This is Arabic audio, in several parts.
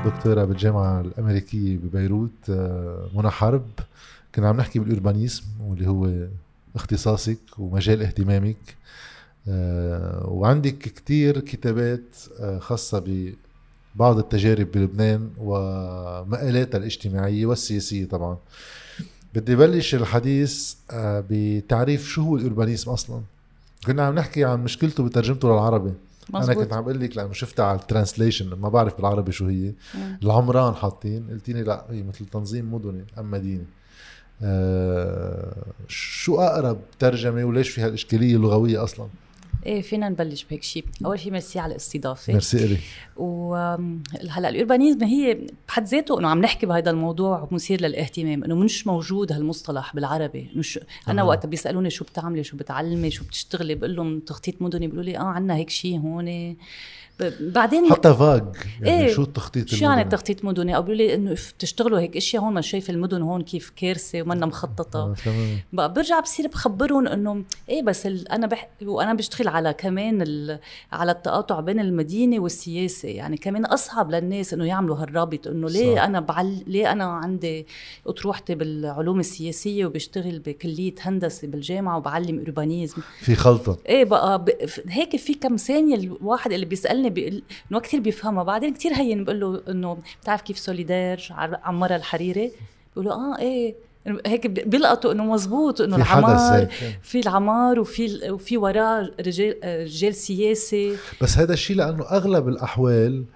دكتورة بالجامعة الأمريكية ببيروت، منى حرب. كنا عم نحكي بالأوربانيزم واللي هو اختصاصك ومجال اهتمامك، وعندك كتير كتابات خاصة ببعض التجارب بلبنان ومآلاتها الاجتماعية والسياسية. طبعا بدي بلش الحديث بتعريف شو هو الأوربانيزم أصلا. كنا عم نحكي عن مشكلته بترجمته للعربي. مزبوط. انا كنت عم بقول لك لانه شفتها على الترانسليشن، ما بعرف بالعربي شو هي. العمران حاطين، قلتيني لا هي مثل تنظيم مدني ام مدينه. شو اقرب ترجمه وليش في هالاشكاليه اللغويه اصلا؟ ايه فينا نبلش بهيك شيء. اول شيء ميرسي على الاستضافه. ميرسي إلي. وهلا الأوربانيزم هي بحد ذاته انه عم نحكي بهذا الموضوع مثير للاهتمام، انه مش موجود هالمصطلح بالعربي. مش انا وقت بيسالوني شو بتعملي شو بتعلمي شو بتشتغلي بقول لهم تخطيط مدني، بيقولوا لي عندنا هيك شيء هون. بعدين حتى فاج يعني إيه شو التخطيط شو يعني التخطيط مدني، او بيقولوا لي انه تشتغلوا هيك اشياء هون، ما شايف المدن هون كيف كارثه ومنا مخططه. بقى برجع بصير بخبرهم انه ايه بس وانا بشتغل على كمان على التقاطع بين المدينه والسياسه، يعني كمان اصعب للناس انه يعملوا هالرابط، انه ليه انا عندي اطروحتي بالعلوم السياسيه وبشتغل بكليه هندسه بالجامعه وبعلم اوربانيزم في خلطه. ايه بقى هيك في كم ثانيه الواحد اللي بيسالني انه كثير بيفهمها، بعدين كثير هين بقول له انه بتعرف كيف سوليدار عمارة الحريري، بيقولوا ايه هيك بيلقطوا انه مزبوط انه العمار في العمار وفي وراه رجال سياسي. بس هذا الشيء لانه اغلب الاحوال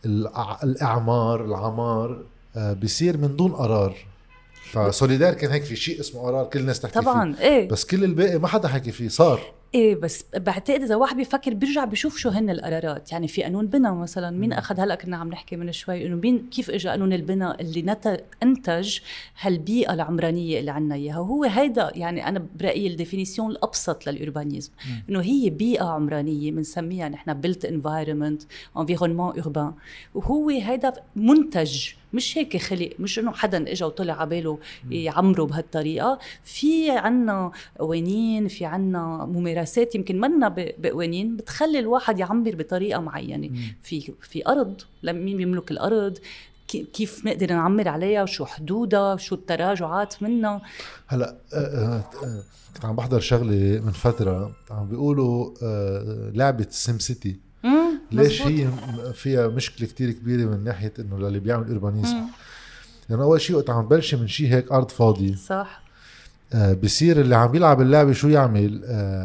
العمار بيصير من دون قرار. فسوليدار كان هيك في شيء اسمه قرار كل الناس تحكي طبعا فيه. ايه بس كل الباقي ما حدا حكي فيه صار. ايه بس بعتقد اذا واحد بيفكر بيرجع بيشوف شو هن القرارات. يعني في قانون بنا مثلا، مين اخذ؟ هلا كنا عم نحكي من شوي انه مين كيف اجى قانون البناء اللي انتج هالبيئه العمرانيه اللي عنا اياها. وهو هيدا يعني انا برايي الديفينيسيون الابسط للأوربانيزم، انه هي بيئه عمرانيه بنسميها نحن بيلت انفايرمنت انفيرونمون اوربان، وهو هيدا منتج، مش هيك خلق، مش انه حدا اجى وطلع على باله يعمروا بهالطريقه. في عنا قوانين، في عنا ممارسات يمكن منا بقوانين بتخلي الواحد يعمر بطريقه معينه. في ارض، مين بيملك الارض، كيف نقدر نعمر عليها، وشو حدودها، شو التراجعات منها. هلا كنت عم بحضر شغله من فتره عم بيقولوا لعبه سيم سيتي ليش هي فيها مشكله كتير كبيره من ناحيه انه للي بيعمل اوربانيزم. يعني اول شيء وقت عم تبلش من شيء هيك ارض فاضي، صح، بصير اللي عم بيلعب اللعبه شو يعمل؟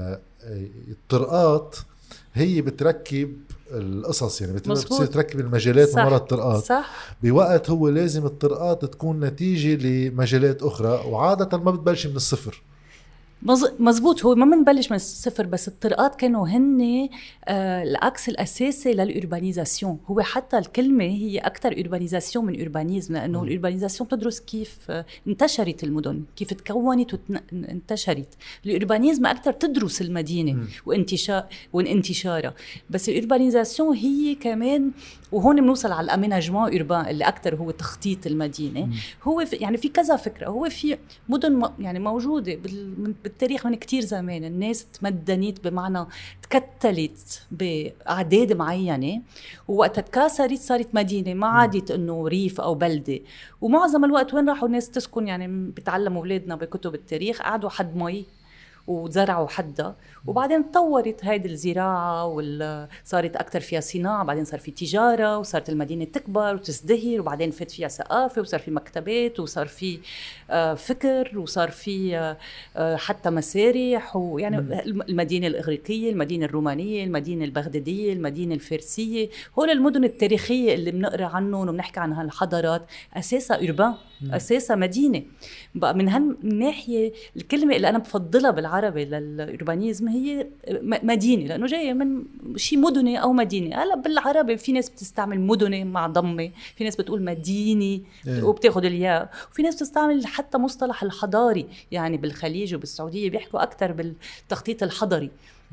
الطرقات هي بتركب القصص، يعني بتصير تركب المجالات من وراء الطرقات. صح. بوقت هو لازم الطرقات تكون نتيجه لمجالات اخرى، وعاده ما بتبلش من الصفر. مزبوط. هو ما منبلش من الصفر، بس الطرقات كانوا هن العكس الأساسي للأوربانيزاسيون. هو حتى الكلمة هي أكتر أوربانيزاسيون من أوربانيزم، لأنه الأوربانيزاسيون بتدرس كيف انتشرت المدن، كيف تكونت وانتشرت. الأوربانيزم أكتر تدرس المدينة وانتشارها. بس الأوربانيزاسيون هي كمان، وهون بنوصل على الأميناجمون أوربان اللي أكتر هو تخطيط المدينة. هو يعني في كذا فكرة. هو في مدن يعني موجودة بالتاريخ من كتير زمان، الناس تمدنت بمعنى تكتلت بأعداد معينة، ووقت تكاثرت صارت مدينة، ما عادت انه ريف او بلدة. ومعظم الوقت وين راحوا الناس تسكن؟ يعني بتعلموا اولادنا بكتب التاريخ قعدوا حد مي وزرعوا حدها، وبعدين تطورت هيدي الزراعة وصارت أكتر فيها صناعة، بعدين صار في تجارة وصارت المدينة تكبر وتزدهر، وبعدين فات فيها ثقافة وصار في مكتبات وصار في فكر وصار في حتى مسارح، ويعني المدينة الإغريقية، المدينة الرومانية، المدينة البغدادية، المدينة الفارسية. هول المدن التاريخية اللي بنقرأ عنهم وبنحكي عن هالحضارات أساسها أوربان، أساسها مدينة. بقى من هالناحية الكلمة اللي أنا بفضلها بالعربي للأوربانيزم هي مدينة، لأنه جاية من شيء مدني أو مدينة. هلا بالعربي في ناس بتستعمل مدني مع ضمة، في ناس بتقول مديني وبتاخد الياء، وفي ناس بتستعمل حتى مصطلح الحضاري. يعني بالخليج وبالسعودية بيحكوا أكتر بالتخطيط الحضري،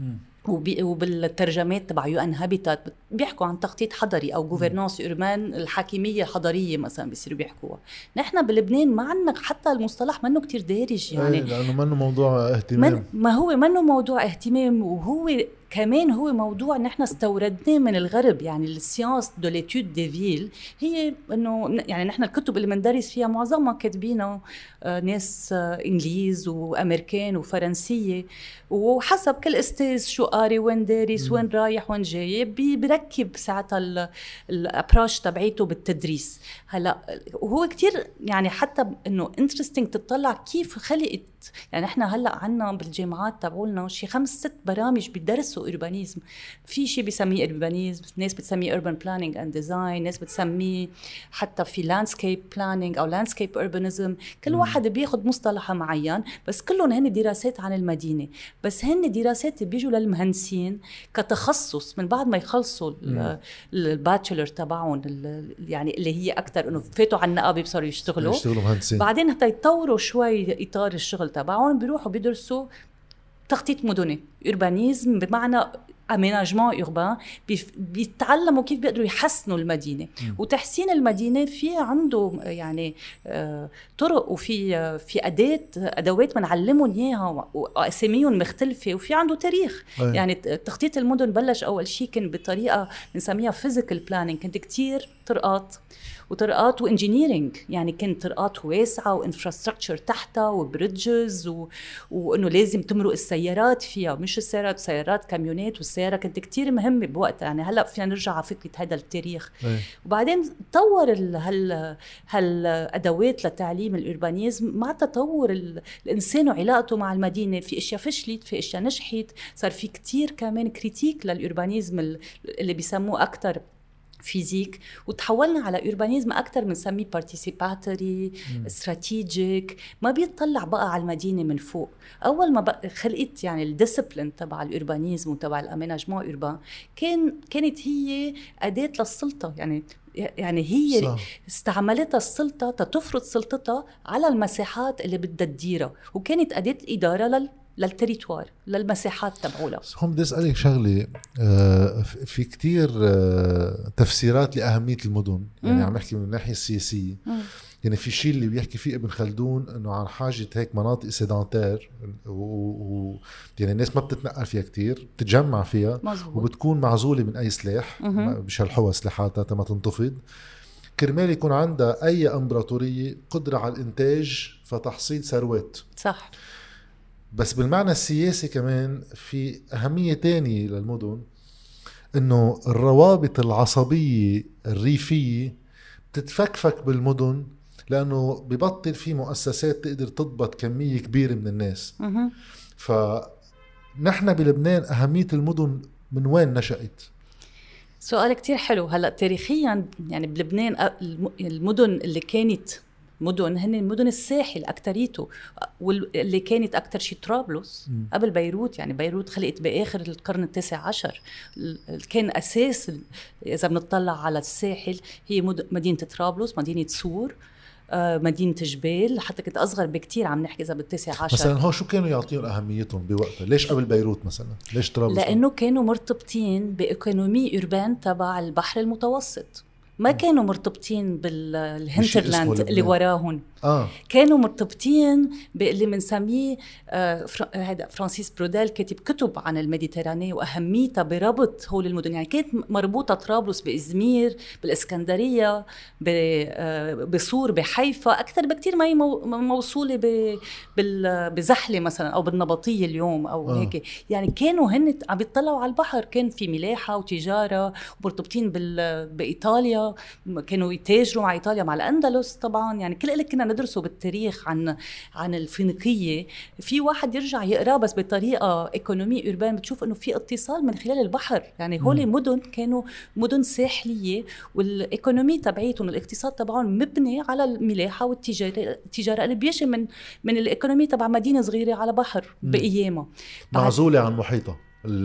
وبالترجمات تبع UN Habitat بيحكوا عن تخطيط حضري أو gouvernance urbaine، الحاكمية الحضرية مثلا بيصيروا بيحكوها. نحن بلبنان ما عندنا حتى المصطلح منه كتير دارج، يعني لأنه منه موضوع اهتمام. ما هو منه موضوع اهتمام، وهو كمان هو موضوع نحن استوردناه من الغرب. يعني السيانس دو ليتود دي فيل هي انه يعني نحن الكتب اللي بندرس فيها معظمها كاتبينها ناس انجليز وامريكان وفرنسيه، وحسب كل استاذ شو قاري وين دارس وين رايح وين جاي بركب ساعتها الابروش تبعيته بالتدريس. هلا وهو كتير يعني حتى انه انترستينج تطلع كيف خلقت. يعني احنا هلا عنا بالجامعات تبعولنا شي 5-6 برامج بيدرسوا اوربانيزم. في شيء بيسميه اوربانيزم، ناس بتسميه urban planning and design، ناس بتسميه حتى في landscape planning او landscape urbanism. كل واحد بياخد مصطلح معين، بس كلهم هن دراسات عن المدينه. بس هن دراسات بيجوا للمهندسين كتخصص من بعد ما يخلصوا الباتشلر تبعهم، يعني اللي هي اكثر انه فاتوا على النقابه بصاروا يشتغلوا مهندسين. بعدين حتى يطوروا شوي اطار الشغل تبعهم بيروحوا بيدرسوا تخطيط مدني، urbanism بمعنى اميناجمون اوربان. بيتعلموا كيف بيقدروا يحسنوا المدينه. وتحسين المدينه في عنده يعني طرق، وفي ادوات بنعلمهم اياها واساميهم مختلفه، وفي عنده تاريخ. يعني تخطيط المدن بلش اول شيء كان بطريقه بنسميها فيزيكال بلاننج، كانت كتير طرقات وانجينيرينج. يعني كانت طرقات واسعه وانفراستراكشر تحتها وبريدجز وانه لازم تمرق السيارات فيها، مش سيارات كاميونات. والسياره كانت كتير مهمه بوقتها. يعني هلا فينا نرجع على فكره هذا التاريخ. وبعدين تطور هالادوات لتعليم الأوربانيزم مع تطور الانسان وعلاقته مع المدينه. في اشياء فشلت، في اشياء نجحت، صار في كتير كمان كريتيك للأوربانيزم اللي بيسموه اكثر فيزيك. وتحولنا على أوربانيزم أكتر من سميه بارتيسيباتوري استراتيجيك، ما بيطلع بقى على المدينة من فوق. أول ما بقى خلقت يعني الديسبلين تبع الأوربانيزم وتبع الأميناجمون أوربان كانت هي أداة للسلطة. يعني هي صح. استعملتها السلطة تفرض سلطتها على المساحات اللي بدها تديرها، وكانت أداة الإدارة للتريتوار، للمساحات تبعولها. هم بدي أسألك شغلة، في كتير تفسيرات لأهمية المدن. يعني عم نحكي من الناحية السياسية. يعني في شيء اللي بيحكي فيه ابن خلدون انه عن حاجة هيك مناطق سيدانتير يعني الناس ما بتتنقل فيها كتير، بتتجمع فيها مزبوط. وبتكون معزولة من اي سلاح، مش هالحوى سلاحاتها تما تنتفض، كرمال يكون عندها اي امبراطورية قدرة على الانتاج فتحصيل ثروات. صح. بس بالمعنى السياسي كمان في أهمية تانية للمدن، إنه الروابط العصبية الريفية بتتفكفك بالمدن، لأنه ببطل في مؤسسات تقدر تضبط كمية كبيرة من الناس. فنحن بلبنان أهمية المدن من وين نشأت؟ سؤال كتير حلو. هلأ تاريخيا يعني بلبنان المدن اللي كانت مدن هن مدن الساحل أكتريته، واللي كانت أكتر شيء طرابلس قبل بيروت. يعني بيروت خلقت بآخر القرن 19. كان أساس إذا بنطلع على الساحل هي مدينة طرابلس، مدينة سور، مدينة جبال. حتى كنت أصغر بكتير، عم نحكي إذا بال19. مثلا هو شو كانوا يعطيهم أهميتهم بوقتها؟ ليش قبل بيروت مثلا؟ ليش طرابلس؟ لأنه كانوا مرتبطين بإيكونومي أوربان تبع البحر المتوسط، ما كانوا مرتبطين بالهنترلاند اللي وراهن. كانوا مرتبطين باللي منسميه هذا فرانسيس بروديل كتب كتب عن الميديتراني وأهميتها بربط هول المدن. يعني كانت مربوطة طرابلس بإزمير، بالإسكندرية، بصور، بحيفا، أكثر بكتير ما هي موصولة بزحلة مثلا أو بالنبطية اليوم أو هيك. يعني كانوا هن عم بيطلعوا على البحر، كان في ملاحة وتجارة، ومرتبطين بإيطاليا، كانوا يتاجروا مع إيطاليا، مع الأندلس طبعا. يعني كل اللي كنا ندرسه بالتاريخ عن الفينيقية في واحد يرجع يقرأ بس بطريقة إيكونومي أوربان، بتشوف إنه في اتصال من خلال البحر. يعني هولي مدن كانوا مدن ساحلية، والإيكونومي تبعيتهم الاقتصاد تبعهم مبني على الملاحة والتجارة اللي بيجي من الإيكونومي تبع مدينة صغيرة على بحر بأيامها، معزولة عن محيطها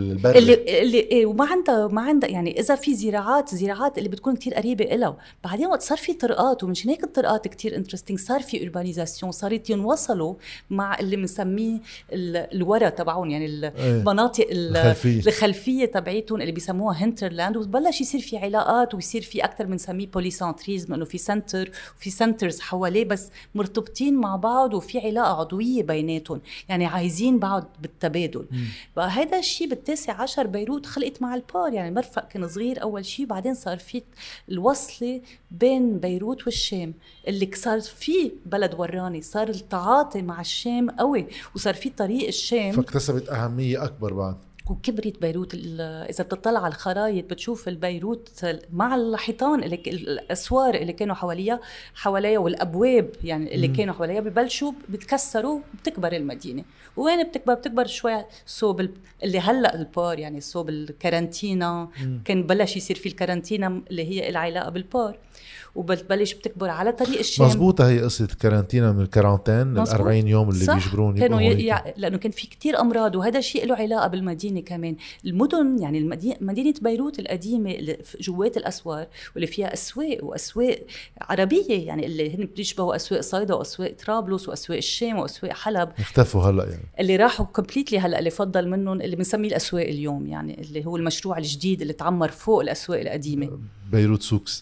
اللي وما عندها يعني اذا في زراعات اللي بتكون كتير قريبه إلها. بعدين وقت صار في طرقات، ومن هيك الطرقات كتير انترستينج، صار في اوربانيزاسيون، صارت ينوصلوا مع اللي بنسميه الورا تبعهم، يعني المناطق الخلفيه تبعيتهم اللي بيسموها هنترلاند. وبلش يصير في علاقات، ويصير في اكثر من سميه بوليسانتريزم، انه في سنتر وفي سنترز حواليه بس مرتبطين مع بعض، وفي علاقه عضويه بيناتهم، يعني عايزين بعض بالتبادل. فهذا الشيء شيء بالتاسع عشر بيروت خلقت مع البار، يعني المرفق كان صغير أول شيء، بعدين صار في الوصلة بين بيروت والشام اللي صار فيه بلد وراني، صار التعاطي مع الشام قوي، وصار في طريق الشام فاكتسبت أهمية أكبر بعد. وكبرت بيروت. إذا بتطلع على الخرايط بتشوف البيروت مع الحيطان الأسوار اللي كانوا حواليها والأبواب يعني اللي كانوا حواليها ببلشوا بتكسروا وبتكبر المدينة. وين بتكبر شوي صوب اللي هلأ البار، يعني صوب الكارانتينا كان بلش يصير في الكارانتينا اللي هي العلاقة بالبار، وبتبلش بتكبر على طريق الشام. مظبوطة، هي قصة الكارانتينا من الكارانتين لل40 يوم اللي بيجبروني كانوا لأنه كان في كتير أمراض، وهذا الشيء له علاقة بالمدينة كمان. المدن يعني مدينة بيروت القديمة اللي جوات الأسوار واللي فيها أسواق وأسواق عربية، يعني اللي هن بيشبهوا أسواق صيدا وأسواق طرابلس وأسواق الشام وأسواق حلب، اختفوا هلأ يعني اللي راحوا كومبليتلي هلأ. اللي فضل منهم اللي بنسميه الأسواق اليوم، يعني اللي هو المشروع الجديد اللي تعمر فوق الأسواق القديمة، بيروت سوكس.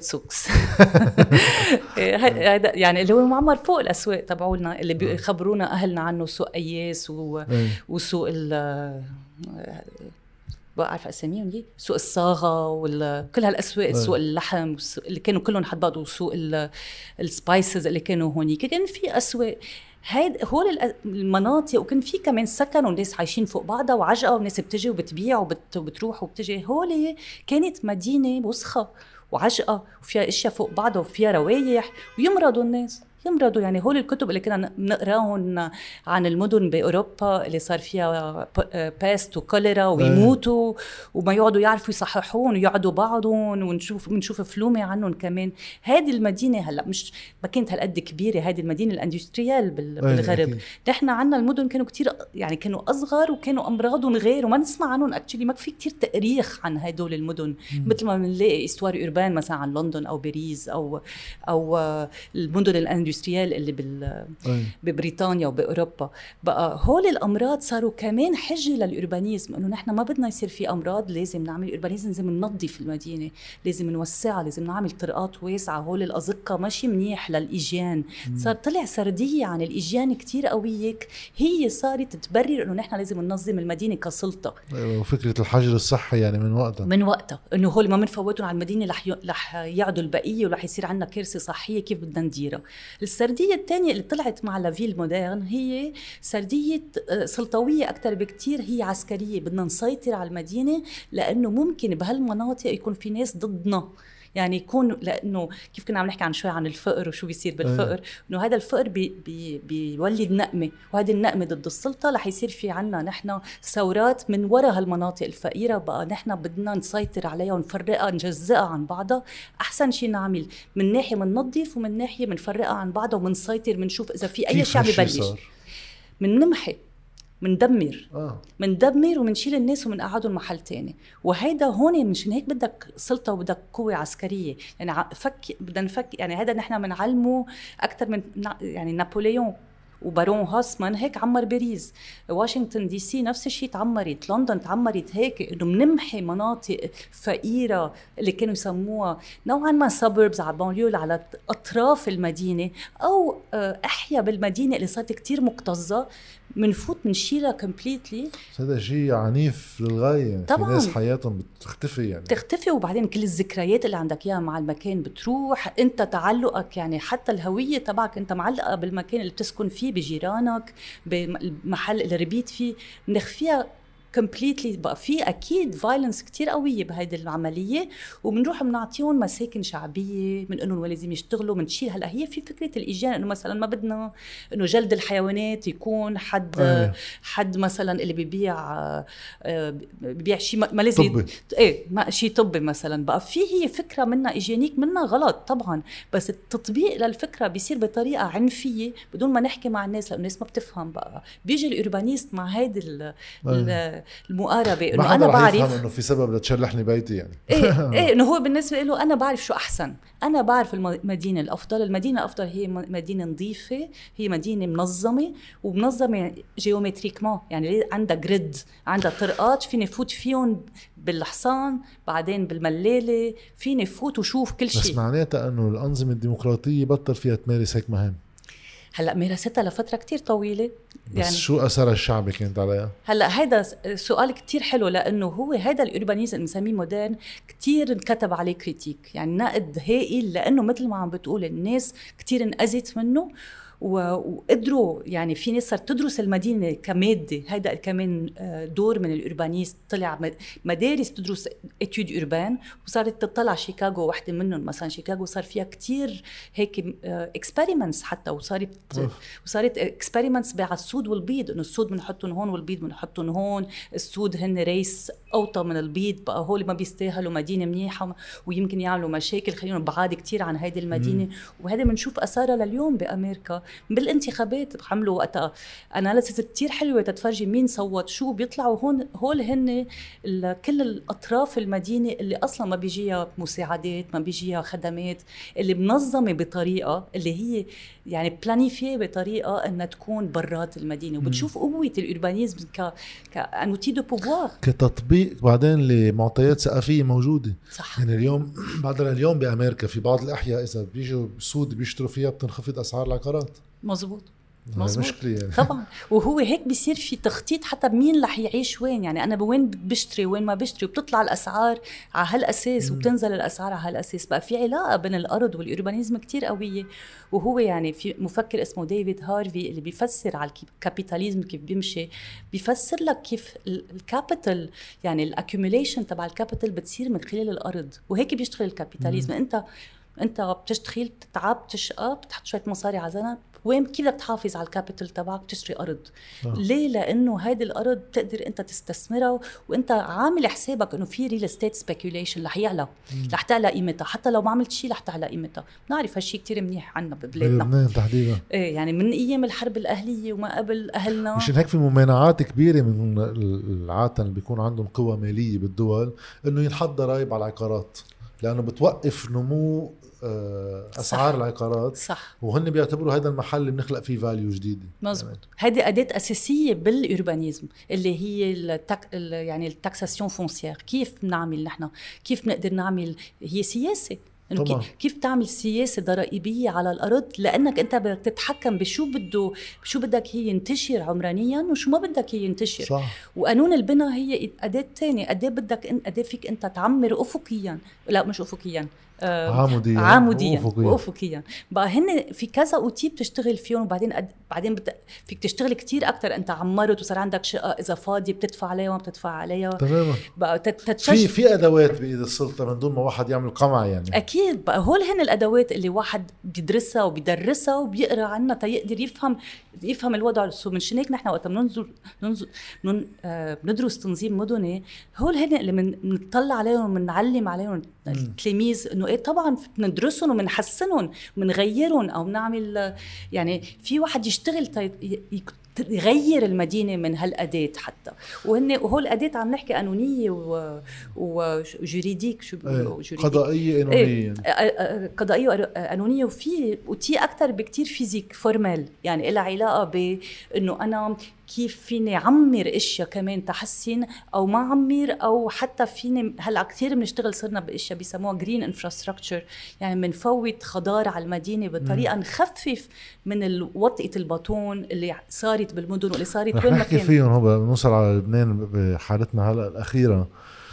هذا يعني اللي هو معمر فوق الأسواق تبعولنا اللي بيخبرونا أهلنا عنه، سوق أياس وسوق بعرف أساميهم دي، سوق الصاغة وكل هالأسواق، سوق اللحم اللي كانوا كلهم حد بعض، وسوق السبايسز اللي كانوا هونيك. كان في أسواق هول المناطق، وكان في كمان سكن والناس عايشين فوق بعضها وعجقة، والناس بتجي وبتبيع وبتروح وبتجي. هول كانت مدينة وسخة وعجقة وفيها اشياء فوق بعضها وفيها روايح، ويمرضوا الناس يمرضوا. يعني هول الكتب اللي كنا نقراهم عن المدن بأوروبا اللي صار فيها باست وكوليرا ويموتوا وما يقعدوا يعرفوا يصححون ويقعدوا بعضهم، ونشوف فلومة عنهم كمان. هذه المدينة هلأ مش ما كانت هالقد كبيرة، هذه المدينة الاندستريال بالغرب. نحن عنا المدن كانوا كتير يعني كانوا أصغر وكانوا أمراضهم غير وما نسمع عنهم اكشلي. ما في كتير تاريخ عن هدول المدن مثل ما بنلاقي استوار أوربان مثلا عن لندن أو باريس أو المدن الاندستريال اللي ببريطانيا وبأوروبا. بقى هول الأمراض صاروا كمان حجة للأوربانيزم، إنه نحن ما بدنا يصير في أمراض، لازم نعمل أوربانيزم، لازم ننظف المدينة، لازم نوسعها، لازم نعمل طرقات واسعة. هول الأزقة ماشي منيح للإيجيان. طلع سردية عن الإيجيان كتير قوية، هي صارت تبرر إنه نحن لازم ننظم المدينة كسلطة. وفكرة الحجر الصحي يعني من وقتها إنه هول ما منفوتهم على المدينة رح يعدوا البقية ورح يصير عنا كارثة صحية كيف بدنا نديرها. السردية الثانية اللي طلعت مع لافيل مودرن هي سردية سلطوية أكتر بكتير، هي عسكرية. بدنا نسيطر على المدينة لأنه ممكن بهالمناطق يكون في ناس ضدنا، يعني يكون لأنه كيف كنا عم نحكي عن شوي عن الفقر وشو بيصير بالفقر، إنه هذا الفقر بيولد نقمة، وهذه النقمة ضد السلطة رح يصير في عنا نحن ثورات من وراء هالمناطق الفقيرة. بقى نحن بدنا نسيطر عليها ونفرقها نجزئها عن بعضها. أحسن شيء نعمل من ناحية مننظف ومن ناحية منفرقها عن بعضها ومنسيطر، منشوف إذا في أي شيء ببلش من نمحي مندمر ومنشيل الناس ومنقعدهم محل تاني. وهيدا هون مشان هيك بدك سلطة وبدك قوة عسكرية، يعني بدنا نفك. يعني هذا نحن منعلمه أكتر من يعني نابليون وبارون هاسمان هيك عمر باريس. واشنطن دي سي نفس الشيء تعمرت، لندن تعمرت هيك، انه منمحي مناطق فقيره اللي كانوا يسموها نوعا ما suburbs على بانليو على اطراف المدينه، او احيا بالمدينه اللي صارت كتير مكتظه منفوت منشيلها كومبليتلي. هذا شيء عنيف للغايه يعني. في ناس حياتهم بتختفي وبعدين كل الذكريات اللي عندك اياها مع المكان بتروح. انت تعلقك يعني حتى الهويه تبعك انت معلقه بالمكان اللي بتسكن فيه، بجيرانك، بمحل اللي ربيت فيه، بنخفيها كومبليتلي. بقى في اكيد فايلنس كتير قويه بهيدي العمليه، وبنروح بنعطيهم مساكن شعبيه من انهم لازم يشتغلوا. بنشيل هلا هي في فكره الايجان، انه مثلا ما بدنا انه جلد الحيوانات يكون حد مثلا اللي ببيع شيء ما لازم ما شيء طبي مثلا. بقى في هي فكره منها ايجينيك منها غلط طبعا، بس التطبيق للفكره بيصير بطريقه عنفيه بدون ما نحكي مع الناس، لأن الناس ما بتفهم. بقى بيجي الأوربانيست مع هيدي المقاربة، انه انا بعرف انه في سبب لتشلحني بيتي يعني. ايه انه هو بالنسبة له انا بعرف شو احسن، انا بعرف المدينة الافضل. المدينة الافضل هي مدينة نظيفة، هي مدينة منظمة ومنظمة جيومتريكمان، يعني عندها جريد، عندها طرقات فيني فوت فيهم بالحصان، بعدين بالملالة فيني فوت وشوف كل شيء. بس معناتها انه الانظمة الديمقراطية بطل فيها تمارس هيك مهام. هلا مارستها لفتره كتير طويله، بس شو أثر الشعبي كانت عليها؟ هلا هيدا سؤال كتير حلو، لأنه هو هيدا الأوربانيزم اللي بنسميه مودرن كتير انكتب عليه كريتيك، يعني نقد هائل، لأنه مثل ما عم بتقول الناس كتير انأذت منه وقدروا، يعني في ناس صارت تدرس المدينة كمادة. هيدا كمان دور من الأوربانيست، طلع مدارس تدرس اتيود أوربان، وصارت تطلع شيكاغو واحدة منهم. مثلا شيكاغو صار فيها كتير هيك اكسبيريمنتس حتى، وصارت اكسبيريمنتس على السود والبيض، انه السود بنحطهم هون والبيض بنحطهم هون. السود هن ريس اوطى من البيض، بقى هول ما بيستاهلوا مدينة منيحة ويمكن يعملوا مشاكل، خليهم بعاد كتير عن هيدي المدينة. وهذا بنشوف أثارها لليوم بأمريكا بالانتخابات. عملوا وقتها اناليسيس كتير حلوه تتفرجي مين صوت شو، بيطلعوا هول هن كل الاطراف المدينه اللي اصلا ما بيجيها مساعدات، ما بيجيها خدمات، اللي منظمه بطريقه اللي هي يعني بلانيفيه بطريقه انها تكون برات المدينه. وبتشوف قوه الأوربانيزم كانوتي دو بوفوار، كتطبيق بعدين لمعطيات ثقافيه موجوده. صح. يعني اليوم بعدنا اليوم بامريكا في بعض الاحياء اذا بيجوا سود بيشتروا فيها بتنخفض اسعار العقارات. مزبوط. مشكلة يعني. طبعا. وهو هيك بيصير في تخطيط حتى مين رح يعيش وين، يعني انا بوين بشتري وين ما بشتري، وبتطلع الاسعار على هالاساس وبتنزل الاسعار على هالاساس. بقى في علاقه بين الارض والأوربانيزم كتير قويه. وهو يعني في مفكر اسمه ديفيد هارفي اللي بيفسر على الكابيتاليزم كيف بيمشي، بيفسر لك كيف الكابيتال، يعني الاكيوميليشن تبع الكابيتال بتصير من خلال الارض، وهيك بيشتغل الكابيتاليزم. انت بتشتغل، بتتعب، بتشقى، بتحط شويه مصاري على زنب، وين كيف بدك تحافظ على الكابيتال تبعك؟ بتشتري ارض. ليه؟ لانه هيدي الارض بتقدر انت تستثمرها، وانت عامل حسابك انه في ريل استيت سبيكيوليشن رح يعلى، رح تعلى قيمتها، حتى لو ما عملت شيء رح تعلى قيمتها. بنعرف هالشيء كتير منيح عنا ببلادنا، بلبنان تحديدا. ايه يعني من ايام الحرب الاهليه وما قبل اهلنا. مشان هيك في ممانعات كبيره من العاده اللي بيكون عندهم قوه ماليه بالدول انه ينحط ضرائب على العقارات، لانه بتوقف نمو اسعار العقارات. صح. وهن بيعتبروا هذا المحل اللي بنخلق فيه فاليو جديده. مزبوط. هذه يعني أداة أساسية بالأوربانيزم اللي هي يعني التاكساسيون فونسيير. كيف بنعمل نحن؟ كيف بنقدر نعمل؟ هي سياسة، إنه كيف تعمل سياسة ضرائبية على الأرض، لأنك أنت بدك تتحكم بشو بدك هي ينتشر عمرانيا وشو ما بدك هي ينتشر. صح. وقانون البناء هي أداة تانية، أداة فيك أنت تعمر أفقيا، لا مش أفقيا، عاموديا وأفقيا. بقى هن في كذا أوتي بتشتغل فيهم، وبعدين فيك تشتغل كتير أكتر. أنت عمرت وصار عندك شقة إذا فاضية بتدفع عليها وما بتدفع عليها. تماما. بقى في أدوات بإيد السلطة من دون ما واحد يعمل قمع يعني. أكيد. بقى هول هن الأدوات اللي واحد بيدرسها وبيدرسها وبيقرأ عنها تيقدر يفهم الوضع. منشان هيك نحن وقت بندرس تنظيم مدني، هول هن اللي بنطلع عليهم وبنعلم عليهم التلاميذ انه ايه طبعا بندرسهم وبنحسنهم وبنغيرهم، او بنعمل يعني في واحد يشتغل يغير المدينة من هالأداة حتى. وهو الأداة عم نحكي قانونية وجوريديك، شو بيقولوا قضائية قانونية. قضائية قانونية. وفي أكتر بكتير فيزيك فورمال، يعني إلها علاقة بأنه أنا كيف فيني عمر اشياء كمان تحسن او ما عمر، او حتى فيني هلا كثير بنشتغل صرنا باشياء بيسموها جرين انفراستراكشر، يعني بنفوت خضار على المدينه بطريقه نخفف من وطئه البطون اللي صارت بالمدن واللي صارت وين ما كان. فيهم هو بنوصل على لبنان بحالتنا هلا الاخيره.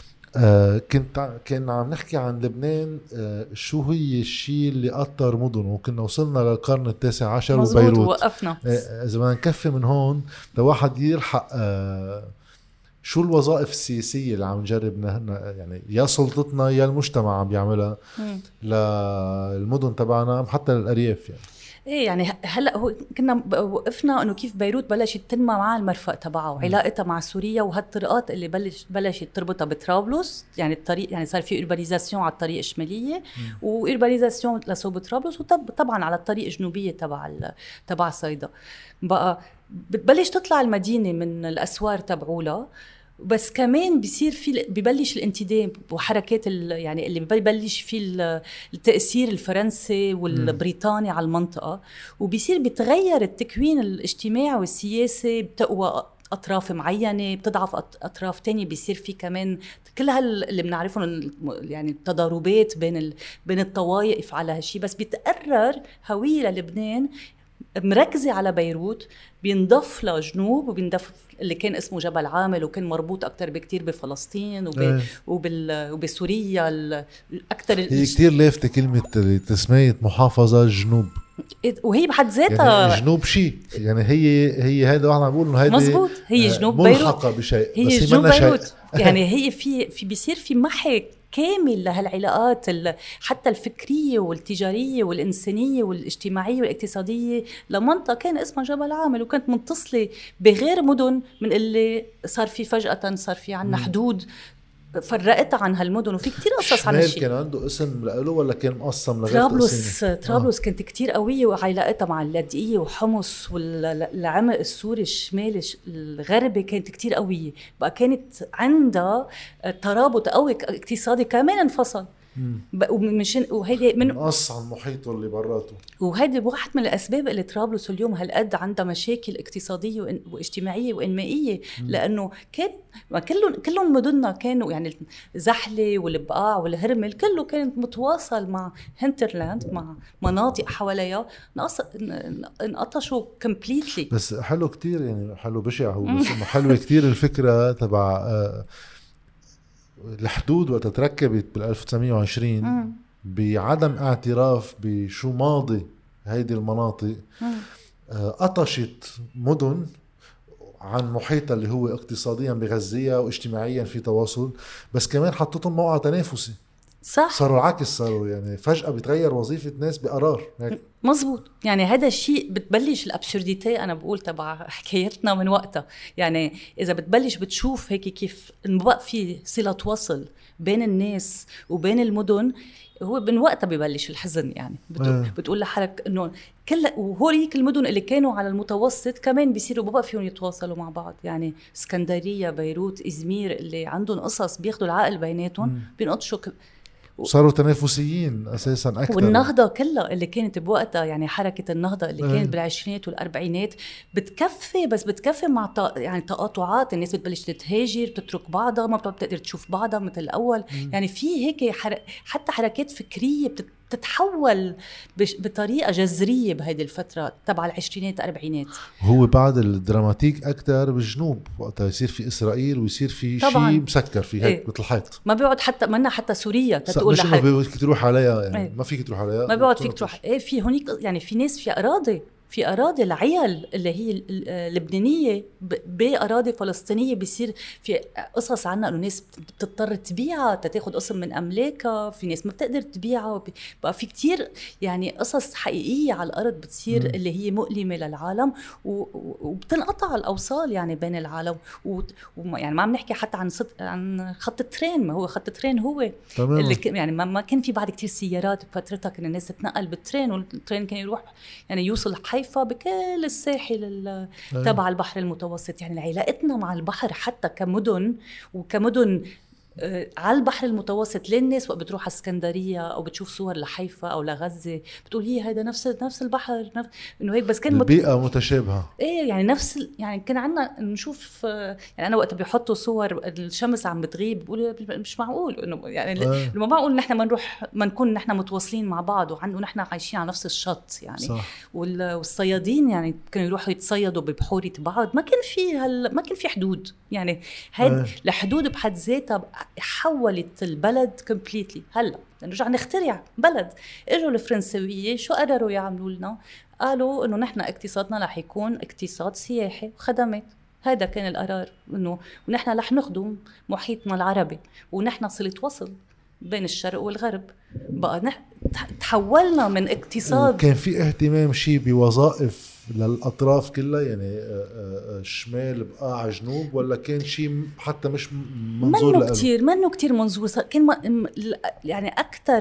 كنا عم نحكي عن لبنان، شو هي الشيء اللي أطر مدن، وكنا وصلنا للقرن التاسع عشر وبيروت ووقفنا. إذا ما نكفي من هون لواحد يلحق شو الوظائف السياسية اللي عم نجرب يعني يا سلطتنا يا المجتمع عم بيعملها للمدن تبعنا حتى للأرياف يعني. ايه يعني هلا هو كنا وقفنا انه كيف بيروت بلشت تنمى مع المرفق تبعها وعلاقتها مع سوريا، وهالطرقات اللي بلشت تربطها بطرابلس، يعني الطريق يعني صار في اوربانيزاسيون على الطريق الشماليه واوربانيزاسيون لصوب طرابلس، وطبعا على الطريق الجنوبيه تبع صيدا. بقى بتبلش تطلع المدينه من الاسوار تبعولها، بس كمان ببلش الانتداب وحركات يعني اللي ببلش فيه التأثير الفرنسي والبريطاني على المنطقة، وبيصير بيتغير التكوين الاجتماعي والسياسي، بتقوى أطراف معينة، بتضعف أطراف تانية، بيصير في كمان كل اللي بنعرفهم يعني التضاربات بين الطوائف على هالشي. بس بيتقرر هوية للبنان مركزة على بيروت، بينضف لجنوب وبينضف اللي كان اسمه جبل عامل وكان مربوط أكتر بكتير بفلسطين وبسوريا أكتر. هي كتير لافتة كلمة تسمية محافظة جنوب، وهي بحد ذاتها يعني جنوب شيء، يعني هي هذا واحنا عم نقول انه هيدي مزبوط، هي جنوب ملحقة بيروت بشيء، هي بس جنوب بيروت شيء. يعني هي في بيصير في محك كامل لهالعلاقات حتى الفكرية والتجارية والإنسانية والاجتماعية والاقتصادية لمنطقة كان اسمها جبل عامل، وكانت متصلة بغير مدن من اللي صار في فجأة صار في عنا حدود فرقتها عن هالمدن. وفي كتير قصص عن الشمال كان عنده اسم لإله ولا كان مقسم لغير طرابلس كانت كتير قوية وعلاقتها مع اللاذقية وحمص والعمق السوري الشمالي الغربي كانت كتير قوية. بقى كانت عندها ترابط قوي اقتصادي كمان انفصل، وهيدي من قص عن محيطه اللي براته. وهيدي واحد من الاسباب اللي طرابلس اليوم هالقد عندها مشاكل اقتصاديه واجتماعيه وانمائيه، لانه كان كلهم مدننا كانوا يعني زحله والبقاع والهرمل كله كانت متواصل مع هنترلاند مع مناطق حواليها انقطشوا كومبليتلي. بس حلو كتير، يعني حلو بشع هو، بس انه حلوه كتير الفكره تبع الحدود وقت تركبت بال 1920 بعدم اعتراف بشو ماضي هيدي المناطق. قطشت مدن عن محيطها اللي هو اقتصاديا بغذية واجتماعيا في تواصل، بس كمان حطتهم موقع تنافسي. صح، صاروا العكس، صاروا يعني فجأة بتغير وظيفة ناس بقرار هيك. مزبوط. يعني هذا الشيء بتبلش الابسورديتي انا بقول تبع حكايتنا من وقتها. يعني اذا بتبلش بتشوف هيك كيف بقى في صلة وصل بين الناس وبين المدن، هو من وقتها ببلش الحزن. يعني بتقول لحالك انه وهوليك المدن اللي كانوا على المتوسط كمان بيصيروا بقى فيهم يتواصلوا مع بعض. يعني اسكندرية، بيروت، إزمير اللي عندهم قصص بياخدوا العقل بيناتهم بينقطشوا صاروا تنافسيين أساساً أكثر. والنهضة كلها اللي كانت بوقتها، يعني حركة النهضة اللي كانت بالعشرينات والأربعينات بتكفي، بس بتكفي مع يعني تقاطعات. الناس بتبلش تتهاجر، بتترك بعضها، ما بتقدر تشوف بعضها مثل الأول. يعني في هيك حتى حركات فكرية بتتحول بطريقة جذرية بهيدي الفترة تبع العشرينات الأربعينات. هو بعد الدراماتيك أكتر بالجنوب وقتها يصير في إسرائيل ويصير في شيء مسكر في هيك مثل الحيط. ما بيقعد حتى منا حتى سوريا تقول مش ما فيك تروح عليها، يعني ما فيك تروح عليها، ما بيقعد فيك تروح. في هونيك يعني في ناس في أراضي العيال اللي هي اللبنانية بأراضي فلسطينية بيصير في قصص عنها إنه ناس بتضطر تبيعها تاخد قسم من أملاكها، في ناس ما بتقدر تبيعها. بقى في كتير يعني قصص حقيقية على الأرض بتصير اللي هي مؤلمة للعالم، وبتنقطع الأوصال يعني بين العالم. يعني ما عم نحكي حتى عن خط الترين. ما هو خط الترين هو اللي يعني ما كان في بعد كتير سيارات بفترتها، كان الناس تتنقل بالترين، والترين كان يروح يعني يوصل حيفا بكل الساحل تبع البحر المتوسط. يعني علاقتنا مع البحر حتى كمدن وكمدن على البحر المتوسط، للناس وقت بتروح على اسكندريه او بتشوف صور لحيفا او لغزه بتقول هي هذا نفس البحر، انه هيك. بس كان البيئه متشابهه. ايه يعني يعني كان عندنا نشوف. يعني انا وقت بيحطوا صور الشمس عم بتغيب بقول مش معقول انه يعني ما معقول نحن ما نكون نحن متواصلين مع بعض ونحن عايشين على نفس الشط يعني. صح. والصيادين يعني كانوا يروحوا يتصيدوا ببحورة بعض، ما كان في حدود. يعني هاد الحدود بحد ذاتها حولت البلد كومبليتلي. هلا نرجع نخترع بلد. اجوا الفرنسوية شو قدروا يعملوا لنا؟ قالوا انه نحن اقتصادنا رح يكون اقتصاد سياحي وخدمات. هذا كان القرار، انه ونحن رح نخدم محيطنا العربي، ونحن صلة وصل بين الشرق والغرب. بقى تحولنا من اقتصاد. كان في اهتمام شيء بوظائف للأطراف كلها، يعني شمال بقاع جنوب، ولا كان شيء حتى مش منظور منه كتير منظور. كان يعني أكتر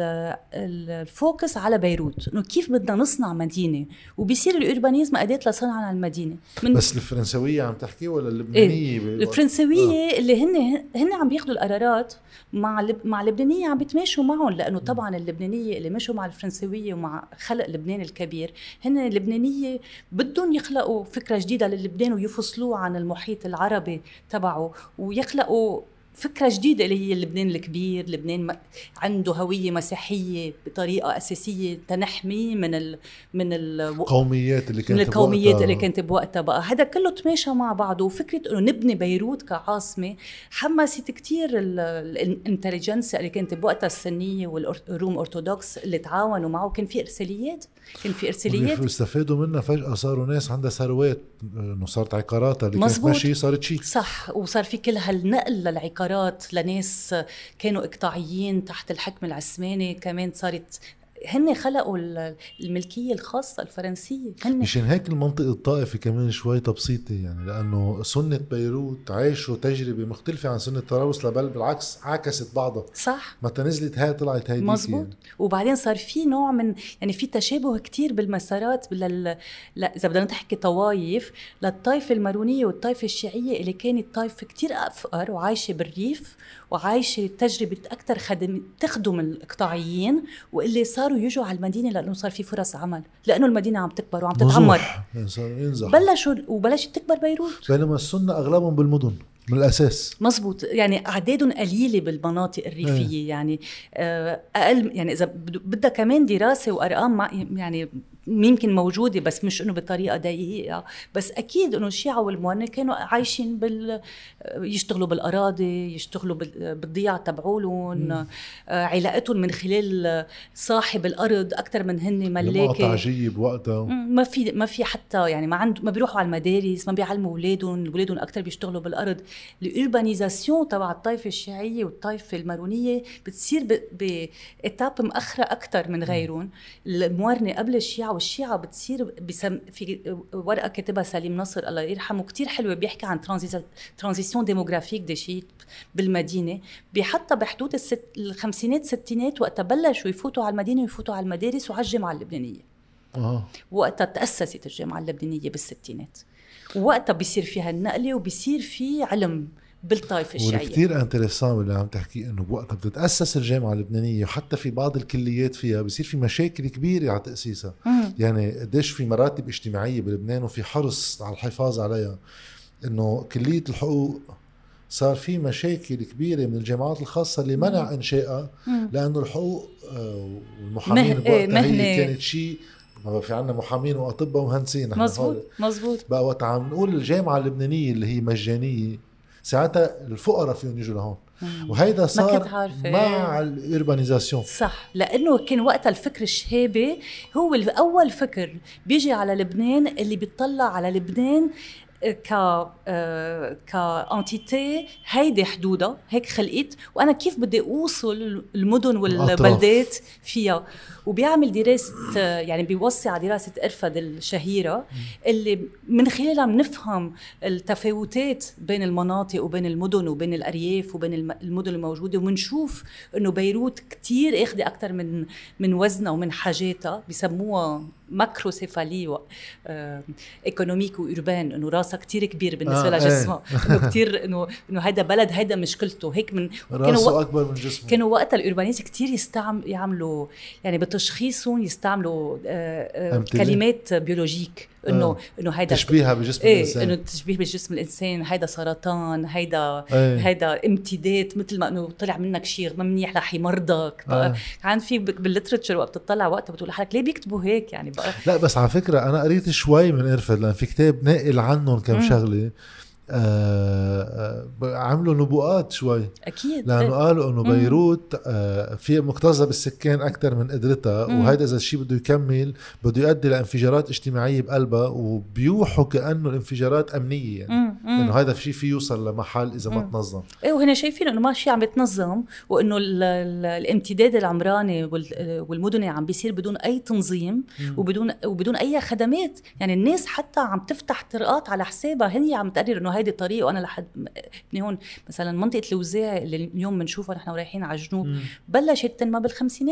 الفوكس على بيروت، إنه كيف بدنا نصنع مدينة، وبيصير الأوربانيزم أداة لصنع المدينة. بس الفرنسوية عم تحكي ولا اللبنانية؟ الفرنسوية اللي هن عم بياخدوا القرارات مع اللبنانية، عم بيتماشوا معهم، لأنه طبعا اللبنانية اللي مشوا مع الفرنسوية ومع خلق لبنان الكبير، هن اللبنانية بدهم يخلقوا فكرة جديدة للبنان ويفصلوه عن المحيط العربي تبعه، ويخلقوا فكرة جديدة اللي هي لبنان الكبير. لبنان عنده هوية مسيحية بطريقة أساسية تنحمي من القوميات اللي كانت القوميات اللي كانت بوقتها. بقى هذا كله تماشى مع بعضه، وفكرة إنه نبني بيروت كعاصمة حمست كتير الانتليجنس اللي كانت بوقتها السنية والروم أرثوذكس اللي تعاونوا معه. كان في إرساليات استفادوا منها. فجأة صاروا ناس عندها ثروات، إنه صارت عقاراتها اللي كانت ماشي صارت شيء صح. وصار في كل هالنقل للعقارات لناس كانوا إقطاعيين تحت الحكم العثماني. كمان صارت هن خلقوا الملكية الخاصة الفرنسية. مشان هيك المنطقة الطائفي كمان شوي تبسيطة يعني، لأنه سنة بيروت عاشوا تجربة مختلفة عن سنة طرابلس، بل بالعكس عكست بعضها. صح. متى نزلت هاي طلعت هاي مزبوط يعني. وبعدين صار في نوع من يعني في تشابه كتير بالمسارات إذا بدنا نحكي طوايف، للطائفة المارونية والطائفة الشيعية اللي كانت طائفة كتير أفقر وعايشة بالريف وعايشة تجربة أكتر تخدم الإقطاعيين، واللي صاروا يجوا على المدينة لأنه صار في فرص عمل، لأنه المدينة عم تكبر وعم تتعمر. بلشت تكبر بيروت، بينما السنة أغلبهم بالمدن من الأساس. مزبوط. يعني أعدادهم قليلة بالمناطق الريفية. يعني أقل. يعني إذا بدها كمان دراسة وأرقام يعني ممكن موجودة، بس مش إنه بطريقة دقيقة. بس أكيد إنه الشيعة والموانئ كانوا عايشين يشتغلوا بالأراضي، يشتغلوا بالضياع تبعولهم، علاقتهم من خلال صاحب الأرض أكتر من هن ملاكة. المقاطعجية بوقتها ما في حتى يعني ما بيروحوا على المدارس، ما بيعلموا أولادهم أكتر بيشتغلوا بالأرض. الأوربانيزاسيون تبع الطائفة الشيعية والطائفة المارونية بتصير بإتاب مأخرة أكتر من غيرهم. الموارنة قبل الشيعة، والشيعة بتصير في ورقة كتبها سليم نصر الله يرحمه كتير حلوة، بيحكي عن ترانزيسيون ديموغرافيك دي شيء بالمدينة، حتى بحدود الخمسينات ستينات، وقتها بلشوا يفوتوا على المدينة ويفوتوا على المدارس وعلى الجامعة اللبنانية. وقتها تأسست الجامعة اللبنانية بالستينات، ووقتها بيصير فيها النقلة وبيصير في علم بالطائفة الشيعية. والكتير انتريسان اللي عم تحكي انه بوقتها بتتأسس الجامعة اللبنانية، وحتى في بعض الكليات فيها بيصير في مشاكل كبيرة على تأسيسها. يعني قديش في مراتب اجتماعية بلبنان وفي حرص على الحفاظ عليها. انه كلية الحقوق صار في مشاكل كبيرة من الجامعات الخاصة اللي منع انشائها، لانه الحقوق والمحامين بوقتها هي كانت شيء ما في عنا محامين وأطباء ومهندسين. مظبوط. بقى وقت عم نقول الجامعة اللبنانية اللي هي مجانية، ساعتها الفقراء فيهم يجوا لهون. وهيدا صار مع الأوربانيزاسيون. صح، لأنه كان وقتها الفكر الشهابي هو الأول فكر بيجي على لبنان، اللي بيطلع على لبنان كأنتيتي هيدي حدودها هيك خلقت، وأنا كيف بدي أوصل المدن والبلدات فيها. وبيعمل دراسة يعني بيوصي على دراسة إرفد الشهيرة اللي من خلالها بنفهم التفاوتات بين المناطق وبين المدن وبين الأرياف وبين المدن الموجودة، ومنشوف إنه بيروت كتير أخذ أكتر من وزنها ومن حاجاتها. بيسموها ماكروسيفالي ايكونوميك وأوربان، إنه راسها كتير كبير بالنسبة لجسمها. إنه كتير إنه هيدا بلد هيدا مشكلته هيك من راسه أكبر من جسمه. كانوا وقتها الأوربانيست كتير يعملوا يعني بتشخيصهم يستعملوا كلمات بيولوجيك، انه هيدا تشبيهها بجسم الانسان، انه تشبيه بجسم الانسان، هيدا سرطان، هيدا امتداد، مثل ما انه طلع منك شيء ما منيح رح يمرضك. كان في بالليتراتشر وقت بتطلع وقتها بتقول لحالك ليه بيكتبوا هيك يعني بقى. لا بس على فكره انا قريت شوي من إرفد، لان في كتاب ناقل عنهم كم شغله. عملوا نبوءات شوي أكيد، لأنه قالوا أنه بيروت في مكتظة بالسكان أكتر من قدرتها، وهذا إذا الشيء بده يكمل بده يؤدي لانفجارات اجتماعية بقلبها، وبيوحوا كأنه الانفجارات أمنية يعني. إنه هذا في شيء يوصل لمحل إذا ما تنظم. وهنا شايفين إنه ما شيء عم يتنظم، وإنه الامتداد العمراني والمدني عم بيصير بدون أي تنظيم وبدون أي خدمات. يعني الناس حتى عم تفتح طرقات على حسابها، هي عم تقرر إنه هيدي طريق. وأنا لحد هون مثلا منطقة الوزاع اللي اليوم بنشوفها نحن رايحين على الجنوب بلشت تنمى بالخمسينات،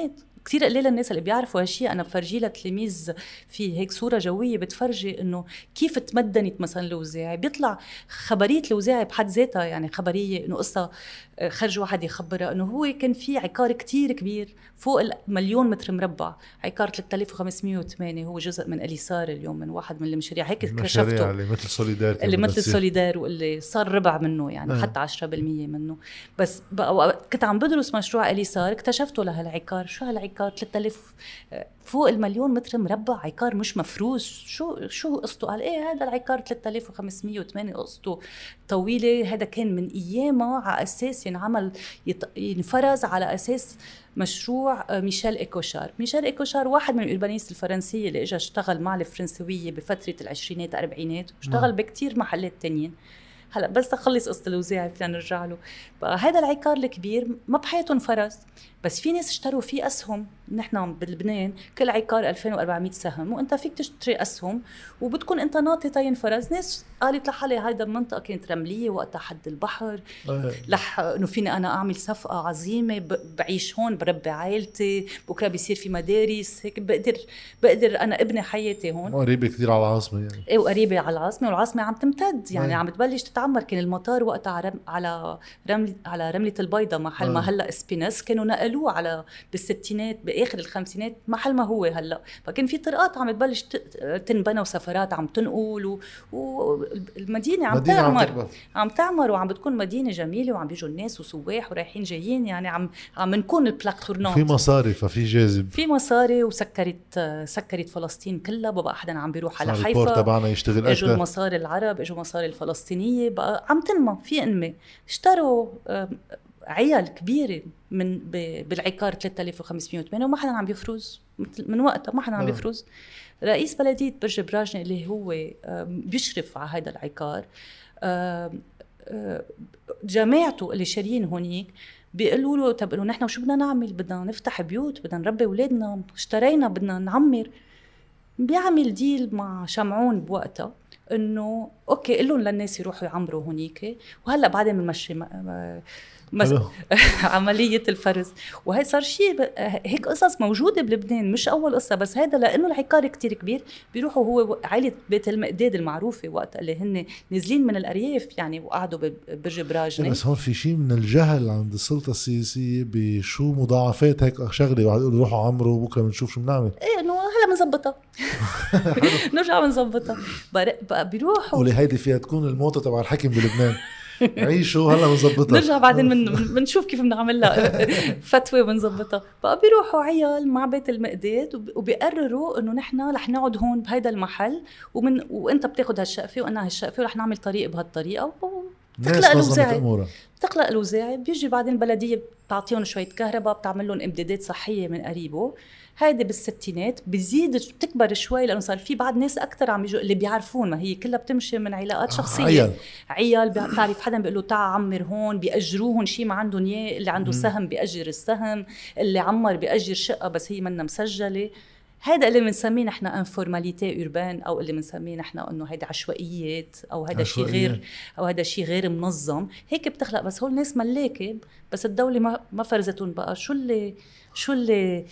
كتير قليل الناس اللي بيعرفوا هالشيء. انا بفرجي لتلاميذ في هيك صوره جويه بتفرجي انه كيف تمدنت مثلا الوزاعي، بيطلع خبريه الوزاعي بحد ذاتها يعني خبريه، انه قصه خرج واحد يخبرها انه هو كان في عقار كتير كبير فوق 1,000,000 متر مربع، عقار 3508 هو جزء من اليسار اليوم، من واحد من المشاريع هيك اكتشفته، اللي مثل سوليدار، اللي مثل سوليدار، واللي صار ربع منه يعني حتى 10% منه. بس بقى كنت عم بدرس مشروع اليسار اكتشفته لهالعقار. شو هالعقار؟ 3000 فوق 1,000,000 متر مربع، عقار مش مفروس. شو قصته؟ قال ايه هذا العقار 3508 قصته طويله، هذا كان من ايامه على اساس ينعمل ينفرز على اساس مشروع ميشيل إيكوشار. ميشيل إيكوشار واحد من الأوربانيست الفرنسية اللي اجى اشتغل مع الفرنسوية بفترة العشرينات أربعينات، واشتغل بكتير محلات تانيين. هلا بس تخلص قصة الوزاعي فينا نرجع له. بقى هذا العقار الكبير ما بحياته انفرز، بس في ناس اشتروا فيه أسهم. نحن بلبنان كل عقار 2400 سهم، وانت فيك تشتري أسهم وبتكون انت ناطي تينفرز. ناس قالت لحالي هيدا المنطقة كانت رملية وقتها حد البحر، لح انه فيني انا اعمل صفقة عظيمة، بعيش هون، بربي عائلتي، بكره بيصير في مدارس، هيك بقدر انا ابني حياتي هون. وقريبة كتير على العاصمة يعني. ايه وقريبة على العاصمة، والعاصمة عم تمتد يعني عم تبلش تتعمر. كان المطار وقتها على رملة البيضة محل ما هلا سبينس، كانوا نقلوه على بالستينات باخر الخمسينات محل ما هو هلا. فكان في طرقات عم تبلش تنبنى وسفرات عم تنقل، والمدينة عم تعمر وعم بتكون مدينة جميلة، وعم بيجوا الناس وسواح ورايحين جايين، يعني عم نكون البلاك تورنات. في مصاري، ففي جاذب، في مصاري، سكرت فلسطين كلها. بقى حدا عم بيروح على حيفا، البورت تبعنا يشتغل اكثر، اجوا المصاري العرب، اجوا مصاري الفلسطينية، بقى عم تنمى في انمي. اشتروا عيال كبيرة بالعقار 3508 وما حدا عم بيفرز من وقتها، ما حدا عم بيفرز. رئيس بلدية برج براجنة اللي هو بيشرف على هذا العقار، جماعته اللي شاريين هونيك بيقولوا له طب انه نحن وشو بدنا نعمل؟ بدنا نفتح بيوت، بدنا نربي اولادنا، اشترينا، بدنا نعمر. بيعمل ديل مع شمعون بوقتها انه اوكي قلهم للناس يروحوا يعمروا هونيك، وهلا بعدين بنمشي عملية الفرز. وهي صار شيء هيك قصص موجودة بلبنان، مش أول قصة. بس هذا لأنه العقار كتير كبير بيروحوا، هو عائلة بيت المقداد المعروفة وقت اللي هن نازلين من الأرياف يعني وقعدوا ببرج براجنة. بس هون في شيء من الجهل عند السلطة السياسية بشو مضاعفات هيك شغلة، وعد يقولوا روحوا عمروا وبكرة بنشوف شو بنعمل. ايه انه هلا بنظبطها نرجع بنظبطها. بقى بيروحوا ولهيدي فيها تكون الموتة تبع الحكم بلبنان عيشوا هلا بنظبطها، نرجع بعدين بنشوف كيف بنعمل لها فتوى وبنظبطها. بقى بيروحوا عيال مع بيت المقداد وبيقرروا انه نحن رح نقعد هون بهيدا المحل، وانت بتاخد هالشقفه وانا هالشقفه، ورح نعمل طريق بهالطريقه، وتخلق الوزاعي. تخلق الوزاعي. بيجي بعدين البلديه بتعطيهم شويه كهرباء، بتعمل لهم امدادات صحيه من قريبه. هيدي بالستينات بتزيد بتكبر شوي، لانه صار في بعض ناس اكثر عم يجوا اللي بيعرفون، ما هي كلها بتمشي من علاقات شخصيه. عيال بتعرف حدا بيقول له تعال عمر هون، بيأجروهم شيء ما عندهم اياه، اللي عنده سهم بيأجر السهم، اللي عمر بيأجر شقه بس هي منا مسجله. هذا اللي بنسميه نحن انفورماليتي اوربان، او اللي بنسميه نحن انه هيدا عشوائيات، او هذا شيء غير، او هذا شيء غير منظم. هيك بتخلق. بس هول الناس ملاكه، بس الدوله ما فرزتهم. بقى شو اللي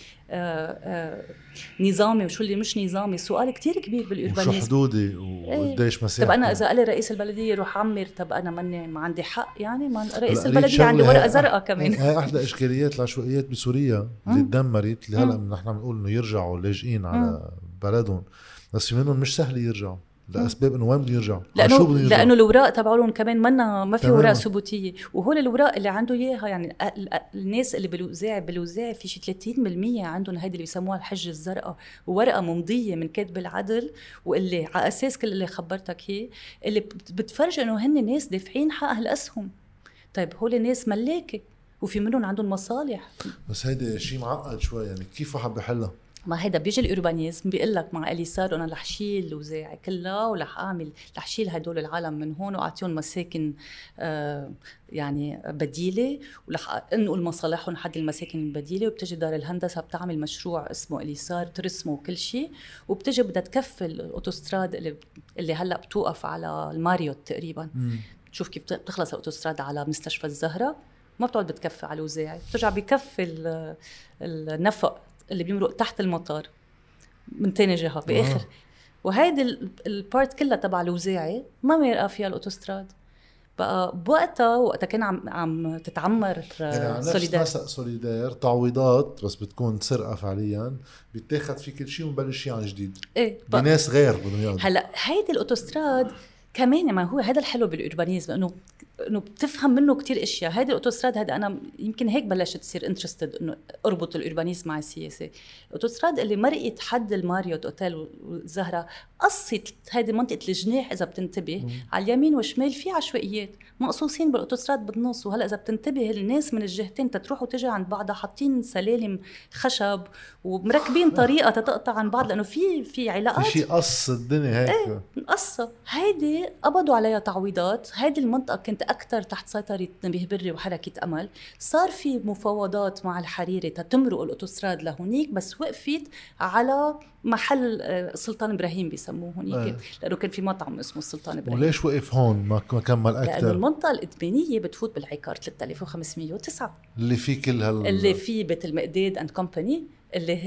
نظامي وشو اللي مش نظامي؟ سؤال كتير كبير بالأوربانيزم. وشو حدودي وقديش مساحتي؟ طب أنا إذا قال لي رئيس البلدية روح عمر، طب أنا ما عندي حق يعني؟ ما رئيس البلدية عنده ورقة زرقاء كمان. هاي أحدى إشكاليات العشوائيات بسوريا اللي تدمرت، اللي هلأ نحن بنقول إنه يرجعوا لاجئين على بلدهم، بس في منهم مش سهل يرجعوا لأسباب إنه وين بده يرجعوا، لأنه الأوراق تبعولهم كمان ما في أوراق ثبوتية. وهول الأوراق اللي عنده إياها يعني الناس اللي بالوزاعي في شي 30% عندهم هيدي اللي بيسموها الحجة الزرقاء، وورقة ممضية من كاتب العدل، واللي على أساس كل اللي خبرتك هي اللي بتفرج إنه هن ناس دافعين حق هالأسهم. طيب هول الناس ملاكة وفي منهم عندهم مصالح. بس هيدا شيء معقد شوي، يعني كيف واحد بحلها؟ ما هيدا بيجي الأوربانيزم بيقول لك مع اليسار أنا رح شيل الوزاعي كلها، رح شيل هدول العالم من هون وأعطيهم مساكن يعني بديلة، ورح انقل مصالحهم حد المساكن البديلة. وبتجي دار الهندسة بتعمل مشروع اسمه اليسار، ترسمه وكل شيء، وبتجي بدها تكفل الأوتوستراد اللي هلأ بتوقف على الماريوت تقريبا. تشوف كيف بتخلص الأوتوستراد على مستشفى الزهرة، ما بتقعد بتكفي على الوزاعي، بترجع بكفي النفق اللي بيمرق تحت المطار من تاني جهه باخر. وهيدي البارت كلها تبع الوزاعي ما مرقى فيها الاوتوستراد. بقى وقتها كان عم تتعمر يعني سوليدار. نفس مسق سوليدار تعويضات بس بتكون سرقه فعليا، بيتاخد في كل شيء ومبلش شيء عن جديد. ايه بناس غير بدهم ياخذوا. هلا هيدي الاوتوستراد كمان، ما هو هذا الحلو بالأوربانيزم انه بتفهم منه كتير اشياء. هيدي الاوتوستراد هذا انا يمكن هيك بلشت تصير انترستد انه اربط الأوربانيزم مع السياسه. الاوتوستراد اللي مرقت حد الماريوت اوتيل والزهره، قصه هيدي منطقه الجناح اذا بتنتبه على اليمين والشمال في عشوائيات مقصوصين بالاوتوستراد بالنص. وهلا اذا بتنتبه الناس من الجهتين تروح وتجي عند بعضها حاطين سلالم خشب ومركبين طريقه تتقطع عن بعض، لانه في علاقات، في شيء قص الدنيا هيك. ايه قصه. هيدي قبضوا عليها تعويضات. هيدي المنطقه كانت اكثر تحت سيطره نبيه بري وحركه امل. صار في مفاوضات مع الحريري تتمرق الاوتوستراد لهونيك، بس وقفت على محل السلطان ابراهيم بيسموه هونيك، لانه كان في مطعم اسمه السلطان ابراهيم. وليش وقف هون ما كمل اكثر؟ لانه المنطقه الادمانيه بتفوت بالعقار 3509 اللي فيه كل اللي فيه بيت المقداد اند كومباني، اللي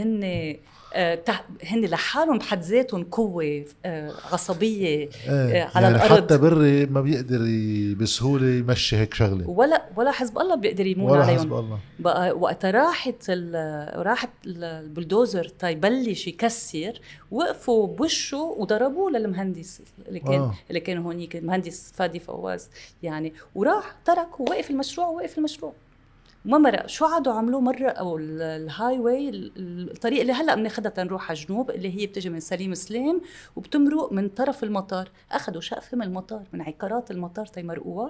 هن لحالهم بحد ذاتهم قوة عصبية على يعني الأرض. حتى بري ما بيقدر بسهولة يمشي هيك شغلة، ولا حزب الله بيقدر يمون ولا عليهم. حزب الله. بقى وقت راحت البلدوزر يبلش يكسر، وقفوا بوشه وضربوه للمهندس اللي كان هونيك، المهندس فادي فواز يعني. وراح ترك ووقف المشروع وما مرق. شو عادوا عملوا مرة أو الهاي واي، الطريق اللي هلأ بناخدها تنروح على جنوب، اللي هي بتجي من سليم سليم وبتمرق من طرف المطار. أخدوا شقفة من المطار، من عقارات المطار تيمرقوها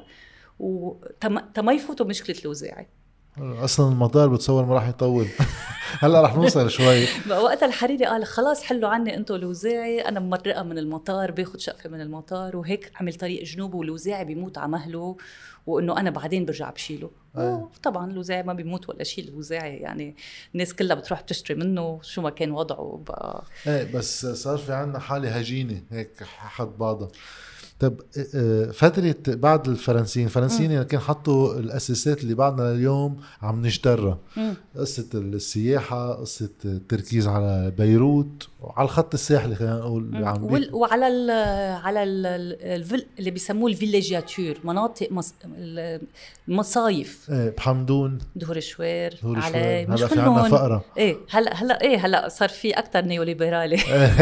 وما يفوتوا مشكلة الوزاعي. أصلا المطار بتصور ما راح يطول. هلأ رح نوصل شوي. بقى وقتها الحريري قال خلاص حلوا عني انتوا الوزاعي، أنا ممرقة من المطار باخد شقفة من المطار. وهيك عمل طريق جنوب والوزاعي بيموت على مهله، وإنه أنا بعدين برجع بشيله. طبعا الوزاعي ما بيموت ولا شيء. الوزاعي يعني الناس كلها بتروح بتشتري منه شو ما كان وضعه بقى. بس صار في عنا حالة هجينة هيك حد بعضها. طب فترة بعد الفرنسيين يعني كان حطوا الأساسات اللي بعدنا اليوم عم نجدرها. قصة السياحة، قصة التركيز على بيروت وعلى الخط الساحلي خلينا نقول، وعلى اللي بيسموه الفيليجياتور، مناطق المصايف. بحمدون، دهور شوير على مش في عنا فقرة. هلا صار في أكتر نيوليبرالي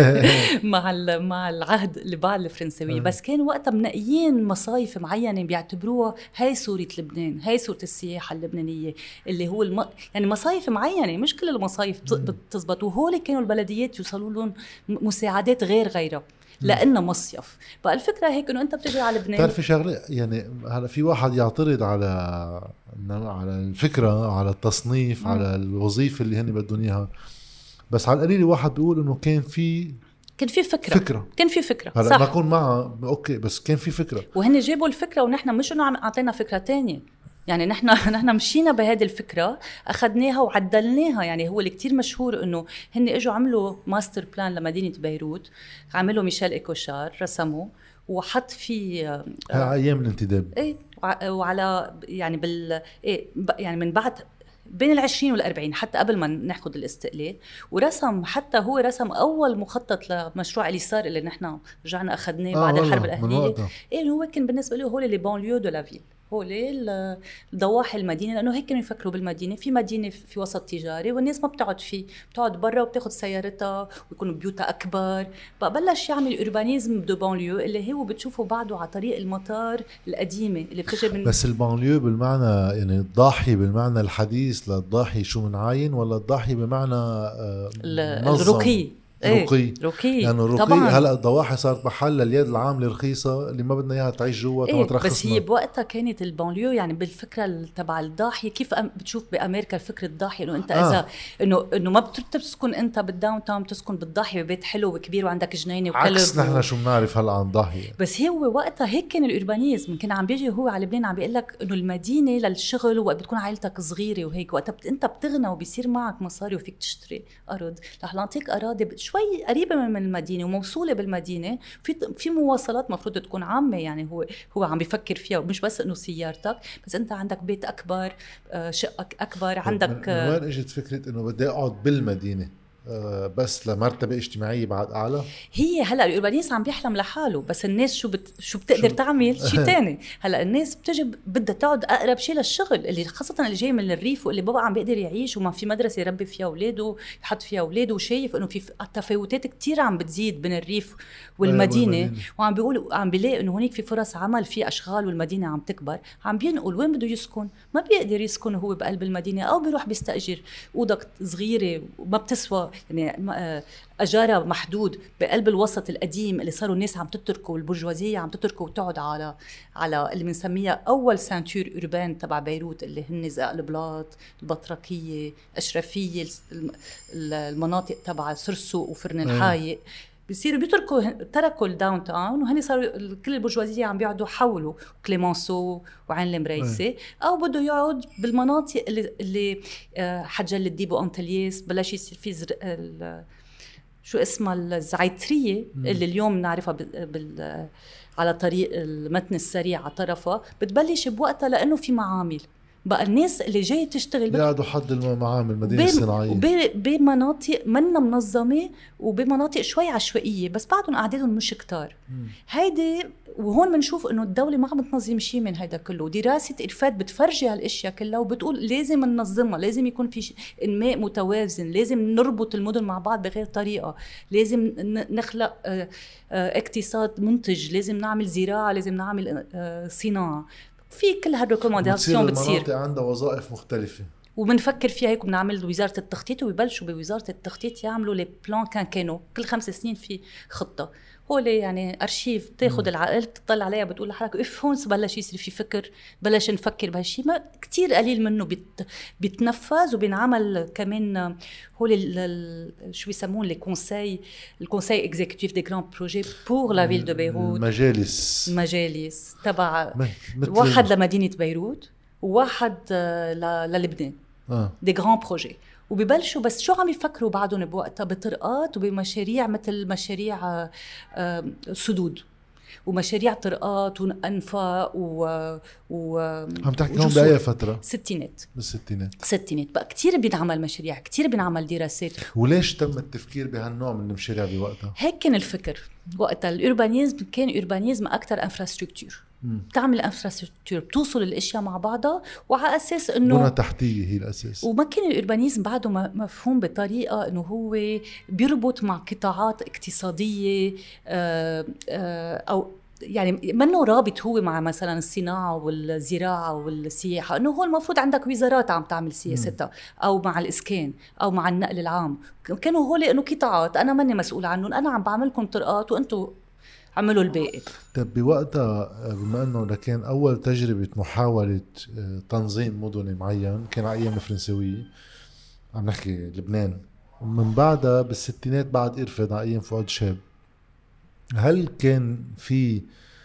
مع العهد اللي بعد الفرنسوية. بس كان وقتها منقيين مصايف معينة بيعتبروها هاي صورة لبنان، هاي صورة السياحة اللبنانية، اللي هو يعني مصايف معينة، مش كل المصايف بتزبط. وهول كانوا البلديات يوصلوا لهم مساعدات غيرها لأنه مصيف. بقى الفكرة هيك إنه أنت بتجي على لبنان. تعرفي شغلة يعني، هلا في واحد يعترض على الفكرة، على التصنيف، على الوظيفة اللي هن بدهم إياها، بس على القليل واحد بيقول إنه كان في فكرة. كان في فكرة هلا صح. ما أكون معها أوكي، بس كان في فكرة وهن جابوا الفكرة ونحن مش إنه عطينا فكرة تانية. يعني نحن مشينا بهذه الفكرة، أخذناها وعدلناها. يعني هو اللي كتير مشهور إنه هن إجوا عملوا ماستر بلان لمدينة بيروت، عملوا ميشيل إيكوشار رسمه وحط فيه أيام الانتداب. وعلى يعني يعني من بعد بين 20 وال40 حتى قبل ما ناخد الاستقلال. ورسم، حتى هو رسم أول مخطط لمشروع اليسار اللي نحن رجعنا أخذناه بعد الحرب الأهلية. هو كان بالنسبة له هو اللي بانليو دو لا فيل، هو الضواحي المدينة، لأنه هيك كانوا يفكروا بالمدينة. في مدينة في وسط تجاري والناس ما بتقعد فيه، بتقعد برا وبتاخد سيارتها ويكونوا بيوتها أكبر. بلش يعمل أوربانيزم دو بانليو اللي هو بتشوفه بعده على طريق المطار القديمة اللي بتجي من. بس البانليو بالمعنى يعني الضاحي بالمعنى الحديث للضاحي شو منعين، ولا الضاحي بمعنى الرقي؟ رقي يعني الرقي. هلا الضواحي صارت محل اليد العامله رخيصه اللي ما بدنا اياها تعيش جوا كما ترخصنا. بس هي بوقتها كانت البانليو يعني بالفكره تبع الضاحيه. كيف بتشوف بامريكا فكره الضاحيه انه انت اذا انه ما بتسكن انت بالداون تاون، بتسكن بالضاحيه ببيت حلو وكبير وعندك جنينه وكلب. عكس نحن شو بنعرف هلا عن ضاحيه. بس هو وقتها هيك كان الأوربانيزم. كان عم بيجي هو على لبنان عم بيقول لك انه المدينه للشغل، وقت بتكون عائلتك صغيره وهيك وقتها انت بتغنى وبيصير معك مصاري وفيك تشتري ارض. رح نعطيك اراضي شوي قريبه من المدينه وموصوله بالمدينه، في مواصلات مفروض تكون عامه، يعني هو عم بيفكر فيها، ومش بس انه سيارتك، بس انت عندك بيت اكبر، شقك اكبر، عندك. من وين اجت فكره انه بدي اقعد بالمدينه بس لمرتبه اجتماعيه بعد اعلى؟ هي هلا الأوربانيست عم بيحلم لحاله، بس الناس شو بتقدر تعمل شيء تاني. هلا الناس بتجي بدها تقعد اقرب شيء للشغل، اللي خاصه اللي جاي من الريف واللي بابا عم بيقدر يعيش وما في مدرسه يربي فيها اولاده، يحط فيها اولاده، وشايف انه في تفاوتات كتير عم بتزيد بين الريف والمدينه، وعم بيقولوا عم بيلاقي انه هونيك في فرص عمل، في اشغال، والمدينه عم تكبر، عم بينقل وين بده يسكن، ما بيقدر يسكن هو بقلب المدينه، او بيروح بيستاجر اوضه صغيره وما بتسوى، يعني اجارة محدود بقلب الوسط القديم اللي صاروا الناس عم تتركه، والبرجوازيه عم تتركه وتقعد على اللي بنسميها اول سانتور اوربان تبع بيروت، اللي هن زق البلاط، البطركيه، اشرفيه، المناطق تبع سرسو وفرن الحايق. بيصيروا تركوا الداون تاون، وهني صاروا كل البرجوازيه عم بيقعدوا حولوا كليمانسو وعين المريسي، او بده يقعد بالمناطق اللي حجل الديب وانتلياس بلش يصير في شو اسمها الزعيتريه اللي اليوم نعرفها على طريق المتن السريع على طرفها، بتبلش بوقتها لانه في معامل، بقى الناس اللي جاي تشتغل بيقعدوا حد المعامل المدينه الصناعيه بمناطق منا منظمه وبمناطق شوي عشوائيه، بس بعدهم اعدادهم مش كتار. هيدي وهون بنشوف انه الدوله ما عم تنظم شيء من هيدا كله. دراسه إرفاد بتفرجي هالاشياء كلها وبتقول لازم ننظمها، لازم يكون في انماء متوازن، لازم نربط المدن مع بعض بغير طريقه، لازم نخلق اقتصاد منتج، لازم نعمل زراعه، لازم نعمل صناعه، في كل هالريكومنداسيون بتصير. المناطق عندها وظائف مختلفه، وبنفكر فيها هيك، بنعمل وزاره التخطيط، ويبلشوا بوزاره التخطيط يعملوا لي بلان كانوا كل 5 سنين في خطه. هو يعني ارشيف تاخذ العقل تطلع عليها، بتقول لحالك اف هون بلش يصير في فكر، بلش نفكر بهالشيء. ما كتير قليل منه بيتنفذ وبينعمل كمان. هو شو بيسمون لي الكونساي اكزيكتيف دي غران بروجي بور لا فيل دو بيروت، المجالس تبع واحد لمدينه بيروت وواحد للبنان، دي غران بروجي. وبيبلشوا بس شو عم يفكروا بعدهم بوقتها؟ بطرقات وبمشاريع مثل مشاريع سدود ومشاريع طرقات وانفاق عم تحكي هون بأي فترة؟ بالستينات بقى كتير بينعمل مشاريع، كتير بينعمل دراسات. وليش تم التفكير بهالنوع من المشاريع بوقتها؟ هيك كان الفكر وقتها. الأوربانيزم كان أوربانيزم أكتر انفراستركتور، بتعمل انفراستركتور بتوصل الاشياء مع بعضها، وعلى اساس انه بنى تحتيه هي الاساس. وما كان الأوربانيزم بعده مفهوم بطريقه انه هو بيربط مع قطاعات اقتصاديه او يعني منه رابط هو مع مثلا الصناعه والزراعه والسياحه، انه هو المفروض عندك وزارات عم تعمل سياستها، او مع الاسكان او مع النقل العام. كانوا هول انه قطاعات انا ماني مسؤول عنهم، انا عم بعملكم طرقات وانتم عملوا الباقي. طب بوقتها بما انه كان اول تجربه محاوله تنظيم مدني معين كان على ايام الفرنسويه، عم نحكي لبنان، ومن بعدها بالستينات بعد إرفاد على ايام فؤاد شاب، هل كان في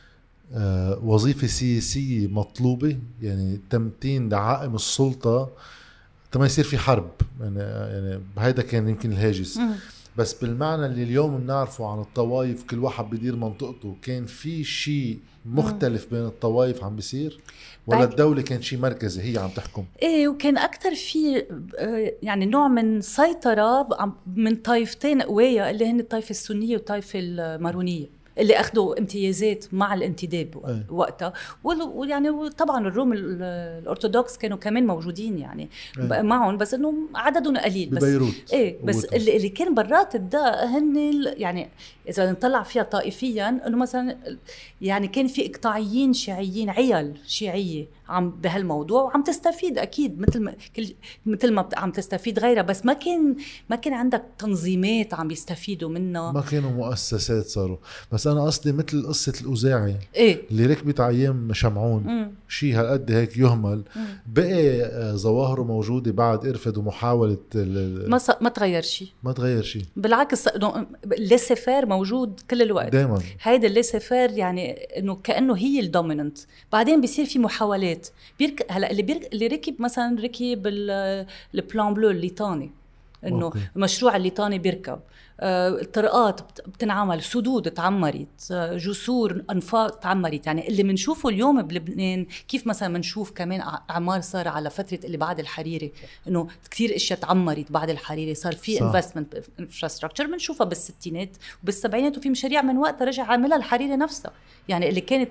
وظيفه سياسيه مطلوبه، يعني تمتين دعائم السلطه تما يصير في حرب، يعني هيدا كان يمكن الهاجس. بس بالمعنى اللي اليوم بنعرفه عن الطوائف، كل واحد بدير منطقته، كان في شيء مختلف بين الطوائف عم بيصير، ولا الدولة كان شيء مركزي هي عم تحكم؟ ايه، وكان اكتر في يعني نوع من سيطرة من طائفتين قوية اللي هن الطائفة السنية والطائفة المارونية، اللي أخذوا امتيازات مع الانتداب وقتها. ويعني طبعا الروم الأرثوذكس كانوا كمان موجودين يعني معهم، بس إنه عددهم قليل بس ببيروت. بس اللي كان برات ده هن يعني إذا نطلع فيها طائفيا، إنه مثلا يعني كان في إقطاعيين شيعيين، عيال شيعية عم بهالموضوع وعم تستفيد أكيد مثل ما عم تستفيد غيرها، بس ما كان عندك تنظيمات عم يستفيدوا منها، ما كانوا مؤسسات صاروا. بس أنا قصدي مثل قصة الأوزاعي اللي ركبت أيام شمعون، شيء هالقد هيك يهمل، بقي ظواهره موجودة بعد إرفد ومحاولة ما تغير شيء بالعكس، الليسيفير موجود كل الوقت دايما. هيدا الليسيفير يعني إنه كأنه هي الدوميننت، بعدين بيصير في محاولات هلا اللي ركب مثلا ركب البلان بلو الليطاني، انه أوكي. المشروع الليطاني بيركب، الطرقات بتنعمل، سدود تعمرت، جسور انفاق تعمرت. يعني اللي بنشوفه اليوم بلبنان كيف مثلا بنشوف كمان اعمار صار على فتره اللي بعد الحريري، انه كثير اشياء تعمرت بعد الحريري، صار في انفستمنت انفراستراكشر بنشوفها بالستينات وبالسبعينات، وفي مشاريع من وقتها رجع عاملها الحريري نفسها، يعني اللي كانت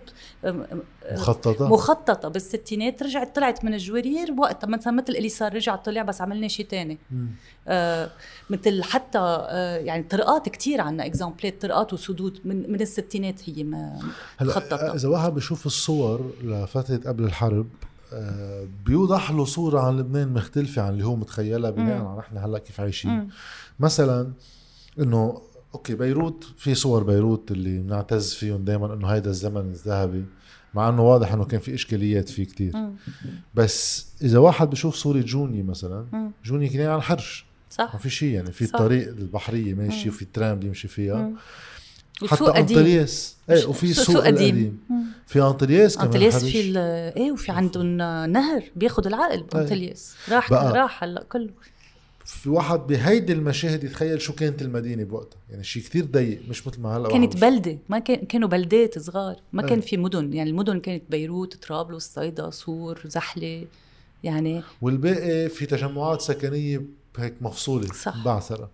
مخططه بالستينات رجعت طلعت من الجوارير وقتها، مثل اللي صار رجع طلع بس عملنا شيء تاني. مثل حتى يعني طرقات كتير عنا اكزامبلات طرقات وسدود من الستينات هي مخططه. اذا واحد بيشوف الصور لفتره قبل الحرب بيوضح له صوره عن لبنان مختلفه عن اللي هو متخيلها بناء على نحن هلا كيف عايشين. مثلا انه اوكي بيروت، في صور بيروت اللي بنعتز فيهم دائما انه هيدا الزمن الذهبي، مع انه واضح انه كان في اشكاليات فيه كتير. بس اذا واحد بشوف صورة جوني مثلا، جوني كان عن حرش، صح، ما في شيء، يعني في صح. الطريق البحرية ماشي وفي الترام بيمشي فيها، وسوق حتى أنطلياس وفي سوق قديم. في أنطلياس كمان أنطلياس في وفي عندهم نهر بياخد العقل بأنطلياس، راح هلا كله. في واحد بهيدي المشاهد يتخيل شو كانت المدينة بوقتها، يعني شيء كتير ضيق، مش مثل ما هلا كانت بلدة، ما كانوا بلدات صغار، ما كان في مدن. يعني المدن كانت بيروت، طرابلس، صيدا، صور، زحلة يعني، والباقي في تجمعات سكنية هيك مفصولة بعثرة.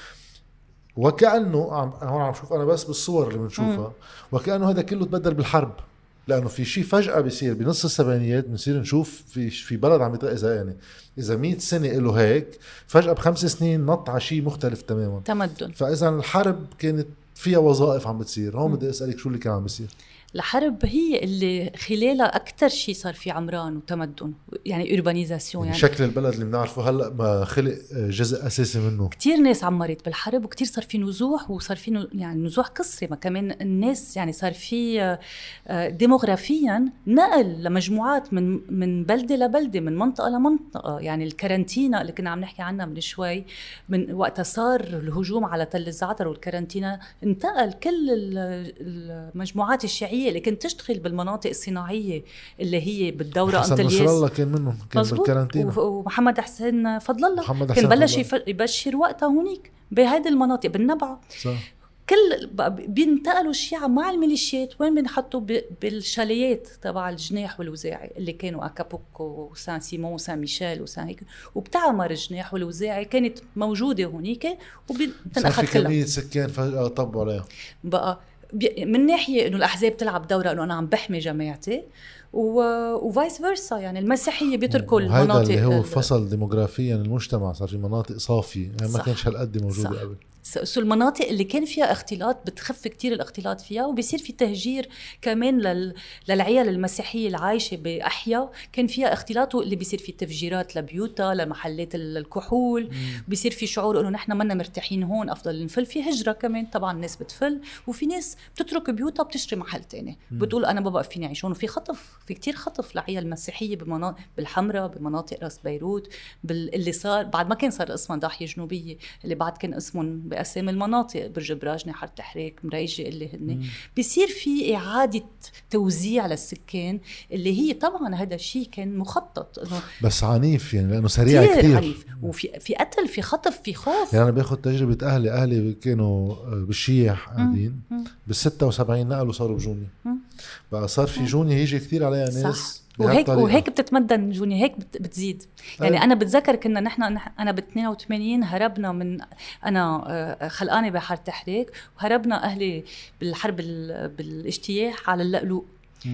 وكأنه هون عم شوف أنا بس بالصور اللي بنشوفها، وكأنه هذا كله تبدل بالحرب، لأنه في شيء فجأة بيصير بنص السبعينيات بنصير نشوف في بلد عم إذا 100 سنة له هيك، فجأة ب5 سنين نط على شيء مختلف تماما، تمدن. فإذا الحرب كانت فيها وظائف عم بتصير. هون بدي أسألك شو اللي كان عم بيصير؟ الحرب هي اللي خلالها أكتر شيء صار في عمران وتمدن، يعني أوربانيزاسيون. يعني شكل البلد اللي بنعرفه هلأ ما خلق جزء أساسي منه. كتير ناس عمرت بالحرب، وكتير صار في نزوح، وصار في يعني نزوح قصري، ما كمان الناس يعني صار في ديموغرافيا نقل لمجموعات من بلدة لبلدة، من منطقة لمنطقة. يعني الكارنتينا اللي كنا عم نحكي عنها من شوي، من وقتها صار الهجوم على تل الزعتر والكارنتينا، انتقل كل المجموعات الشيعية اللي كانت تشتغل بالمناطق الصناعية اللي هي بالدورة حسن نصر الله كان منهم، كان بالكارنتينا، ومحمد حسين فضل الله كان بلش يبشر وقتها هونيك بهذه المناطق بالنبعة. صح. كل بينتقلوا الشيعة مع الميليشيات وين بنحطوا بالشاليات تبع الجناح والوزاعي اللي كانوا أكابوكو وسان سيمون وسان ميشيل وسان هيك، وبتعمر الجناح والوزاعي كانت موجودة هونيك، وبتنأخذ كلها. كمية سكان فجأة طبوا عليها. بقى من ناحية إنه الأحزاب تلعب دورة إنه أنا عم بحمي جماعتي، وفايس فيرسا، يعني المسيحية بيتركوا المناطق اللي هو فصل ديموغرافيا المجتمع، صار في مناطق صافية، يعني ما كانش هالقد موجودة قبل. سو المناطق اللي كان فيها اختلاط بتخف كتير الاختلاط فيها، وبيصير في تهجير كمان للعيال المسيحية العايشة بأحياء كان فيها اختلاط، اللي بيصير في تفجيرات لبيوتها، لمحلات الكحول. بيصير في شعور انه نحن منا مرتاحين هون، افضل نفل. في هجرة كمان طبعا، الناس بتفل، وفي ناس بتترك بيوتها بتشتري محل تاني، بتقول انا ما بقى فيني اعيش هون. وفي خطف، في كتير خطف لعيال المسيحية بالحمراء، بمناطق راس بيروت، اللي صار بعد ما كان صار اسمها ضاحية جنوبية، اللي بعد كان اسمهم بأسامي المناطق، برج براجنة، حارة تحريك، مريجة، اللي هن بيصير في إعادة توزيع للسكان، اللي هي طبعا هذا الشيء كان مخطط إنه بس عنيف، يعني لأنه سريع كتير عنيف، وفي قتل، في خطف، في خوف. يعني أنا باخد تجربة أهلي كانوا بالشيح قاعدين بال76 نقلوا صاروا بجوني، بقى صار في جوني هيجي كتير عليها ناس، وهيك بتتمدن جوني، هيك بتزيد. يعني أنا بتذكر كنا أنا ب82 هربنا من، أنا خلقانة بحارة تحريك، وهربنا أهلي بالحرب بالاجتياح على اللقلوق.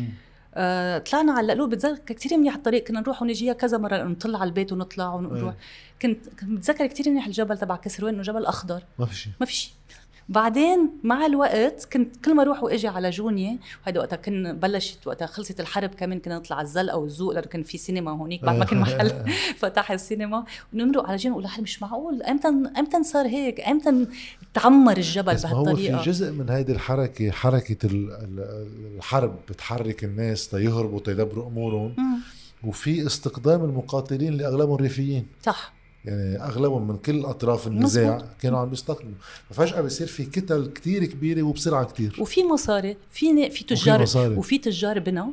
طلعنا على اللقلوق، بتذكر كتير منيح الطريق، كنا نروح ونجيها كذا مرة، نطلع على البيت ونطلع ونروح. كنت بتذكر كتير منيح الجبل تبع كسروان، إنه جبل أخضر، ما في شيء. بعدين مع الوقت كنت كل ما اروح واجي على جونية، وهذا وقتها كان بلشت، وقتها خلصت الحرب كمان كنا نطلع على الزلقه والزوق، لانه كان في سينما هونيك بعد ما كان محل فتح السينما، ونمرق على جونية ونقول مش معقول، امتى صار هيك، امتى تعمر الجبل بهالطريقه. هو في جزء من هيدي الحركه، حركه الحرب بتحرك الناس تيهربوا تيدبروا امورهم، وفي استقدام المقاتلين اللي اغلبهم ريفيين، صح، يعني اغلبهم من كل اطراف النزاع كانوا عم بيستقبلوا، ففجاه بيصير في كتل كتير كبيره وبسرعه كتير، وفي مصاري، في تجار، وفي تجار بنا،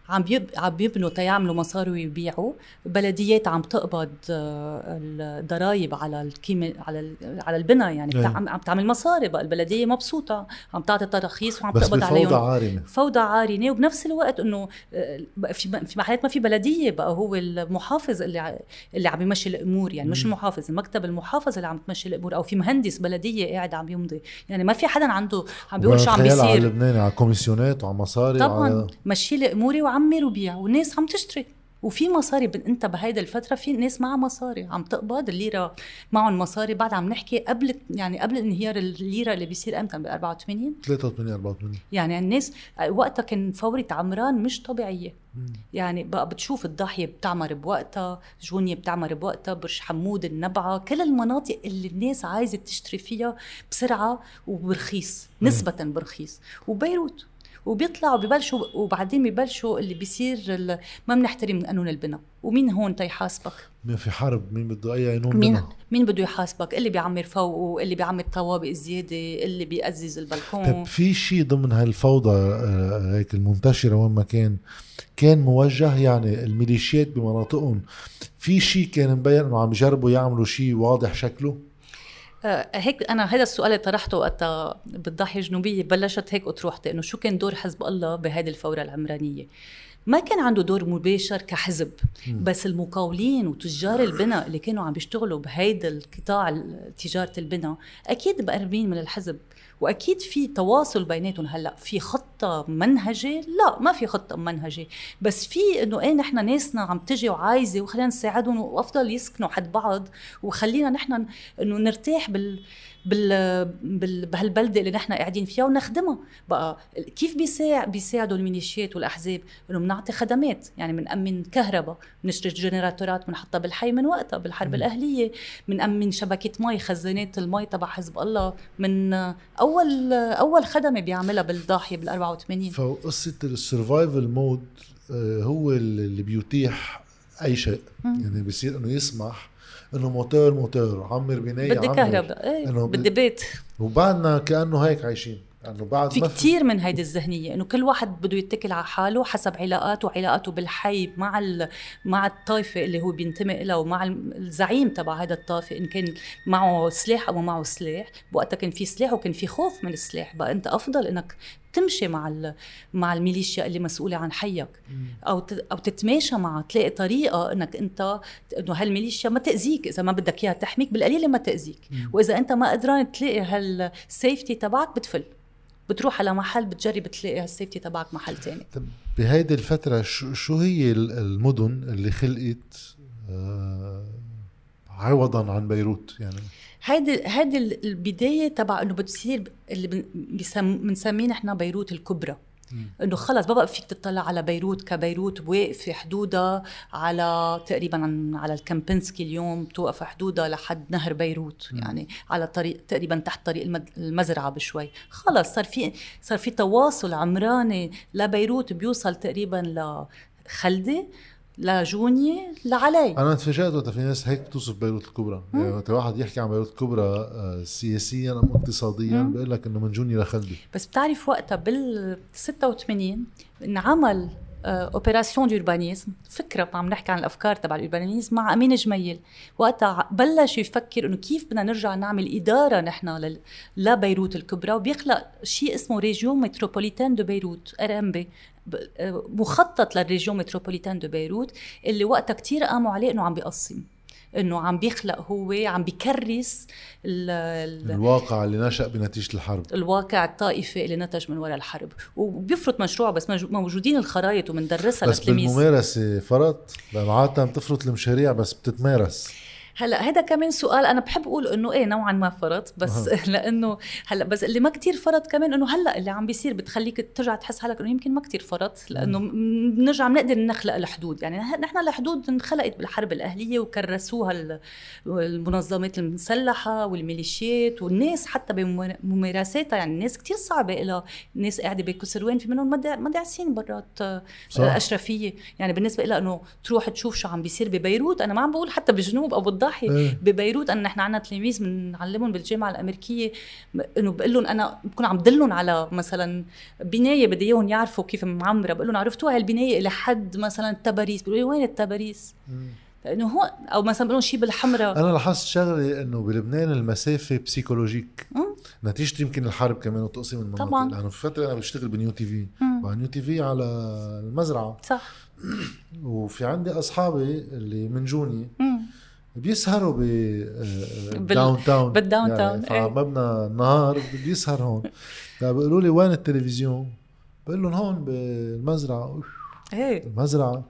عم بيبنوا تيعملوا مصاري ويبيعوا، بلديات عم تقبض الضرايب على القيمه على البناء، يعني عم تعمل مصاري، بقى البلديه مبسوطه عم تعطي تراخيص وعم تقبض عليهم. فوضى عارمه، فوضى عارمه. وبنفس الوقت انه في محلات ما في بلديه، بقى هو المحافظ اللي عم يمشي الامور، يعني مش المحافظ، المكتب المحافظ اللي عم تمشي الامور، او في مهندس بلديه قاعد عم يمضي، يعني ما في حدا عنده عم بيقول شو عم بيصير. على لبنان على كوميسيونات وعلى مصاري طبعا مشي لي اموري وعمر وبيع، والناس عم تشتري وفي مصاري. انت بهيدا الفتره في ناس معها مصاري عم تقبض الليره، معهم مصاري. بعد عم نحكي قبل انهيار الليره اللي بيصير امتى، ب 84 83 يعني الناس وقتها كان فورة عمران مش طبيعيه. يعني بقى بتشوف الضاحيه بتعمر بوقتها، جونية بتعمر بوقتها، برج حمود، النبعه، كل المناطق اللي الناس عايزه تشتري فيها بسرعه وبرخيص، نسبه برخيص. وبيروت وبيطلعوا ببلشوا، وبعدين ببلشوا اللي بيصير ما بنحترم قانون البناء. ومين هون تيحاسبك؟ مين في حرب؟ مين بده اي قانون بناء؟ مين بده يحاسبك؟ اللي بيعمر فوقه، اللي بيعمر طوابق الزياده، اللي بيأزز البلكون. طيب في شيء ضمن هالفوضى هيك المنتشره وين ما كان موجه، يعني الميليشيات بمناطقهم في شيء كان مبين انه عم يجربوا يعملوا شيء واضح شكله؟ هيك أنا هذا السؤال اللي طرحته وقتها بالضاحية الجنوبية، بلشت هيك أطروحتي إنه شو كان دور حزب الله بهذه الفورة العمرانية. ما كان عنده دور مباشر كحزب، بس المقاولين وتجار البناء اللي كانوا عم بيشتغلوا بهيدا القطاع تجارة البناء أكيد مقربين من الحزب، واكيد في تواصل بيناتهم. هلا في خطه منهجه؟ لا، ما في خطه منهجه، بس في انه ايه، نحن ناسنا عم تجي وعايزه وخلينا نساعدهم وافضل يسكنوا حد بعض، وخلينا نحن انه نرتاح بهالبلده اللي نحن قاعدين فيها ونخدمها. بقى كيف بيساعدوا الميليشيات والاحزاب؟ انه بنعطي خدمات، يعني بنأمن كهرباء، بنشتري جنراتورات بنحطها بالحي من وقتها بالحرب الاهليه، بنأمن شبكه مي، خزانات المي تبع حزب الله من اول خدمه بيعملها بالضاحيه بال 84. فقصه السرفايفل مود هو اللي بيتيح اي شيء. يعني بيصير انه يسمح انه موتور عمر بنايه، بدي كهرباء، ايه بدي بيت، وبعدنا كانه هيك عايشين. انه بعد في كتير من هيدي الذهنيه انه كل واحد بده يتكل على حاله حسب علاقاته بالحي مع الطائفه اللي هو بينتمي لها، ومع الزعيم تبع هذا الطائفه، ان كان معه سلاح او ما معه سلاح. وقتها كان في سلاح وكان في خوف من السلاح، بقى انت افضل انك تمشي مع الميليشيا اللي مسؤوله عن حيك، او تتماشى معها، تلاقي طريقه انك انه هالميليشيا ما تاذيك، اذا ما بدك اياها تحميك بالقليله ما تاذيك. واذا انت ما قدران تلاقي هالسيفتي تبعك بتروح على محل بتجرب تلاقي هالسيفتي تبعك محل تاني. طب بهيدي الفترة شو هي المدن اللي خلقت عوضا عن بيروت؟ يعني هيدي البداية تبع انه بتصير اللي بنسميه نحن بيروت الكبرى. انه خلص بقى فيك تطلع على بيروت كبيروت واقفه حدودها على تقريبا على الكامبنسكي اليوم، توقف حدودها لحد نهر بيروت، يعني على طريق تقريبا تحت طريق المزرعه بشوي. خلص صار في تواصل عمراني لبيروت بيوصل تقريبا لخلدة، لجونية، لعلي. أنا تفاجأت وقت في ناس هيك بتوصف بيروت الكبرى. يعني وقت واحد يحكي عن بيروت الكبرى سياسيا أو اقتصاديا بيقول لك إنه من جونية لخلدة. بس بتعرف وقتها بال 86 انعمل اوبراسيون دوربانيزم، فكره عم نحكي عن الافكار تبع الأوربانيزم مع امين جميل. وقتها بلش يفكر انه كيف بدنا نرجع نعمل اداره نحن لبيروت الكبرى، وبيخلق شيء اسمه ريجيون متروبوليتان دو بيروت، RMB، مخطط للريجيون متروبوليتان دو بيروت، اللي وقتها كتير قاموا عليه انه عم بيقسم، انه عم بيخلق، هو عم بيكرس الواقع اللي نشأ بنتيجة الحرب، الواقع الطائفي اللي نتج من وراء الحرب، وبيفرض مشروع. بس موجودين الخرائط ومندرسها للتلاميذ. بس بالممارسة فرط، لأنه عادة بتفرض المشاريع بس بتتمارس. هلا هذا كمان سؤال انا بحب اقول انه ايه نوعا ما فرط، بس لانه هلا بس اللي ما كتير فرط كمان انه هلا اللي عم بيصير بتخليك ترجع تحس حالك انه يمكن ما كتير فرط، لانه بنرجع بنقدر نخلق الحدود. يعني نحن الحدود انخلقت بالحرب الاهليه وكرسوها المنظمات المسلحه والميليشيات والناس حتى بممارساتها. يعني الناس كتير صعبه لها، الناس قاعده بكسروان في منهم ما داعسين برات الاشرفيه. يعني بالنسبه لها انه تروح تشوف شو عم بيصير ببيروت، انا ما عم بقول حتى بالجنوب او بالضبط الضاحيه ببيروت. أن نحن عنا تلاميذ بنعلمهم بالجامعه الامريكيه انه بقول لهم انا بكون عم دلهم على مثلا بنايه بدي اياهم يعرفوا كيف معمره، بقول لهم عرفتوا هالبنايه الى حد مثلا التباريس، بيقولوا لي وين التباريس؟ لانه هو او مثلا بقول لهم شيء بالحمراء. انا لاحظت شغله انه بلبنان المسافه بسيكولوجيك نتيجه يمكن الحرب كمان وتقسيم المناطق طبعا. لانه في فتره انا بشتغل بنيو تي في، ونيو تي في على المزرعه صح، وفي عندي اصحابي اللي من جوني بيسهروا بالداون تاون بالداون تاون، فمبنى النهار بيسهر هون. فبيقولوا لي وين التلفزيون؟ بقول لهم هون بالمزرعه. المزرعه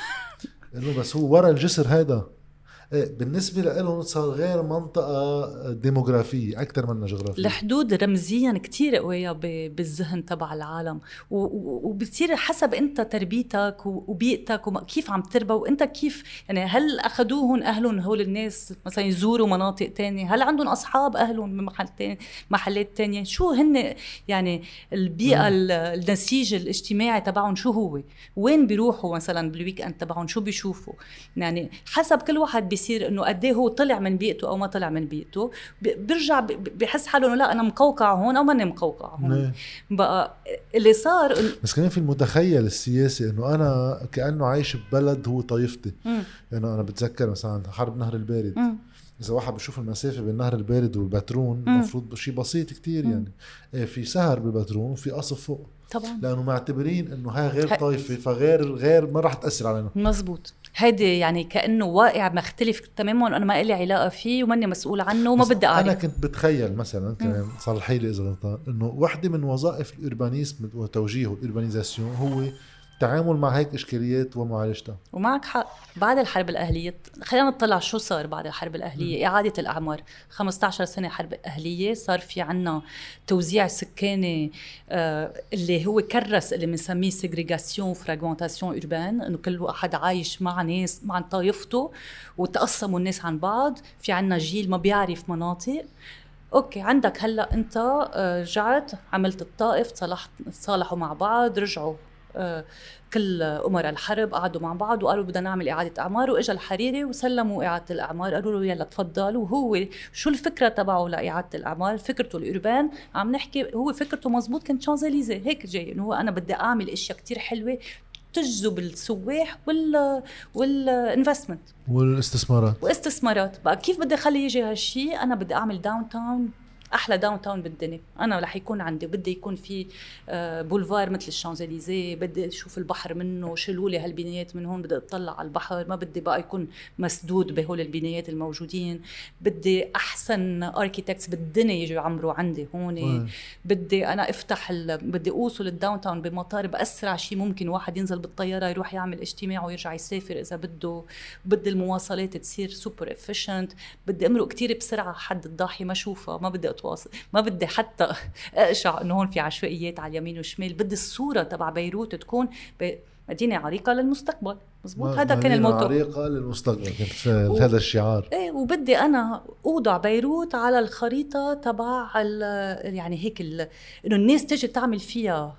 انه بس هو ورا الجسر هذا. بالنسبة لهم صار غير منطقة ديموغرافية أكثر منها جغرافية. الحدود رمزيا كتير قوية بالذهن تبع العالم، وبتصير حسب أنت تربيتك وبيئتك وكيف عم تربى، وأنت كيف يعني هل أخدوهم أهلهم هول الناس مثلا يزوروا مناطق تانية؟ هل عندهم أصحاب أهلهم بمحل تاني محلات تانية؟ شو هن يعني البيئة النسيج الاجتماعي تبعهم شو هو؟ وين بيروحوا مثلا بالويك أند تبعهم؟ شو بيشوفوا؟ يعني حسب كل واحد بيصير انه قد ايه هو طلع من بيئته او ما طلع من بيئته، بيرجع بحس حاله انه لا انا مقوقع هون او ماني مقوقع هون. بقى اللي صار بس كمان في المتخيل السياسي انه انا كانه عايش ببلد هو طائفتي. يعني انا بتذكر مثلا حرب نهر البارد، اذا واحد بيشوف المسافه بين نهر البارد والبترون المفروض شيء بسيط كتير. يعني في سهر بالبترون وفي قصف فوق طبعا، لانه معتبرين انه هاي غير طائفه فغير ما راح تاثر علينا. مزبوط. هيدي يعني كأنه واقع مختلف تماما وأنا ما إلي علاقة فيه وماني مسؤول عنه وما بدي أعرف. أنا كنت بتخيل مثلا كمان صلحي لي إذا غلطان إنه واحدة من وظائف الأوربانيزم وتوجيهه الأوربانيزاسيون هو التعامل مع هيك إشكاليات ومعالجتها. ومعك حق. بعد الحرب الأهلية خلينا نطلع شو صار بعد الحرب الأهلية. إعادة الأعمار 15 سنة حرب أهلية، صار في عنا توزيع سكاني اللي هو كرس اللي بنسميه سيغريغاسيون فراغمنتاسيون أوربان، إنه كل واحد عايش مع ناس مع طائفته وتقسموا الناس عن بعض. في عنا جيل ما بيعرف مناطق. اوكي عندك هلا انت رجعت عملت الطائف، صالحوا مع بعض، رجعوا كل أمراء الحرب قعدوا مع بعض وقالوا بدنا نعمل إعادة أعمار، وإجا الحريري وسلموا إعادة الأعمار، قالوا له يلا تفضل. وهو شو الفكرة تبعه لإعادة الأعمار؟ فكرته الأوربان عم نحكي، هو فكرته مزبوط كانت شانزليزيه هيك جاي، إنه هو أنا بدي أعمل أشياء كتير حلوة تجذب السواح والانفستمنت واستثمارات. بقى كيف بدي أخلي يجي هالشي؟ أنا بدي أعمل داون تاون، احلى داون تاون بالدنيا. انا رح يكون عندي بدي يكون في بولفار مثل الشانزليزيه، بدي اشوف البحر منه، شيلوا لي هالبنايات من هون، بدي اطلع على البحر، ما بدي بقى يكون مسدود بهول البنايات الموجودين، بدي احسن اركيتكتس بالدنيا يجوا يعمروا عندي هون. بدي انا افتح بدي اوصل الداون تاون بمطار باسرع شيء ممكن، واحد ينزل بالطياره يروح يعمل اجتماع ويرجع يسافر اذا بده. بدي المواصلات تصير سوبر افيشنت، بدي امرق كتير بسرعه حد الضاحيه ما اشوفها، ما بدي اتواصل، ما بدي حتى اقشع انه هون في عشوائيات على اليمين والشمال. بدي الصوره تبع بيروت تكون مدينه عريقه للمستقبل. مزبوط، هذا كان الموتو، عريقه للمستقبل كانت هذا الشعار. ايه، وبدي انا اوضع بيروت على الخريطه تبع يعني هيك انه الناس تجي تعمل فيها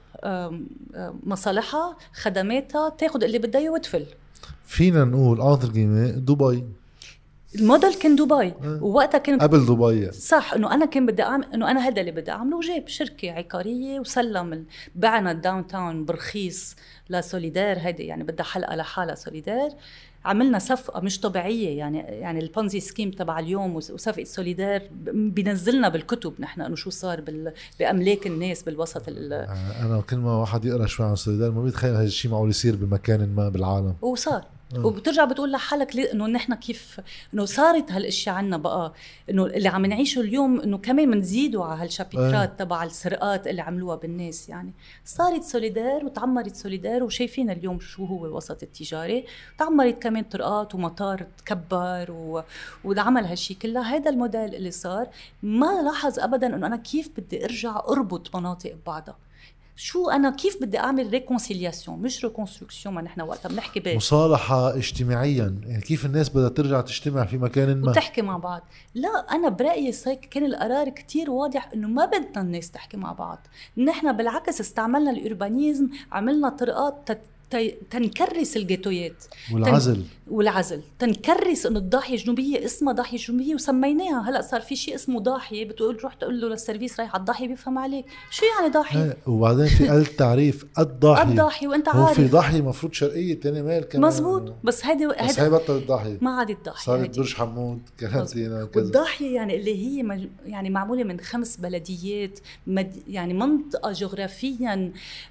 مصالحها خدماتها، تاخذ اللي بدها وتفل. فينا نقول انتر جيمي دبي الموديل كان دبي، ووقتها كنت قبل دبي صح، انه انا كان بدي اعمل انه انا هذا اللي بدي اعمله، وجاب شركه عقاريه وسلم بعنا الداون تاون برخيص لسوليدار. هيدي يعني بدها حلقه لحالها سوليدار. عملنا صفقه مش طبيعيه، يعني البونزي سكيم تبع اليوم وصفقه سوليدار بينزلنا بالكتب نحن انه شو صار باملاك الناس بالوسط. انا كل ما واحد يقرا شوي عن سوليدار ما بيتخيل هذا الشيء معقول يصير بمكان ما بالعالم، وصار. وبترجع بتقول لحالك انه نحن كيف انه صارت هالاشياء عنا بقى، انه اللي عم نعيشه اليوم انه كمان منزيدوا على هالشابيترات تبع السرقات اللي عملوها بالناس. يعني صارت سوليدار وتعمرت سوليدار، وشايفين اليوم شو هو الوسط التجاري، تعمرت كمان طرقات ومطار تكبر وعمل هالشي كله. هذا الموديل اللي صار ما لاحظ ابدا انه انا كيف بدي ارجع اربط مناطق ببعضها. شو أنا كيف بدي أعمل ريكونسيلياسيون مش ريكونستركسيون، ما نحن وقتها بنحكي مصالحة اجتماعيا، يعني كيف الناس بدها ترجع تجتمع في مكان ما وتحكي مع بعض. لا أنا برأيي كان القرار كتير واضح إنه ما بدنا الناس تحكي مع بعض. نحن بالعكس استعملنا الأوربانيزم، عملنا طرقات تنكرس الجيتويات والعزل تنكرس انه الضاحيه الجنوبيه اسمها ضاحيه جنوبيه وسميناها. هلا صار في شيء اسمه ضاحيه، بتقول روح تقول له للسيرفيس رايح على الضاحيه بيفهم عليك شو يعني ضاحيه. وبعدين في التعريف الضاحيه وانت هو عارف في ضاحيه مفروض شرقيه تاني مال كمان مزبوط، بس هي بطلت الضاحيه، ما عادت ضاحيه، صارت برج حمود كارانتينا كذا. والضاحيه يعني اللي هي يعني معموله من 5 بلديات يعني منطقه جغرافيا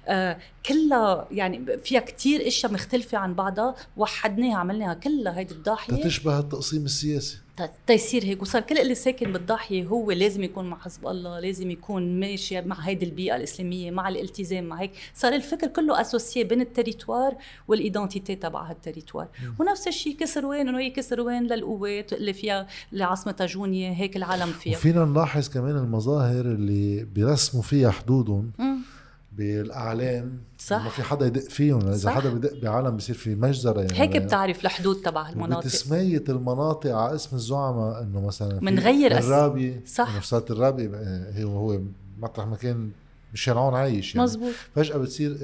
كلها يعني فيها كتير اشياء مختلفه عن بعضها، وحدناها عملناها كلها هيدي الضاحيه تشبه التقسيم السياسي تيصير هيك. وصار كل اللي ساكن بالضاحيه هو لازم يكون مع حزب الله، لازم يكون ماشي مع هيدي البيئه الاسلاميه، مع الالتزام، مع هيك صار الفكر كله اسوسيي بين التريتوار والايدنتيتي تبع هالتريتوار. ونفس الشيء كسروان، انه هي كسروان للقوات اللي فيها اللي عاصمتها جونيه هيك العالم فيها. وفينا نلاحظ كمان المظاهر اللي بيرسموا فيها حدودهم بالاعلام، صح، ما في حدا يدق فيهم. اذا حدا بدق بعالم بيصير في مجزره يعني هيك بتعرف الحدود تبع المناطق. بتسمية المناطق على اسم الزعماء، انه مثلا من غير الرابي، صح، نفسات الرابي هو مطرح ما كان مشان عايش يعني. مزبوط. فجأة بتصير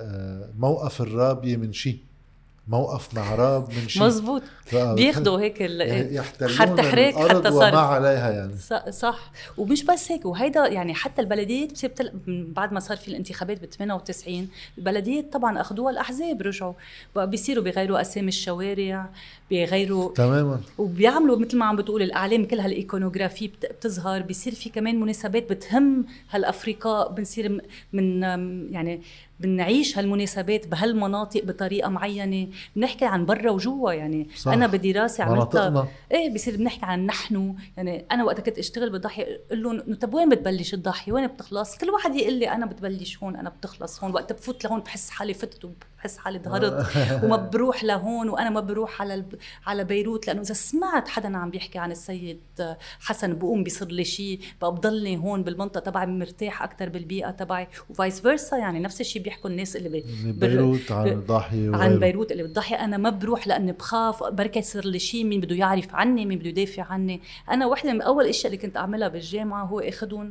موقف الرابي من شيء، موقف معراب من شيء، مزبوط. بياخدوا هيك يحتلون الأرض وما عليها يعني. صح. ومش بس هيك، وهيدا يعني حتى البلديات بتصير بعد ما صار في الانتخابات ب 98 البلديات طبعا أخذوها الأحزاب، رجعوا بقى بيصيروا بيغيروا أسامي الشوارع، بيغيروا تماما، وبيعملوا مثل ما عم بتقول الأعلام كل هالإيكونوغرافي بتظهر. بيصير في كمان مناسبات بتهم هالأفريقاء، بنصير من يعني بنعيش هالمناسبات بهالمناطق بطريقة معينة. بنحكي عن برا وجوا يعني. صح. أنا بدراسة عملتها بيصير بنحكي عن نحن يعني. أنا وقت كنت أشتغل بالضاحية أقول لهم طب وين بتبلش الضاحية، وين بتخلص؟ كل واحد يقول لي أنا بتبلش هون، أنا بتخلص هون. وقت بفوت لهون بحس حالي فتت وبحس حالي ظهرت وما بروح لهون، وأنا ما بروح على بيروت، لأنه إذا سمعت حدا عم بيحكي عن السيد حسن بقوم بيصير لي شيء، بضلني هون بالمنطقة تبعي مرتاح أكتر بالبيئة تبعي، وفايس فيرسا يعني. نفس الشيء بيحكوا الناس اللي بيروت عن الضاحية، عن بيروت اللي بالضاحية أنا ما بروح لأني بخاف بركة يصير لي شيء، مين بده يعرف عني، مين بده يدافع عني. أنا واحدة من أول إشياء اللي كنت أعملها بالجامعة هو أخذون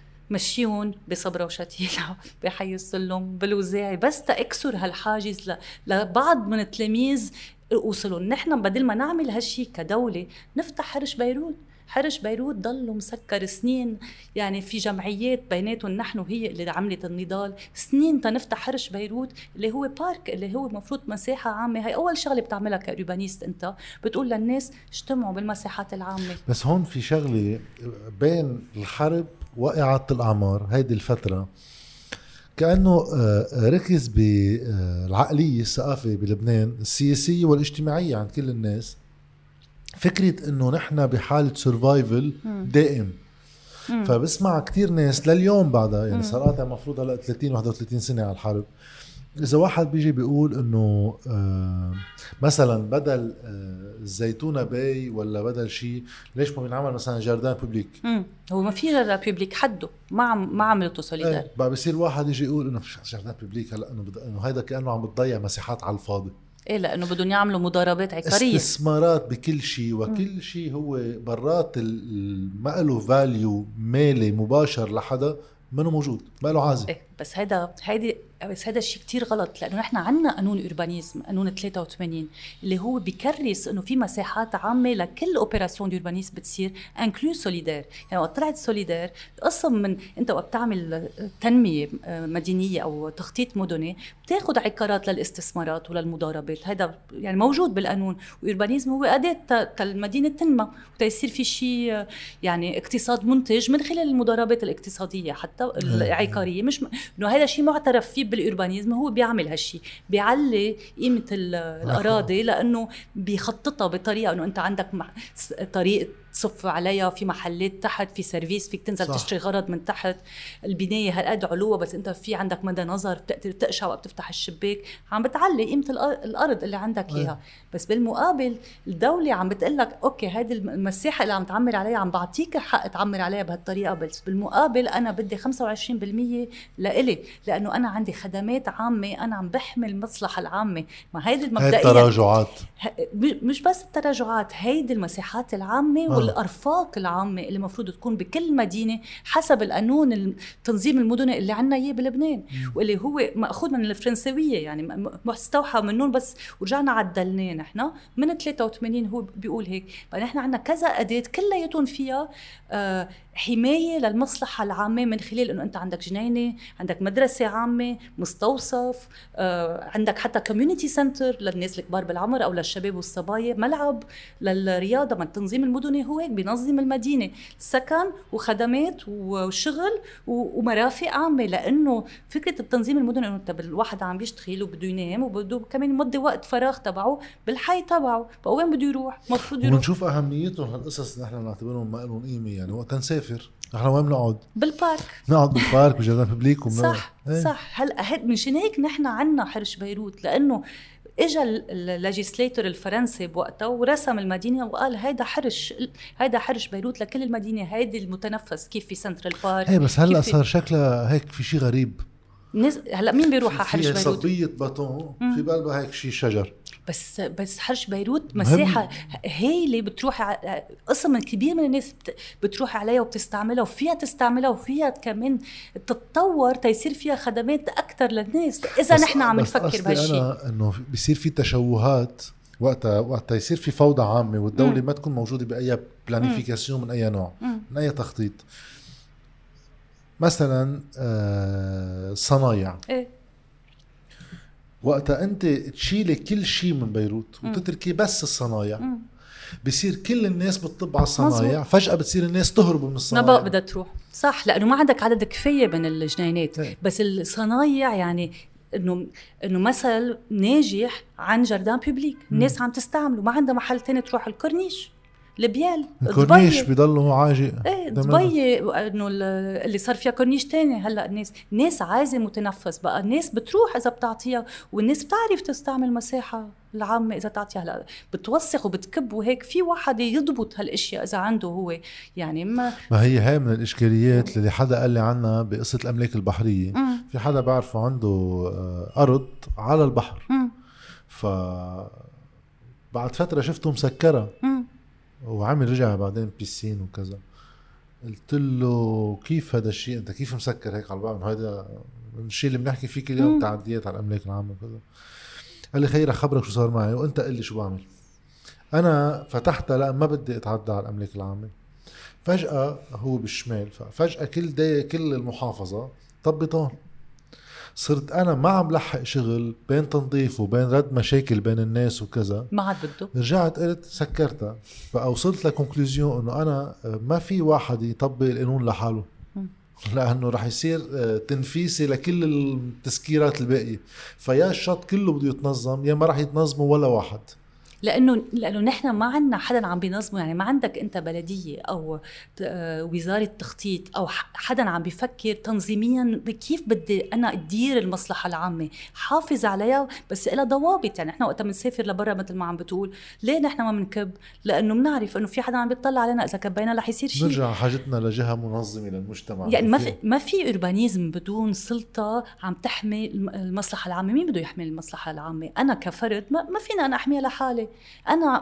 مشيون بصبرا وشتيلة بحي السلم بالوزاعي، بس تأكسر هالحاجز لبعض من التلاميذ وصلوا. نحن بدل ما نعمل هالشي كدولة نفتح حرش بيروت ضلوا مسكر سنين يعني. في جمعيات بيناتهم نحن هي اللي عملت النضال سنين تنفتح حرش بيروت اللي هو بارك، اللي هو مفروض مساحة عامة. هاي أول شغلة بتعملها كأوربانيست، أنت بتقول للناس اجتمعوا بالمساحات العامة. بس هون في شغلة بين الحرب وإعادة الأعمار، هيدي الفترة كأنه ركز بالعقلية الثقافة بلبنان السياسية والاجتماعية عند كل الناس، فكرة انه نحن بحالة سيرفايفل دائم. فبسمع كتير ناس لليوم بعدها يعني صارت المفروض هلا 30-31 سنة على الحرب، إذا واحد بيجي بيقول إنه مثلا بدل الزيتونة باي ولا بدل شيء، ليش ما بينعمل مثلا جاردان بوبليك؟ هو ما في جاردان بوبليك حده ما عملته سوليدار. بقى بصير واحد يجي يقول إنه مش جاردان بوبليك هلا إنه هيدا كأنه عم بتضيع مساحات على الفاضي. لأنه بدهم يعملوا مضاربات عقارية، استثمارات بكل شيء، وكل شيء هو برات ما له فاليو مالي مباشر لحدا منه موجود، ما له عازم. بس هذا الشيء كتير غلط، لأنه نحن عنا قانون أوربانيزم، قانون 83 اللي هو بيكرس إنه في مساحات عامة لكل أوبراسيون دوربانيزم بتصير انكلو سوليدار. يعني وقت طلعت سوليدار أصلا من أنت وقت تعمل تنمية مدينية أو تخطيط مدني بتاخد عقارات للاستثمارات وللمضاربات، هذا يعني موجود بالقانون. وأوربانيزم هو أداة المدينة تنمى وتيصير في شيء يعني اقتصاد منتج من خلال المضاربات الاقتصادية حتى العقارية. مش إنه هذا شيء معترف فيه بالأوربانيزم، هو بيعمل هالشي، بيعلي قيمة الأراضي لأنه بيخططها بطريقة إنه أنت عندك طريق تصف عليها، في محلات تحت، في سيرفيس فيك تنزل صح. تشتري غرض من تحت البناية هالقد علوة، بس أنت في عندك مدى نظر بتقدر تقشع وقت تفتح الشباك، عم بتعلي قيمة الأرض اللي عندك إياها. بس بالمقابل الدولة عم بتقلك أوكي هذه المساحة اللي عم تعمر عليها عم بعطيك الحق تعمر عليها بهالطريقة، بس بالمقابل أنا بدي 25% لإلي، لأنه أنا عندي خدمات عامة، أنا عم بحمل المصلحة العامة. ما هيدي المبدئية التراجعات مش بس التراجعات، هيدي المساحات العامة والأرفاق العامة اللي المفروض تكون بكل مدينة حسب القانون تنظيم المدن اللي عنا إياه بلبنان، واللي هو مأخوذ من الفرنسوية يعني مستوحى منهم بس ورجعنا عدلناه نحن من 83. هو بيقول هيك. فنحن عنا كذا أداة كلياتهم فيها حماية للمصلحة العامة من خلال أنه أنت عندك جنينة، عندك مدرسة عامة، مستوصف، عندك حتى كوميونيتي سنتر للناس الكبار بالعمر أو للشباب والصبايا، ملعب للرياضة. من تنظيم المدن هو هيك بينظم المدينة، سكن وخدمات وشغل ومرافق عامة. لأنه فكرة التنظيم المدن أنه الواحد عم بيشتغل وبده ينام وبده كمان يمضي وقت فراغ تبعه بالحي تبعه، فوين بده يروح؟ مفروض يروح. ونشوف أهميتهم هالقصص اللي نحن نعتبرهم ما لهم قيمة. يعني وقت نسافر نحن وين بنقعد؟ بالبارك. نقعد بالبارك بجردان ببليك صح صح. هلا مشان هيك نحن عنا حرش بيروت، لأنه اجى الليجيسليتور الفرنسي بوقتها ورسم المدينه وقال هيدا حرش بيروت لكل المدينه، هيدي المتنفس كيف في سنترال بارك. هي بس هلا صار شكلها هيك في شيء غريب. هلا مين بيروح على حرش بيروت؟ صبيه بطون في قلبها هيك شيء شجر. بس حرش بيروت مساحه هايله بتروح قسم كبير من الناس بتروح عليها وبتستعملها وفيها تستعملها وفيها كمان تتطور تيصير فيها خدمات اكثر للناس اذا نحن عم نفكر بهالشيء. انا انه بيصير في تشوهات وقتها يصير في فوضى عامه والدوله ما تكون موجوده باي بلانيفيكاسيون من اي نوع، من اي تخطيط. مثلا صنايع وقتها انت تشيلي كل شيء من بيروت وتتركي بس الصنايع، بصير كل الناس بتطب على الصنايع. فجأة بتصير الناس تهرب من الصنايع، نبق بدها تروح. صح، لأنه ما عندك عدد كفاية من الجنينات. بس الصنايع يعني انه مثل ناجح عن جردان بيبليك، الناس عم تستعمله، ما عندها محل تاني تروح. الكورنيش، البيال، الكورنيش بيضلوا عاجي. دبي انه اللي صار فيها كورنيش تاني. هلا الناس عايزه متنفس بقى، الناس بتروح اذا بتعطيها، والناس بتعرف تستعمل مساحه العامه اذا تعطيها. هلا بتوسخ وبتكب وهيك، في واحد يضبط هالاشياء اذا عنده هو يعني ما هي من الاشكاليات اللي حدا قال لي عنها بقصه الاملاك البحريه. في حدا بعرفه عنده ارض على البحر، ف بعد فتره شفته مسكره وعمل رجع بعدين بيسين وكذا. قلت له كيف هذا الشيء؟ انت كيف مسكر هيك على البحر؟ هذا الشيء اللي بنحكي فيه كل يوم، تعديات على الاملاك العامه وكذا. قال لي خير اخبرك شو صار معي وانت قل لي شو بعمل. انا فتحتها لأ ما بدي اتعدى على الاملاك العامه. فجاه هو بالشمال، ففجاه كل المحافظه طبطان. صرت انا ما عم لحق شغل بين تنظيف وبين رد مشاكل بين الناس وكذا، ما عاد بده. رجعت قلت سكرتها. فوصلت لكونكلوزيون انه انا ما في واحد يطبق القانون لحاله، لانه رح يصير تنفيسي لكل التسكيرات الباقيه. فيا الشط كله بده يتنظم يا ما رح يتنظموا ولا واحد. لأنه نحن ما عندنا حدا عم بينظمه. يعني ما عندك أنت بلدية أو وزارة تخطيط أو حدا عم بيفكر تنظيميا كيف بدي أنا أدير المصلحة العامة، حافظ عليها بس إلها ضوابط. يعني نحن وقت بنسافر لبرا مثل ما عم بتقول، ليه نحن ما بنكب؟ لأنه بنعرف أنه في حدا عم بيطلع علينا، إذا كبينا رح يصير شيء. نرجع حاجتنا لجهة منظمة للمجتمع. يعني ما في أوربانيزم بدون سلطة عم تحمي المصلحة العامة. مين بده يحمي المصلحة العامة؟ أنا كفرد ما فينا أنا أحميها لحالي. أنا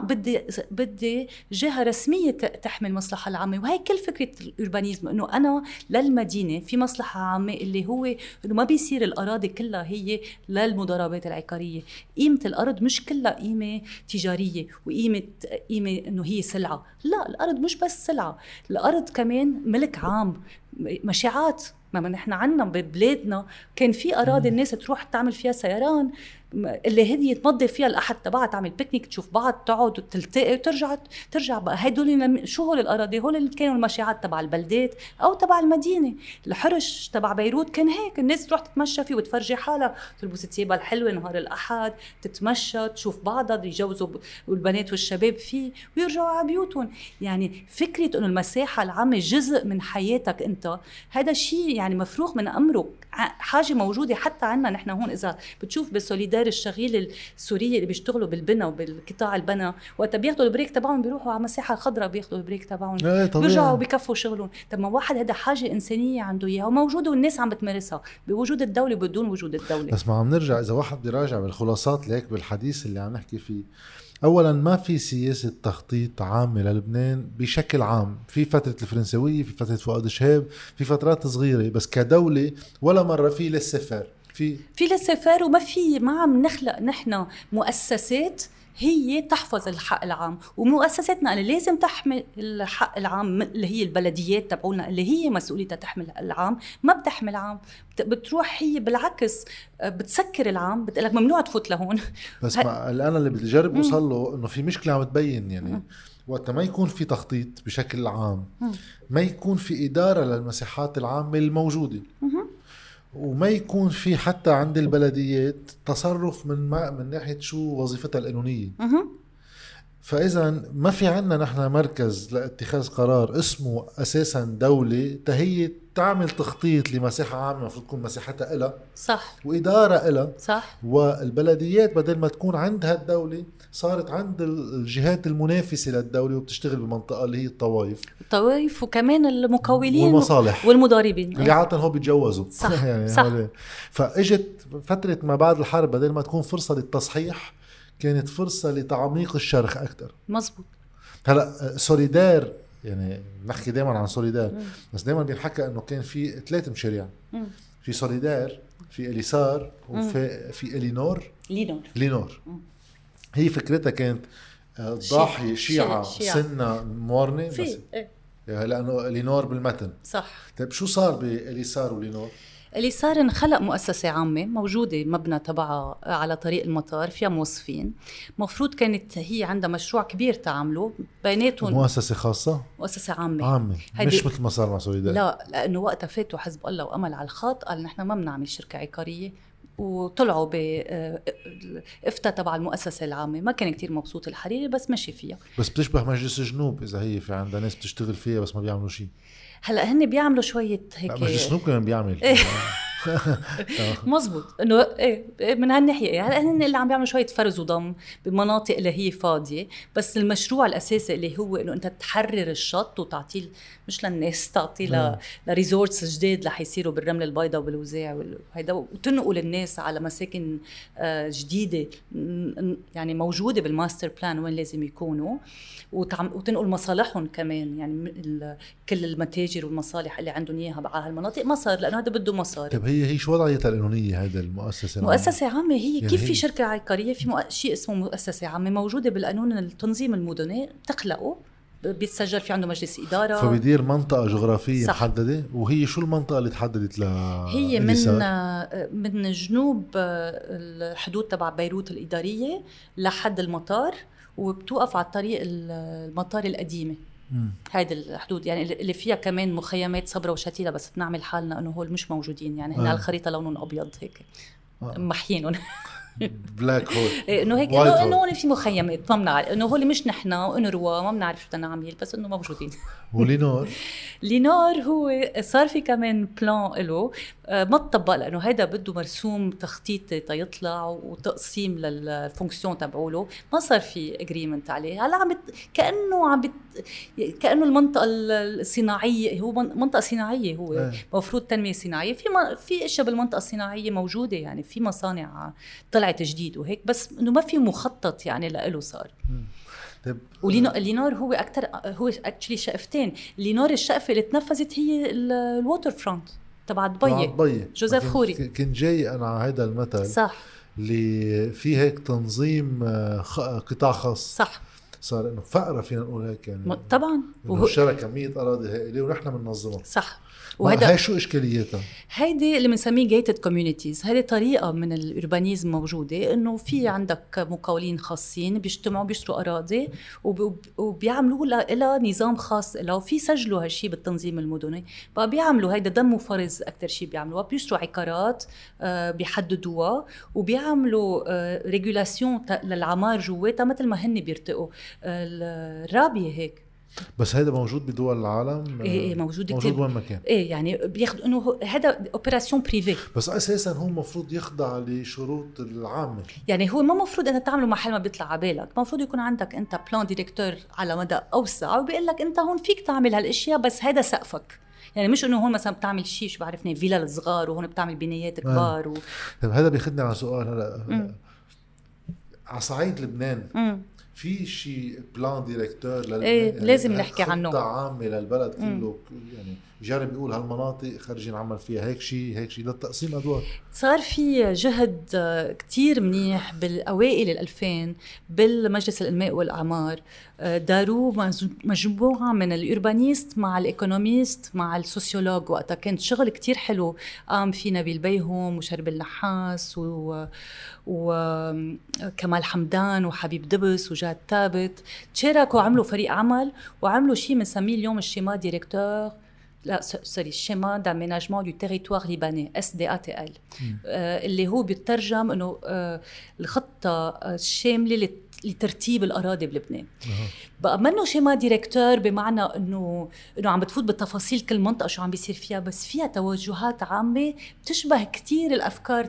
بدي جهة رسمية تحمي المصلحة العامة. وهي كل فكرة الأوربانيزم، إنه أنا للمدينة في مصلحة عامة، اللي هو إنه ما بيصير الأراضي كلها هي للمضاربات العقارية. قيمة الأرض مش كلها قيمة تجارية وقيمة إنه هي سلعة. لا، الأرض مش بس سلعة، الأرض كمان ملك عام، مشاعات. ما نحن عنا ببلادنا كان في أراضي الناس تروح تعمل فيها سيران، اللي هدي تمضي فيها الأحد تبعها، تعمل بيكنيك، تشوف بعض، تقعد وتلتقي وترجع بقى. هدول شو هول الأراضي؟ هول اللي كانوا المشاعات تبع البلدات أو تبع المدينة. الحرش تبع بيروت كان هيك، الناس تروح تتمشى فيه وتفرجي حالها، تلبس ثيابها الحلوة نهار الأحد، تتمشى، تشوف بعضها، يجوزوا والبنات والشباب فيه ويرجعوا على بيوتهم. يعني فكرة إنه المساحة العامة جزء من حياتك أنت، هذا شيء يعني مفروغ من أمره، حاجة موجودة حتى عنا نحن هون. إذا بتشوف بسوليدار الشغيل السورية اللي بيشتغلوا بالبناء وبالقطاع البناء، وقت بياخدوا البريك تبعهم بيروحوا على مساحة خضراء، بياخدوا البريك تبعهم بيرجعوا وبيكفوا شغلهم. طب ما واحد هذا حاجة إنسانية عنده إياها وموجودة والناس عم بتمارسها بوجود الدولة بدون وجود الدولة. بس ما عم نرجع، إذا واحد بيراجع بالخلاصات ليك بالحديث اللي عم نحكي فيه، اولا ما في سياسه تخطيط عامه للبنان بشكل عام. في فتره الفرنسويه، في فتره فؤاد شهاب، في فترات صغيره، بس كدوله ولا مره في للسفر في للسفر، وما في ما عم نخلق نحن مؤسسات هي تحفظ الحق العام. ومؤسساتنا اللي لازم تحمل الحق العام اللي هي البلديات تبعونا اللي هي مسؤوليتها تحمل العام، ما بتحمل عام، بتروح هي بالعكس بتسكر العام، بتقلك ممنوع تفوت لهون. بس انا اللي بدي اجرب اوصل له انه في مشكله عم تبين، يعني وقت ما يكون في تخطيط بشكل عام، ما يكون في اداره للمساحات العامه الموجوده، وما يكون في حتى عند البلديات تصرف من ناحية شو وظيفتها القانونية. فإذا ما في عنا نحن مركز لاتخاذ قرار اسمه أساسا دولة تهي تعمل تخطيط لمساحة عامة المفروض تكون مساحتها إلها صح، وإدارة إلها صح. والبلديات بدل ما تكون عندها الدولة صارت عند الجهات المنافسة للدولة وبتشتغل بالمنطقة اللي هي الطوائف وكمان المقاولين والمصالح والمضاربين اللي عادة هو بيتجوزوا. صح. يعني صح. فاجت فترة ما بعد الحرب بدل ما تكون فرصة للتصحيح كانت فرصة لتعميق الشرخ أكتر. مزبوط. هلا سوليدار، يعني نحكي دائما عن سوليدار، بس دائما بينحكى انه كان في 3 مشاريع. في سوليدار، في اليسار، وفي لينور. هي فكرتها كانت ضاحية شيعة سنة موارنة بس لأنه لينور بالمتن. صح. طيب شو صار باليسار ولينور؟ اليسار انخلق مؤسسة عامة موجودة مبنى تبعها على طريق المطار فيها موظفين، مفروض كانت هي عندها مشروع كبير تعمله بيناتهم. مؤسسة خاصة؟ مؤسسة عامة مش مثل ما صار مع سوليدار. لا، لأنه وقتها فاتوا حزب الله وأمل على الخط، قال نحن ما بنعمل شركة عقارية، وطلعوا بافتى تبع المؤسسة العامة. ما كان كتير مبسوط الحريري بس مشي فيها. بس بتشبه مجلس جنوب إذا هي في عندها ناس بتشتغل فيها بس ما بيعملوا شيء. هلا هن بيعملوا شوية هيك. مجلس جنوب كمان بيعمل. مزبوط انه من هالناحيه هلا هن اللي عم بيعملوا شويه فرز وضم بمناطق اللي هي فاضيه، بس المشروع الاساسي اللي هو انه انت تحرر الشط وتعطيه مش للناس، تعطيه لريزورتس جديد رح يصيروا بالرمل البيضاء وبالوزاع وهيدا، وتنقل الناس على مساكن جديده يعني موجوده بالماستر بلان وين لازم يكونوا، وتنقل مصالحهم كمان. يعني كل المتاجر والمصالح اللي عندهم اياها على هالمناطق ما صار، لانه هذا بده مصاري. طيب هي شو وضعيتها القانونيه هذا المؤسسه؟ مؤسسه عامه هي يعني كيف في شركه عقاريه في شيء اسمه مؤسسه عامه موجوده بالقانون التنظيم المدني، بتخلقه بيتسجل في عنده مجلس اداره، فبيدير منطقه جغرافيه صح. محدده. وهي شو المنطقه اللي تحددت لها؟ هي من جنوب الحدود تبع بيروت الاداريه لحد المطار، وبتوقف على الطريق المطار القديمه. هيدي الحدود يعني اللي فيها كمان مخيمات صبرا وشتيلة، بس بنعمل حالنا انه هول مش موجودين، يعني هن على الخريطه لونهم ابيض هيك محيينهم بلاك هول. انه هيك انه هون في مخيمات ما بنعرف انه هول مش نحن وانروا ما بنعرف شو بدنا نعمل، بس انه موجودين. لينور هو صار في كمان بلان له ما تطبق، لانه هيدا بده مرسوم تخطيطي تيطلع وتقسيم للفونكسيون تبعوله، ما صار في اجريمنت عليه. هلا كانه المنطقه الصناعيه هو منطقه صناعيه، هو مفروض تنميه صناعيه، في اشياء بالمنطقه الصناعيه موجوده، يعني في مصانع طلعت جديد وهيك، بس انه ما في مخطط يعني له صار. ولينور هو اكثر، هو اكشلي شقفتين. لينور الشقفه اللي تنفذت هي الووتر فرونت تبع دبي، جوزيف خوري. كنت جاي انا على هذا المثل صح، اللي في هيك تنظيم قطاع خاص صح، صار انه فقره فينا نقول هيك يعني طبعا، وشرى كميه اراضي هائله ونحن بننظمها صح. وهي شو اشكاليتها؟ هيدي اللي بنسميه gated communities. هذه طريقه من الاربانيزم موجوده، انه في عندك مقاولين خاصين بيجتمعوا بيشتروا اراضي وبيعملوا لها نظام خاص له، وفي سجلوا هالشيء بالتنظيم المدني، بقى بيعملوا هيدا دم وفرز اكثر شيء بيعملوها، بيشتروا عقارات بيحددوها وبيعملوا ريجولاسيون للعمار جواتها مثل ما هن بيرتقوا. الرابيه هيك. بس هذا موجود بدول العالم؟ ايه موجود وين ما كان. ايه يعني بياخذ انه هذا اوبراسيون بريفي، بس اساسا هو المفروض يخضع لشروط العامه. يعني هو ما مفروض انت تعمله محل ما بيطلع على بالك، مفروض يكون عندك انت بلان ديريكتور على مدى اوسع وبيقول لك انت هون فيك تعمل هالاشياء، بس هذا سقفك. يعني مش انه هون مثلا بتعمل شيء شو بعرفني فيلا صغار وهون بتعمل بنايات كبار طيب هذا بياخذنا على سؤال هلا على صعيد لبنان. في شيء بلان ديريكتور ايه لازم نحكي عنه، خطة عامة للبلد كله يعني يجرب يقول هالمناطق خارجين نعمل فيها هيك شيء للتقسيم أدوار. صار في جهد كتير منيح بالأوائل 2000 بالمجلس الإنماء والأعمار، داروا مجموعة من الأوربانيست مع الإيكونوميست مع السوسيولوج. وقتها كان شغل كتير حلو قام في نبيل بيهم وشرب النحاس وكمال حمدان وحبيب دبس وجاد ثابت، تشاركوا عملوا فريق عمل وعملوا شيء بنسميه اليوم الشيما ديريكتور، لا سوري الشيما داميناجمون دو تيريتوار ليباني SDATL، اللي هو بيترجم انه الخطه الشامله لترتيب الاراضي بلبنان. بقى منه شيما ديريكتور بمعنى انه عم بتفوت بالتفاصيل كل منطقه شو عم بيصير فيها، بس فيها توجهات عامه بتشبه كتير الافكار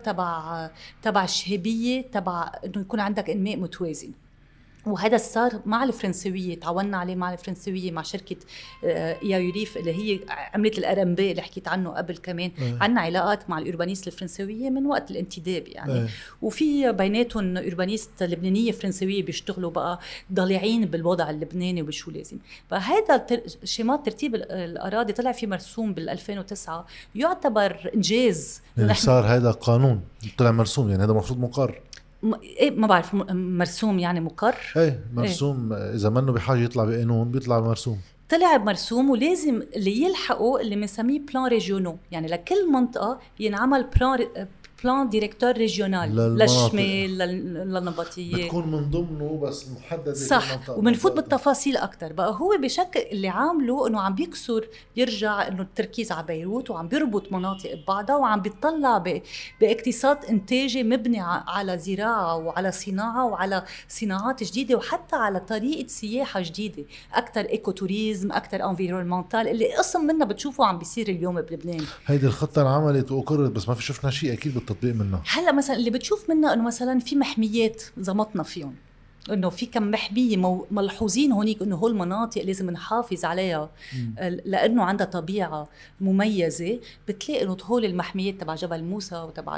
تبع الشهابيه، تبع انه يكون عندك انماء متوازن. وهذا صار مع الفرنسوية، تعاوننا عليه مع الفرنسوية مع شركة إيا يوريف اللي هي عملت الأرمبي اللي حكيت عنه قبل كمان. عنا علاقات مع الأوربانيست الفرنسوية من وقت الانتداب يعني. وفي بيناتهم أوربانيست لبنانية فرنسوية بيشتغلوا بقى ضالعين بالوضع اللبناني وبشو لازم. فهذا شيمات ترتيب الأراضي طلع في مرسوم بال2009 يعتبر إنجاز. يعني صار هذا قانون طلع مرسوم، يعني هذا مفروض مقر. إيه ما بعرف مرسوم يعني مقر. ايه مرسوم إيه؟ اذا منه بحاجه يطلع بقانون بيطلع مرسوم. طلع بمرسوم ولازم اللي يلحقوا اللي بنسميه بلان ريجيونو، يعني لكل منطقه ينعمل بلان ديريكتور ريجيونال للشمال للنبطيه بتكون من ضمنه بس محدده صح. وبنفوت بالتفاصيل اكثر. بقى هو بشكل اللي عامله انه عم بيكسر يرجع انه التركيز على بيروت وعم بيربط مناطق ببعضها وعم بيطلع باقتصاد انتاجي مبني على زراعه وعلى صناعه وعلى صناعات جديده وحتى على طريقه سياحه جديده، اكثر ايكو توريزم، اكثر انفيرونمنتال اللي قسم منها بتشوفوا عم بيصير اليوم بلبنان. هيدي الخطه انعملت واقرت بس ما في شفنا شيء اكيد التطبيق منها. هلا مثلا اللي بتشوف منها انه مثلا في محميات زمطنا فيهم، انه في كم محميه ملحوظين هونيك انه هول المناطق لازم نحافظ عليها لانه عندها طبيعه مميزه. بتلاقي انه هول المحميات تبع جبل موسى وتبع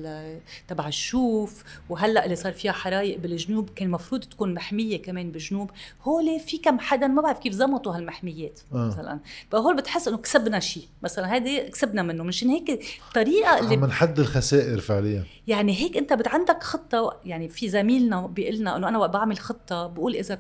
تبع الشوف، وهلا اللي صار فيها حرايق بالجنوب كان المفروض تكون محميه كمان بالجنوب. هول في كم حدا ما بعرف كيف زمطوا هالمحميات مثلا. فهول بتحس انه كسبنا شيء مثلا، هذه كسبنا منه. مشان هيك الطريقه اللي من حد الخسائر فعليا. يعني هيك انت عندك خطه. يعني في زميلنا بيقلنا انه انا بعمل خطة بقول إذا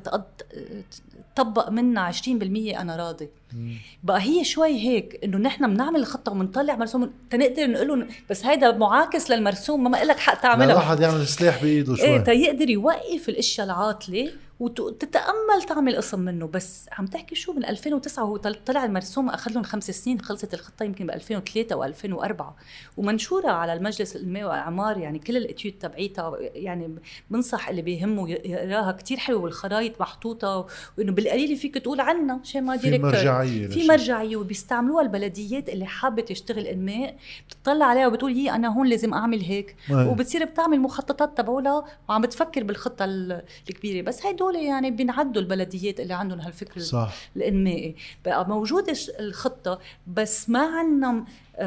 طبق منها 20% أنا راضي. بقى هي شوي هيك إنه نحن بنعمل الخطة ومنطلع مرسوم تنقدر نقوله، بس هيدا معاكس للمرسوم ما إلك حق تعمله. لا واحد يعمل سلاح بإيده شوي. إيه تيقدر يوقف الأشياء العاطلة وتتأمل تعمل قسم منه. بس عم تحكي شو من 2009 وهو طلع المرسوم أخذ لهم 5 سنين، خلصت الخطة يمكن ب2003 و2004 ومنشورة على المجلس الإنماء والأعمار. يعني كل الاتيود تبعيتها يعني بنصح اللي بيهمه يقراها كتير حلوة، والخرايط محطوطة وإنه بالقليل فيك تقول عنا شيما ديريكتور في مرجعية وبيستعملوها البلديات اللي حابة تشتغل إنماء. بتطلع عليها وبتقول هي أنا هون لازم أعمل هيك وبتصير بتعمل مخططات تبعولها وعم بتفكر بالخطة الكبيرة. بس هيدول يعني بينعدوا البلديات اللي عندهم هالفكر الإنمائي. بقى موجودة الخطة بس ما عنا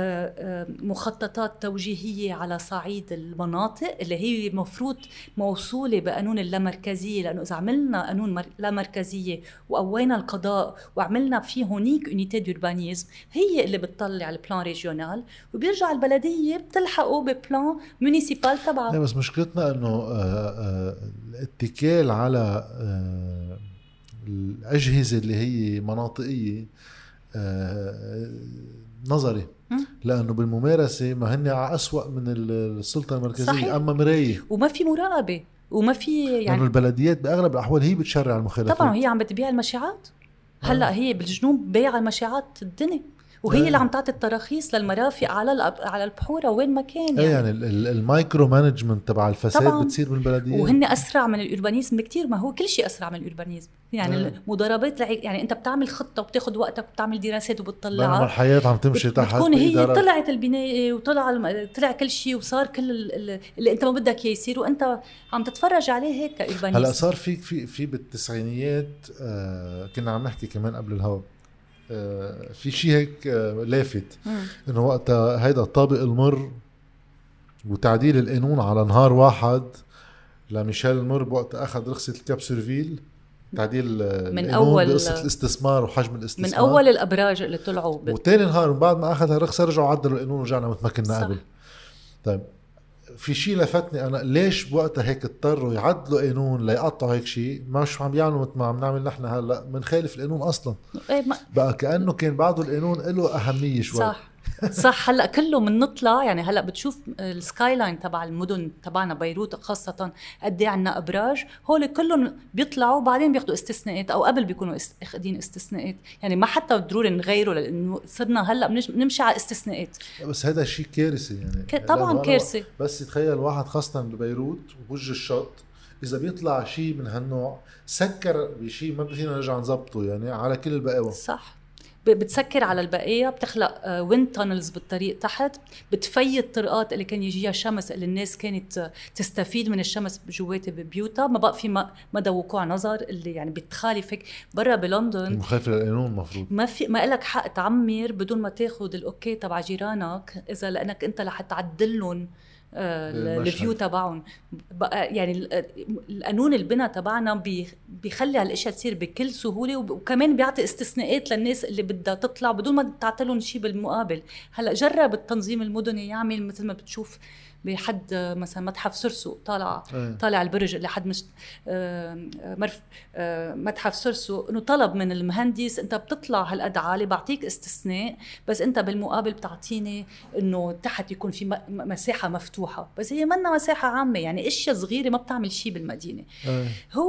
مخططات توجيهية على صعيد المناطق اللي هي مفروض موصولة بقانون اللامركزية. لأنه إذا عملنا قانون لامركزية وقوينا القضاء وعملنا فيه هونيك unité d'urbanisme هي اللي بتطلع البلان ريجيونال وبيرجع البلدية بتلحقه ببلان مونيسيبال تبعه. بس مشكلتنا أنه الاتكال على الأجهزة اللي هي مناطقية نظري، لأنه بالممارسة ما هن أسوأ من السلطة المركزية. صحيح. أما مراية وما في مراقبة وما في يعني لأنه البلديات بأغلب الأحوال هي بتشرع المخالفات. طبعا هي عم بتبيع المشاعات. هلأ هي بالجنوب بيع المشاعات الدنيا وهي اللي عم تعطي التراخيص للمرافق على البحوره وين ما كان. يعني المايكرو مانجمنت تبع الفساد طبعاً. بتصير بالبلديات وهن اسرع من الاوربانيزم بكتير. ما هو كل شيء اسرع من الاوربانيزم. يعني المضاربات يعني انت بتعمل خطه وبتاخذ وقتك وبتعمل دراسات وبتطلعها بينما الحياه عم تمشي تحت. بتكون هي طلعت البنايه وطلع كل شيء وصار كل اللي انت ما بدك اياه يصير وانت عم تتفرج عليه هيك كاوربانيزم. هلا صار في بالتسعينيات كنا عم نحكي كمان قبل الهوا في شيء هيك لافت انه وقتها هيدا الطابق المر وتعديل القانون على نهار واحد لميشيل مور وقت اخذ رخصه الكاب سيرفيل، تعديل من اول بقصه الاستثمار وحجم الاستثمار، من اول الابراج اللي طلعوا وتاني نهار من بعد ما اخذ الرخصه رجعوا عدلوا القانون ورجعنا مثل ما كنا قبل. طيب في شيء لفتني انا، ليش بوقتها هيك اضطروا يعدلوا قانون ليقطعوا هيك شيء؟ مش عم يعملوا مثل ما عم نعمل نحن هلا بنخالف القانون اصلا. بقى كانه كان بعده القانون له اهميه شوي. صح. هلا كله من نطلع يعني هلا بتشوف السكاي لاين تبع المدن تبعنا بيروت خاصه قد ايه عندنا ابراج، هول كلهم بيطلعوا بعدين بياخذوا استثناءات او قبل بيكونوا اخذين استثناءات، يعني ما حتى ضروري نغيره لانه صرنا هلا بنمشي على استثناء. بس هذا شيء كارثي يعني طبعا كارثه. بس يتخيل واحد خاصه ببيروت وبوجه الشط اذا بيطلع شيء من هالنوع سكر بشيء ما فينا نرجع نظبطه يعني على كل البقاوه. صح، بتسكر على البقية، بتخلق ويند تانلز بالطريق تحت، بتفيد طرقات اللي كان يجيها شمس اللي الناس كانت تستفيد من الشمس جواتي ببيوتها، ما بقى في مدى وقوع نظر اللي يعني بتخالفك. برا بلندن مخالفة للقانون المفروض ما لك حق تعمر بدون ما تاخذ الاوكي تبع جيرانك، اذا لانك انت رح تعدلهم الفيو تبعهم. يعني القانون البناء تبعنا بيخلي هالاشياء تصير بكل سهوله، وكمان بيعطي استثناءات للناس اللي بدها تطلع بدون ما تعطلهم شيء بالمقابل. هلا جرب التنظيم المدني يعمل مثل ما بتشوف بحد مثلا متحف سرسو طالع البرج لحد مش متحف سرسو، انه طلب من المهندس انت بتطلع هالقد عالي بعطيك استثناء، بس انت بالمقابل بتعطيني انه تحت يكون في مساحه مفتوحه، بس هي منا مساحه عامه، يعني اشياء صغيره ما بتعمل شيء بالمدينه. هو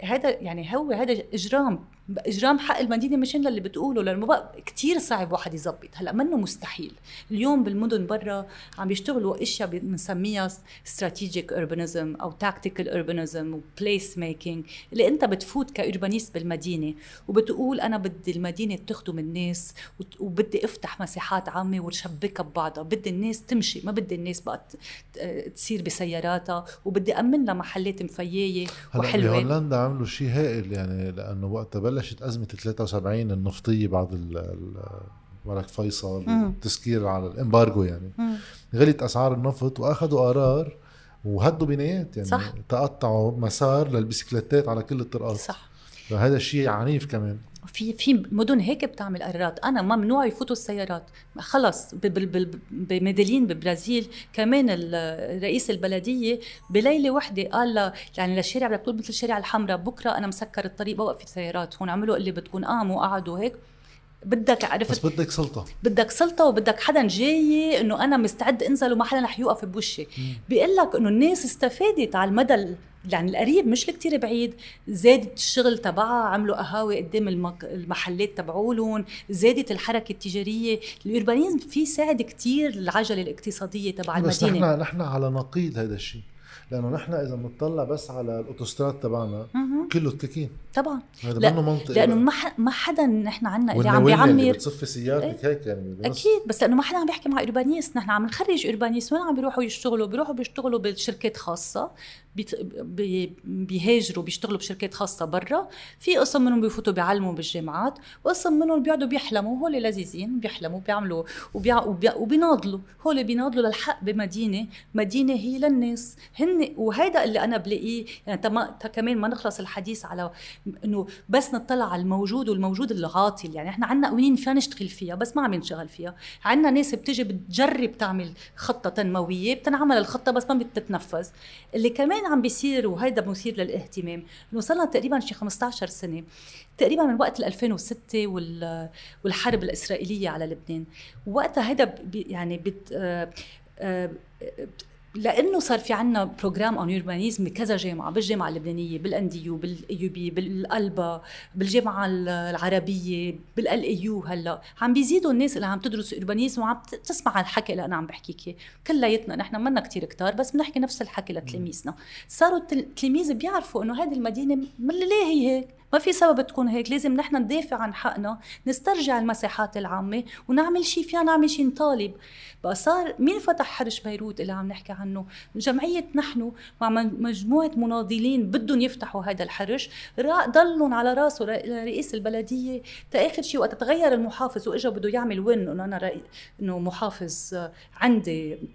هذا اجرام حق المدينه، مش اللي بتقوله، لانه بقى كتير صعب واحد يزبط. هلا منه مستحيل. اليوم بالمدن برا عم بيشتغلوا اشياء بنسميها استراتيجيك اوربانيزم او تاكتيكال اوربانيزم وبليس ميكينج، اللي انت بتفوت كاوربانيست بالمدينه وبتقول انا بدي المدينه تخدم الناس وبدي افتح مساحات عامه وشبكها ببعضها، بدي الناس تمشي، ما بدي الناس بقى تسير بسياراتها، وبدي امن لها محلات مفييه وحلوه. هلا بهولندا عملوا شيء هائل يعني، لانه وقت بلشت ازمه 73 النفطيه بعد ملك فيصل التسكير على الامبارجو يعني غلت اسعار النفط واخذوا قرار وهدوا بنايات يعني. صح. تقطعوا مسار للبسكليتات على كل الطرقات. صح. فهذا الشيء عنيف كمان. في مدن هيك بتعمل قرارات، انا ممنوع يفوتوا السيارات خلص. بميدلين ببرازيل كمان رئيس البلديه بليله وحده قال يعني للشارع بدك تقول مثل الشارع الحمراء بكره انا مسكر الطريق بوقف السيارات هون، عملوا اللي بدكم قاموا قعدوا هيك. بدك عرفت، بس بدك سلطه وبدك حدا جاي انه انا مستعد انزل وما حدا رح يوقف بوشي. بيقول لك انه الناس استفادت على المدى يعني القريب مش كتير بعيد، زادت الشغل تبعها، عملوا قهاوي قدام المحلات تبعولهم، زادت الحركه التجاريه. الأوربانيزم فيه ساعد كتير العجله الاقتصاديه تبع المدينه. بس نحن على نقيض هذا الشيء، لانه نحن اذا بنطلع بس على الاوتوستراد تبعنا كله تكين طبعا. هذا منه منطقي، لانه ما حدا نحن عنا اللي عم بيعمر اللي بتصفي سيارتك هيك يعني اكيد، بس لانه ما حدا عم بيحكي مع اوربانيست. نحن عم نخرج اوربانيست وين عم بيروحوا يشتغلوا؟ بيشتغلوا بالشركات خاصه، بيهاجروا بيشتغلوا بشركات خاصه برا. في قسم منهم بيفوتوا بيعلموا بالجامعات، وقسم منهم بيقعدوا بيحلموا. هول لذيذين بيحلموا بيعملوا وبيناضلوا. هول بيناضلوا للحق بمدينه هي للناس هن. وهيدا اللي انا بلاقيه يعني كمان ما نخلص الحديث على انه بس نطلع على الموجود والموجود العاطل. يعني احنا عنا قوانين فينا نشتغل فيها بس ما عم نشتغل فيها. عنا ناس بتجي بتجرب تعمل خطه تنمويه، بتنعمل الخطه بس ما بتتنفذ. اللي كمان عم بيصير وهيدا مثير للاهتمام انه صار لنا تقريبا شي 15 سنه تقريبا من وقت 2006 والحرب الاسرائيليه على لبنان. وقتها هيدا يعني لانه صار في عنا بروجرام اون اوربانيزم بكذا جامعه، بالجامعه اللبنانيه، بالانديو، بالايوبي، بالقلبه، بالجامعه العربيه، بالال ايو. هلا عم بيزيدوا الناس اللي عم تدرس اوربانيزم وعم تسمع على الحكي اللي انا عم بحكيك اياه. كلياتنا نحن منا كتير كتار بس بنحكي نفس الحكي لتلاميذنا. صاروا التلاميذ بيعرفوا انه هذه المدينه ليه هي هيك، ما في سبب تكون هيك. لازم نحن ندافع عن حقنا، نسترجع المساحات العامة ونعمل شيء فيها، نعمل شيء نطالب. بقى صار مين فتح حرش بيروت اللي عم نحكي عنه؟ جمعية نحن مع مجموعة مناضلين بدهم يفتحوا هذا الحرش. ضلهم على راسه رئيس البلدية تآخر شيء وقت تغير المحافظ وإجا بده يعمل وين انه انا انه محافظ عندي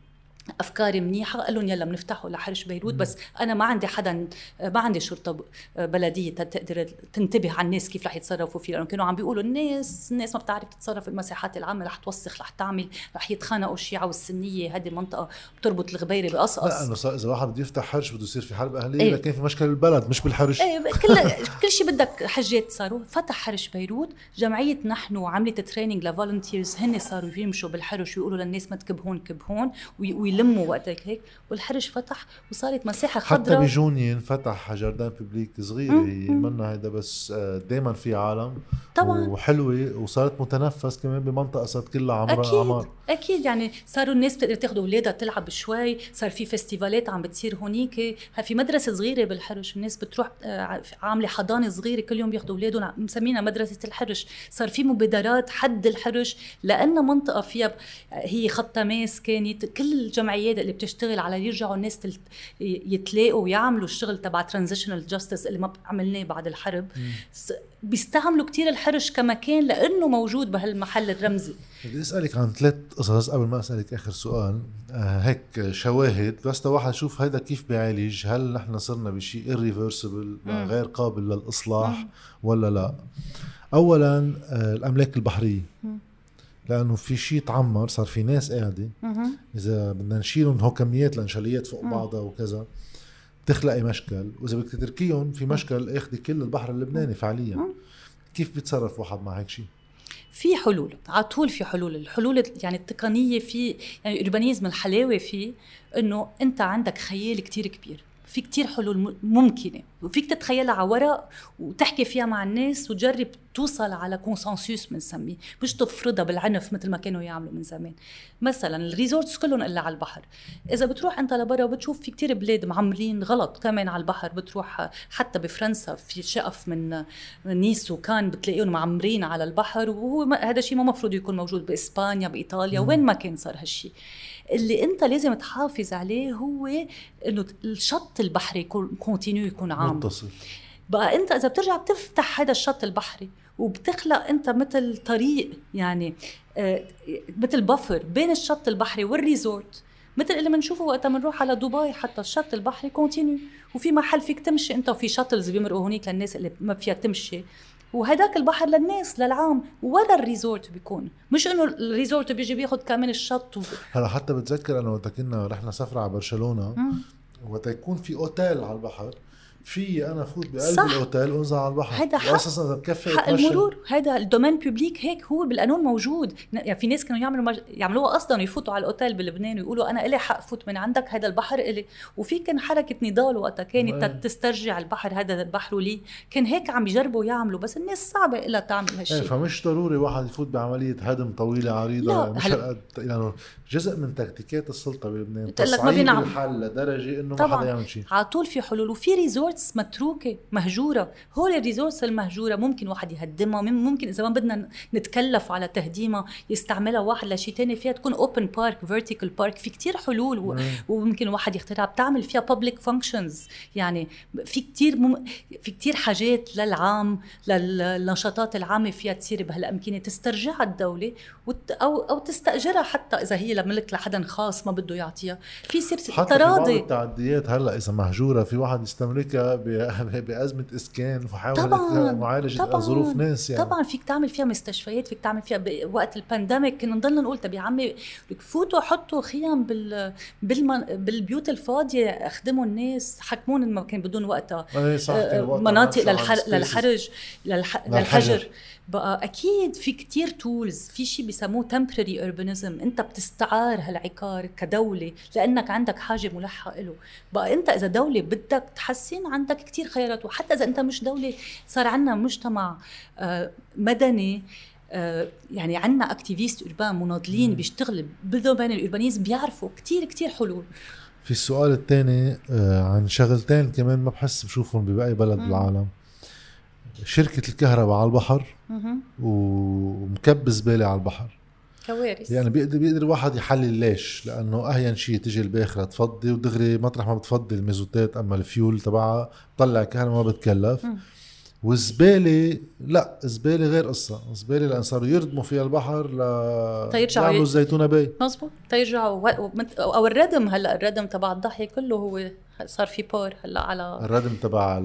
افكار منيحه، قال لهم يلا بنفتحه لحرش بيروت. بس انا ما عندي حدا، ما عندي شرطه بلديه تقدر تنتبه على الناس كيف رح يتصرفوا فيه، لانه كانوا عم بيقولوا الناس ما بتعرف تتصرف بالمساحات العامه، رح توسخ، رح تعمل، رح يتخانقوا الشيعة والسنيه. هذه المنطقه بتربط الغبيره بقصقص. لا انه اذا واحد بده يفتح حرش بده يصير في حرب اهليه، إيه. لكن في مشكله بالبلد مش بالحرش. ايه كل شيء بدك حجات صاروا. فتح حرش بيروت، جمعيه نحن وعملت تريننج لفولنتيرز، هن صاروا يمشوا بالحرش ويقولوا للناس ما تكبهون كبهون ويلموا وقتك هيك، والحرش فتح وصارت مساحه خضراء. حتى بجونين فتح جاردان بيبليك صغيره هي منا هيدا، بس دائما في عالم طبعا وحلوه، وصارت متنفس كمان بمنطقه صارت كلها عمار. اكيد يعني صاروا الناس بتقدر تاخذ اولادها تلعب شوي، صار في فيستيفالات عم بتصير هونيك، في مدرسه صغيره بالحرش، الناس بتروح عامله حضانه صغيره كل يوم بياخذوا اولادهم، مسمينها مدرسه الحرش. صار في مبادرات حد الحرش، لأن منطقه فيها هي خط تماس. كانت كل الجمعيات اللي بتشتغل على يرجعوا الناس يتلاقوا ويعملوا الشغل تبع ترانزيشنال جاستس اللي ما عملناه بعد الحرب، بيستعملوا كتير الحرش كمكان لانه موجود بهالمحل الرمزي. بدي اسالك عن 3 قصص قبل ما اسالك اخر سؤال، هيك شواهد بس لواحد يشوف هيدا كيف بيعالج. هل نحن صرنا بشيء irreversible غير قابل للاصلاح ولا لا؟ اولا الاملاك البحريه، لانه في شيء تعمر، صار في ناس قاعده، اذا بدنا نشيلهم هو كميات لانشاليات فوق بعضها وكذا تخلقي مشكل، واذا بدك تتركيهم في مشكل اخذ كل البحر اللبناني فعليا. كيف بيتصرف واحد مع هيك شيء؟ في حلول على طول، في حلول. الحلول يعني التقنيه، في يعني الأوربانيزم الحلاوه فيه انه انت عندك خيال كتير كبير، في كتير حلول ممكنه، وفيك تتخيلها على ورق وتحكي فيها مع الناس وتجرب توصل على كونسنسوس بنسميه، مش تفرضها بالعنف مثل ما كانوا يعملوا من زمان. مثلا الريزورتس كلهم الا على البحر. اذا بتروح انت لبرا وبتشوف في كتير بلاد معمرين غلط كمان على البحر، بتروح حتى بفرنسا في شقف من نيس وكان بتلاقيهم معمرين على البحر، وهو هذا الشيء ما مفروض يكون موجود باسبانيا بايطاليا وين ما كان صار هالشيء. اللي انت لازم تحافظ عليه هو انه الشط البحري يكون كونتينيو، يكون عام متصل. بقى انت اذا بترجع بتفتح هذا الشط البحري وبتخلق انت مثل طريق، يعني مثل بفر بين الشط البحري والريزورت، مثل اللي بنشوفه وقت بنروح على دبي، حتى الشط البحري كونتينيو وفي محل فيك تمشي انت، وفي شاتلز بيمرقوا هونيك للناس اللي ما فيها تمشي، وهداك البحر للناس للعام، ولا الريزورت بيكون، مش انه الريزورت بيجي بياخد كامل الشط هلا حتى بتذكر انا وقت كنا رحنا سفرة على برشلونة، وقت يكون في اوتيل على البحر، في انا فوت بقلب الاوتيل وانزل على البحر، هذا واساسا اذا بكفي حق المرور، هذا الدومين بوبليك هيك هو بالقانون موجود. يعني في ناس كانوا يعملوها اصلا، يفوتوا على الاوتيل بلبنان ويقولوا انا إلي حق فوت من عندك، هذا البحر إلي. وفي كان حركه نضال وقتها كانت تسترجع البحر، هذا البحر ولي كان هيك عم يجربوا يعملوا، بس الناس صعبه إلا تعمل هالشيء. فمش ضروري واحد يفوت بعمليه هدم طويله عريضه، مش هالقد يعني جزء من تكتيكات السلطه بلبنان تصعيد الحل لدرجه انه ما حدا يعمل شيء. على طول في حلول، وفي ريزورتس متروكه مهجوره. هول الريزورتس المهجوره ممكن واحد يهدمها، ممكن اذا ما بدنا نتكلف على تهديمها يستعملها واحد لشيء تاني، فيها تكون اوبن بارك، فيرتيكال بارك، في كتير حلول وممكن واحد يخترعها، بتعمل فيها بابليك فانكشنز. يعني في كتير حاجات للعام، للنشاطات العامه فيها تصير بهالامكنه، تسترجعها الدوله او تستاجرها حتى اذا هي لملك لحدا خاص ما بده يعطيها. في سير تراضي. حتى في بعض التعديات هلا اذا مهجوره في واحد يستملكها بأزمة إسكان، وحاول معالجة ظروف ناس. يعني طبعا فيك تعمل فيها مستشفيات، فيك تعمل فيها وقت البانديميك كنا نضلنا نقول طب يا عمي فوتوا حطوا خيام بالبيوت الفاضية، اخدموا الناس، حكمون ما كان بدون وقتها مناطق للحجر. بقى أكيد في كتير تولز، في شيء بيسموه temporary urbanism، أنت بتستعار هالعقار كدولة لأنك عندك حاجة ملحة له. بقى أنت إذا دولة بدك تحسن عندك كتير خيارات، وحتى إذا أنت مش دولة صار عنا مجتمع مدني، يعني عنا اكتيفيست أوربان مناضلين بيشتغل بالدومين الأوربانيزم، بيعرفوا كتير حلول. في السؤال الثاني عن شغلتين كمان ما بحس بشوفهم بباقي بلد بالعالم، شركة الكهرباء على البحر ومكب زبالة على البحر، كوارث. يعني بيقدر الواحد يحلل ليش، لأنه أهين شيء تجي الباخرة تفضي ودغري مطرح ما بتفضي الميزوتات أما الفيول تبعها طلع كهرباء ما بتكلف، وزبالة لا، زبالة غير قصة. زبالة لأن صاروا يردموا فيها البحر يعملوا الزيتونة باي. مزبوط، تيرجعوا او الردم. هلا الردم تبع الضحية كله هو صار في بار هلا على الردم تبع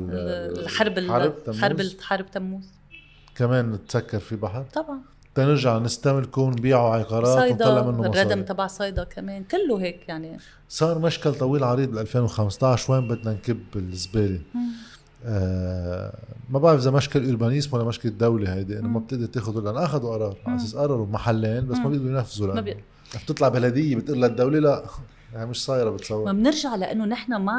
حرب تموز كمان تسكر في بحر طبعا. تنرجع نستملكه ونبيعه عقارات ونطلع منه مصاري. الردم تبع صيدا كمان كله هيك يعني. صار مشكل طويل عريض بال 2015 وين بدنا نكب الزبالة. ما بعرف اذا مشكل اوربانيزم ولا مشكل دولة هيدي، انه ما بتقدر تاخذوا، لان اخذوا قرار على اساس قرروا محلين بس ما بيقدروا ينفذوا. لانه بتطلع بلدية بتقول للدولة لا، يعني مش صايرة. بتصور ما بنرجع لانه نحن ما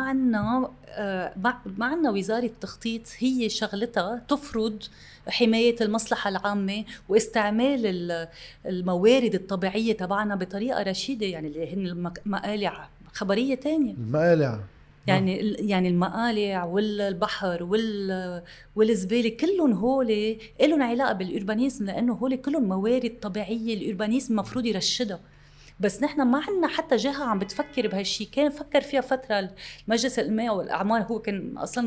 عنا وزارة تخطيط هي شغلتها تفرض حماية المصلحة العامة واستعمال الموارد الطبيعية تبعنا بطريقة رشيدة، يعني اللي هن المقالع خبرية تانية. المقالع يعني المقالع والبحر والزبالة كلهم هول لهم علاقة بالأوربانيزم، لأنه هول كلهم موارد طبيعية الأوربانيزم مفروض يرشدها. بس نحن ما عندنا حتى جهة عم بتفكر بهالشي. كان فكر فيها فترة المجلس المائي والأعمار، هو كان أصلا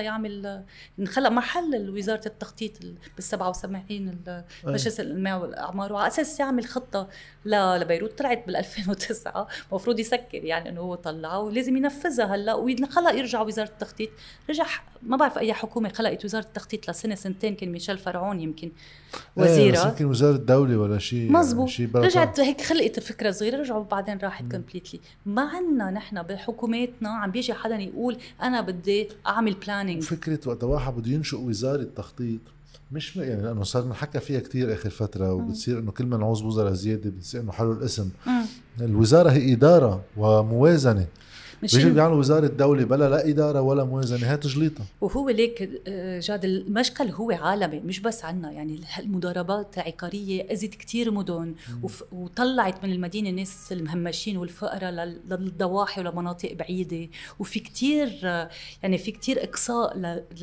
انخلق محل وزارة التخطيط بال77 المجلس المائي والأعمار، وعلى أساس يعمل خطة لبيروت. طلعت بال2009 مفروض يسكر، يعني أنه هو طلعه ولازم ينفذها هلا وينخلق يرجع وزارة التخطيط. رجع ما بعرف أي حكومة خلقت وزارة التخطيط لسنة سنتين، كان ميشيل فرعون يمكن وزيرة، يمكن وزارة الدولة ولا شيء. مزبوط. رجعت هيك خلقت فكرة صغيرة، رجعوا بعدين راحت كومبليتلي. ما عنا نحن بحكوماتنا عم بيجي حدا يقول أنا بدي أعمل بلانينج. فكرة وقت واحد بده ينشئ وزارة تخطيط مش يعني، لأنه صار نحكى فيها كتير آخر فترة، وبتصير إنه كل ما نعوز وزراء زيادة بتصير إنه حلو الاسم. الوزارة هي إدارة وموازنة. بيجي بيعملوا وزارة دولة بلا لا إدارة ولا موازنة، هي تجليطة. وهو ليك جاد المشكل هو عالمي مش بس عنا، يعني المضاربات العقارية أزت كتير مدن وطلعت من المدينة ناس المهمشين والفقراء للضواحي ولمناطق بعيدة، وفي كتير يعني في كتير إقصاء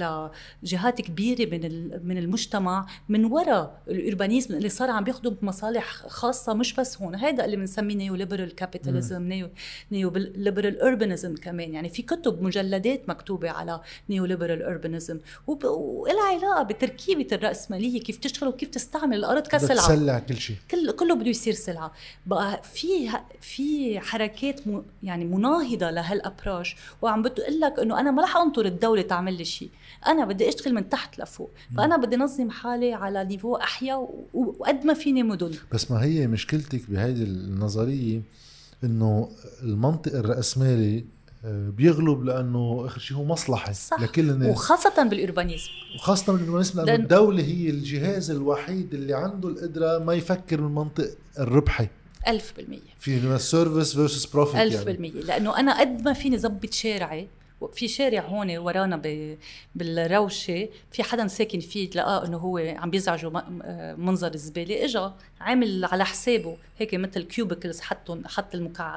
لجهات كبيرة من المجتمع من وراء الأوربانيزم اللي صار عم بيخدم مصالح خاصة. مش بس هون، هذا اللي بنسميه نيو ليبرال كابيتاليزم، نيو ليبرال أوربانيزم كمان. يعني في كتب مجلدات مكتوبة على نيو ليبرال أوربانيزم وإلها علاقة بتركيبة الرأسمالية، كيف تشتغل وكيف تستعمل الأرض كسلعة. تسلع كل شيء، كله بده يصير سلعة. بقى في حركات يعني مناهضة لهالأبراج، وعم بتقول لك إنه أنا ما رح أنطر الدولة تعمل لي شيء، أنا بدي أشتغل من تحت لفوق. فأنا بدي نظم حالي على نيفو أحيا وقد ما فيني مدن. بس ما هي مشكلتك بهذه النظرية إنه المنطق الرأسمالي بيغلب، لأنه آخر شيء هو مصلحة لكل الناس، وخاصة بالأوربانيزم. لأنه الدولة هي الجهاز الوحيد اللي عنده القدرة ما يفكر من منطق الربحي 1000%. في سيرفيس فيرسس بروفيت 1000%. لأنه أنا قد ما فيني زبط شارعي، في شارع هون ورانا بالروشة في حدا ساكن فيه، لقاه انه هو عم بيزعجه منظر الزبالة، اجا عامل على حسابه هيك مثل كيوبيكلز، حط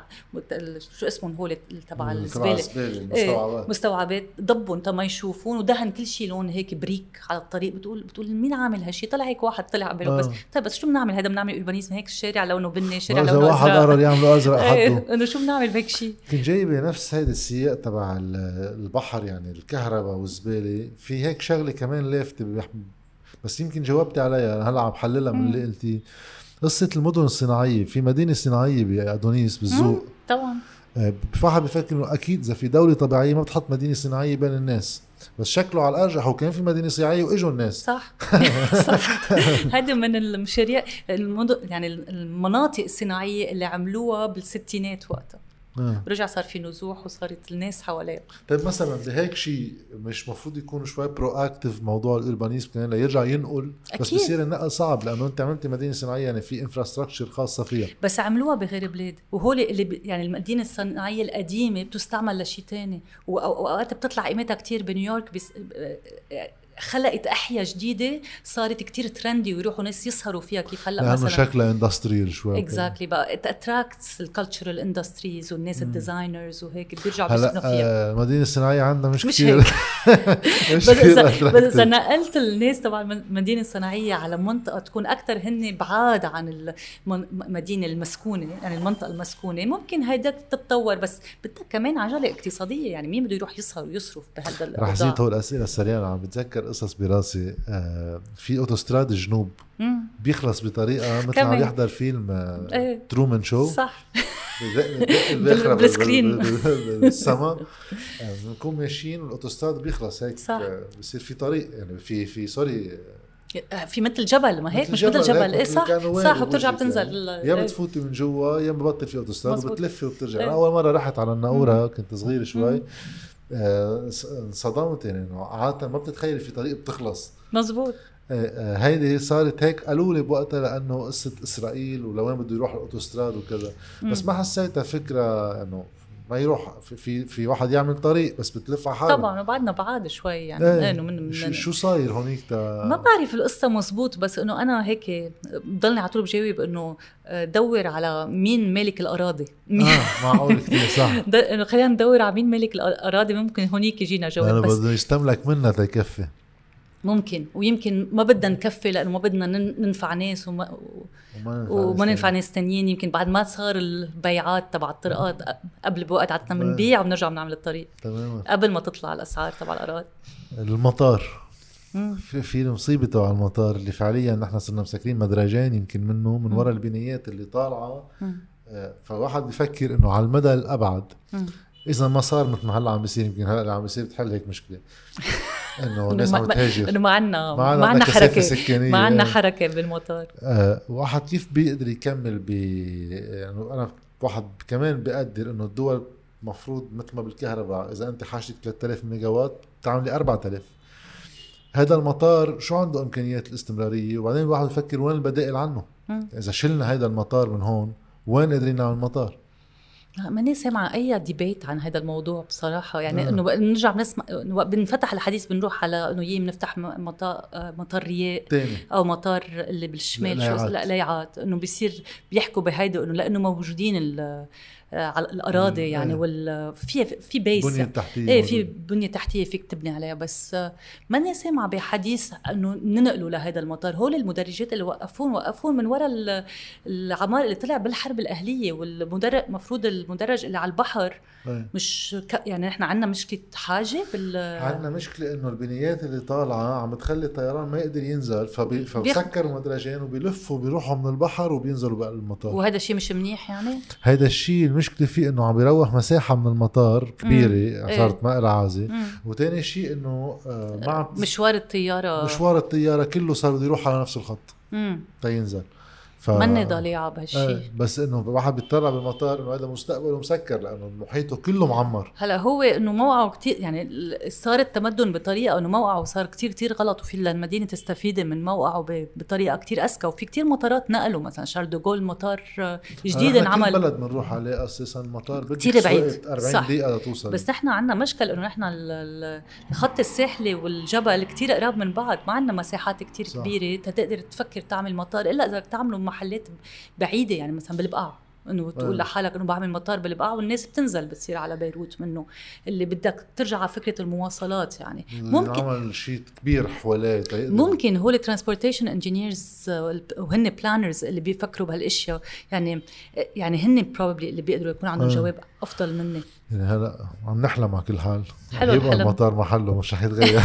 شو اسمهم هول تبع الزبالة، مستوعبات ضبهم تما يشوفون، ودهن كل شيء لون هيك بريك على الطريق. بتقول مين عامل هالشي؟ طلع هيك واحد طلع باله بس. طيب بس شو بنعمل؟ هذا بنعمل أوربانيزم هيك؟ الشارع لونه بني، شارع لونه ازرق، واحد قرر يعملوا ازرق حده. انه شو بنعمل بهيك شيء؟ كنت جايبه نفس هيدا السياق تبع البحر، يعني الكهرباء والزبالة. في هيك شغلة كمان لافتة بس يمكن جاوبتي عليها، هلا عم بحللها من اللي قلتي. قصة المدن الصناعية، في مدينة صناعية بأدونيس بالزوق طبعا. فواحد بفكر انه اكيد اذا في دولة طبيعية ما بتحط مدينة صناعية بين الناس، بس شكله على الارجح وكان في مدينة صناعية واجوا الناس. صح. صح. هذا من المشاريع المدن، يعني المناطق الصناعية اللي عملوها بالستينات وقتها. رجع صار في نزوح وصارت الناس حواليه. طيب مثلا لهيك شيء مش مفروض يكون شوي برو اكتيف موضوع الاربانيزم كمان ليرجع ينقل؟ أكيد. بس بصير النقل صعب لانه انت عملت مدينه صناعيه، يعني في انفراستراكشر خاصه فيها، بس عملوها بغير بلاد. وهول اللي يعني المدينه الصناعيه القديمه بتستعمل لشيء تاني، واوقات بتطلع قيمتها كتير بنيويورك. بس خلقت أحياء جديدة صارت كتير ترندي ويروحوا ناس يسهروا فيها، كيف هلأ لأنه شكلها اندستريال شوي. exactly. بقى it attracts الكالتشرال اندستريز والناس الديزاينرز وهيك بيرجعوا بيسكنوا فيها. المدينة الصناعية عندنا مش كتير. بس إذا نقلت الناس تبع المدينة الصناعية على منطقة تكون أكتر هن بعاد عن المدينة المسكونة، يعني المنطقة المسكونة، ممكن هيدا تتطور. بس بدك كمان عجلة اقتصادية، يعني مين بده يروح يسهر ويصرف بهذا الوضع؟ رح زيد هول الأسئلة السريعة. عم بتذكر اتذكر قصص براسي. في اوتوستراد الجنوب بيخلص بطريقه مثل ما بيحضر فيلم ترومان شو. صح. بالسكرين بالسما بنكون ماشيين الاوتوستراد بيخلص هيك. بصير في طريق يعني في سوري في مثل جبل، ما هيك مش مثل جبل. ايه صح صح. وبترجع بتنزل يا بتفوتي من جوا يا ببطل في اوتوستراد وبتلفي وبترجع. انا اول مره رحت على الناقوره كنت صغير شوي انصدمت يعني انه عاده ما بتتخيلي في طريق بتخلص. مزبوط. هيدي صارت هيك قالوا لي بوقتها لانه قصه اسرائيل ولوين بده يروح الاوتوستراد وكذا. بس ما حسيتها فكره انه ما يروح في واحد يعمل طريق بس بتلف على حاله. طبعا وبعدنا بعاد شوي يعني. انه من شو صاير هونيك ما بعرف القصه مزبوط، بس انه انا هيك بضلني على طول بجاوب انه دور على مين مالك الاراضي. معقول كثير صح. انه خلينا ندور على مين مالك الاراضي، ممكن هونيك يجينا جواب. بس بده يستملك منا تكفي ممكن، ويمكن ما بدنا نكفي لانه ما بدنا ننفع ناس وما ننفع ناس تانيين. يمكن بعد ما صار البيعات تبع الطرقات قبل بوقت عدنا بنبيع وبنرجع بنعمل الطريق تماما قبل ما تطلع الاسعار تبع الاراضي. المطار في مصيبته على المطار اللي فعليا نحن صرنا مسكرين مدرجين يمكن منه من وراء البنيات اللي طالعه. فواحد بيفكر انه على المدى الابعد اذا ما صار مثل ما هلا عم بيصير، يمكن هلا عم بيصير بتحل هيك مشكله انه الناس عم تهاجر، انه ما عندنا حركه، ما عندنا حركه بالمطار. واحد كيف بيقدر يكمل يعني انا واحد كمان بقدر انه الدول مفروض مثل ما بالكهرباء اذا انت حاجتك 3000 ميجا وات بتعملي 4000. هذا المطار شو عنده امكانيات الاستمراريه؟ وبعدين الواحد يفكر وين البدائل عنه. اذا شلنا هذا المطار من هون وين قادرين نعمل مطار؟ ماني سامعة أي ديبيت عن هذا الموضوع بصراحة. يعني إنه نرجع بنسمع بنفتح الحديث بنروح على إنه بنفتح مطار رياء تاني أو مطار اللي بالشمال شو لايعات، إنه بيصير بيحكوا بهيدا إنه لأنه موجودين على الأراضي يعني في بيس بنية تحتية. إيه في بنية تحتية فيك تبني عليها. بس ماني سامعة بحديث إنه ننقلوا لهذا المطار. هول المدرجات اللي وقفون من وراء العمار اللي طلع بالحرب الأهلية، والمدرج مفروض المدرج اللي على البحر مش يعني نحن عندنا مشكلة حاجة عندنا مشكلة إنه البنيات اللي طالعة عم تخلي الطيران ما يقدر ينزل، فبسكروا مدرجين وبيلفوا بيروحوا من البحر وبينزلوا بقى المطار. وهذا الشيء مش منيح يعني. هذا الشيء المشكلة فيه إنه عم بيروح مساحة من المطار كبيرة صارت ما لها عازة. وتاني شيء إنه مع مشوار الطيارة كله صار بده يروح على نفس الخط تينزل. مني ضليعة بهالشيء. بس انه واحد بيطلع بالمطار انه هذا مستقبله مسكر لانه محيطه كله معمر. هلا هو انه موقعه كتير يعني صار التمدن بطريقه انه موقعه صار كتير غلط، وفي المدينه تستفيد من موقعه بطريقه كتير اذكى. وفي كتير مطارات نقلوا مثلا شارل دوغول مطار جديد انعمل. كل بلد بنروح عليه اساسا المطار كتير بعيد 40 دقيقه لتوصل. بس نحن عندنا مشكله انه نحن الخط الساحلي والجبل كتير قراب من بعض، ما عندنا مساحات كتير كبيره تقدر تفكر تعمل مطار الا اذا بدك تعملوا محلات بعيدة. يعني مثلا بالبقاع انه تقول لحالك انه بعمل مطار بالبقاع والناس بتنزل بتصير على بيروت منه، اللي بدك ترجع على فكرة المواصلات. يعني ممكن نعمل شيء كبير حواليه ممكن هو الترانسبورتيشن انجينيرز وهن بلانرز اللي بيفكروا بهالاشياء. يعني هن probably اللي بيقدروا يكون عندهم جواب افضل مني. يعني هلا عم نحلم على كل حال يبقى المطار محله مش رح يتغير.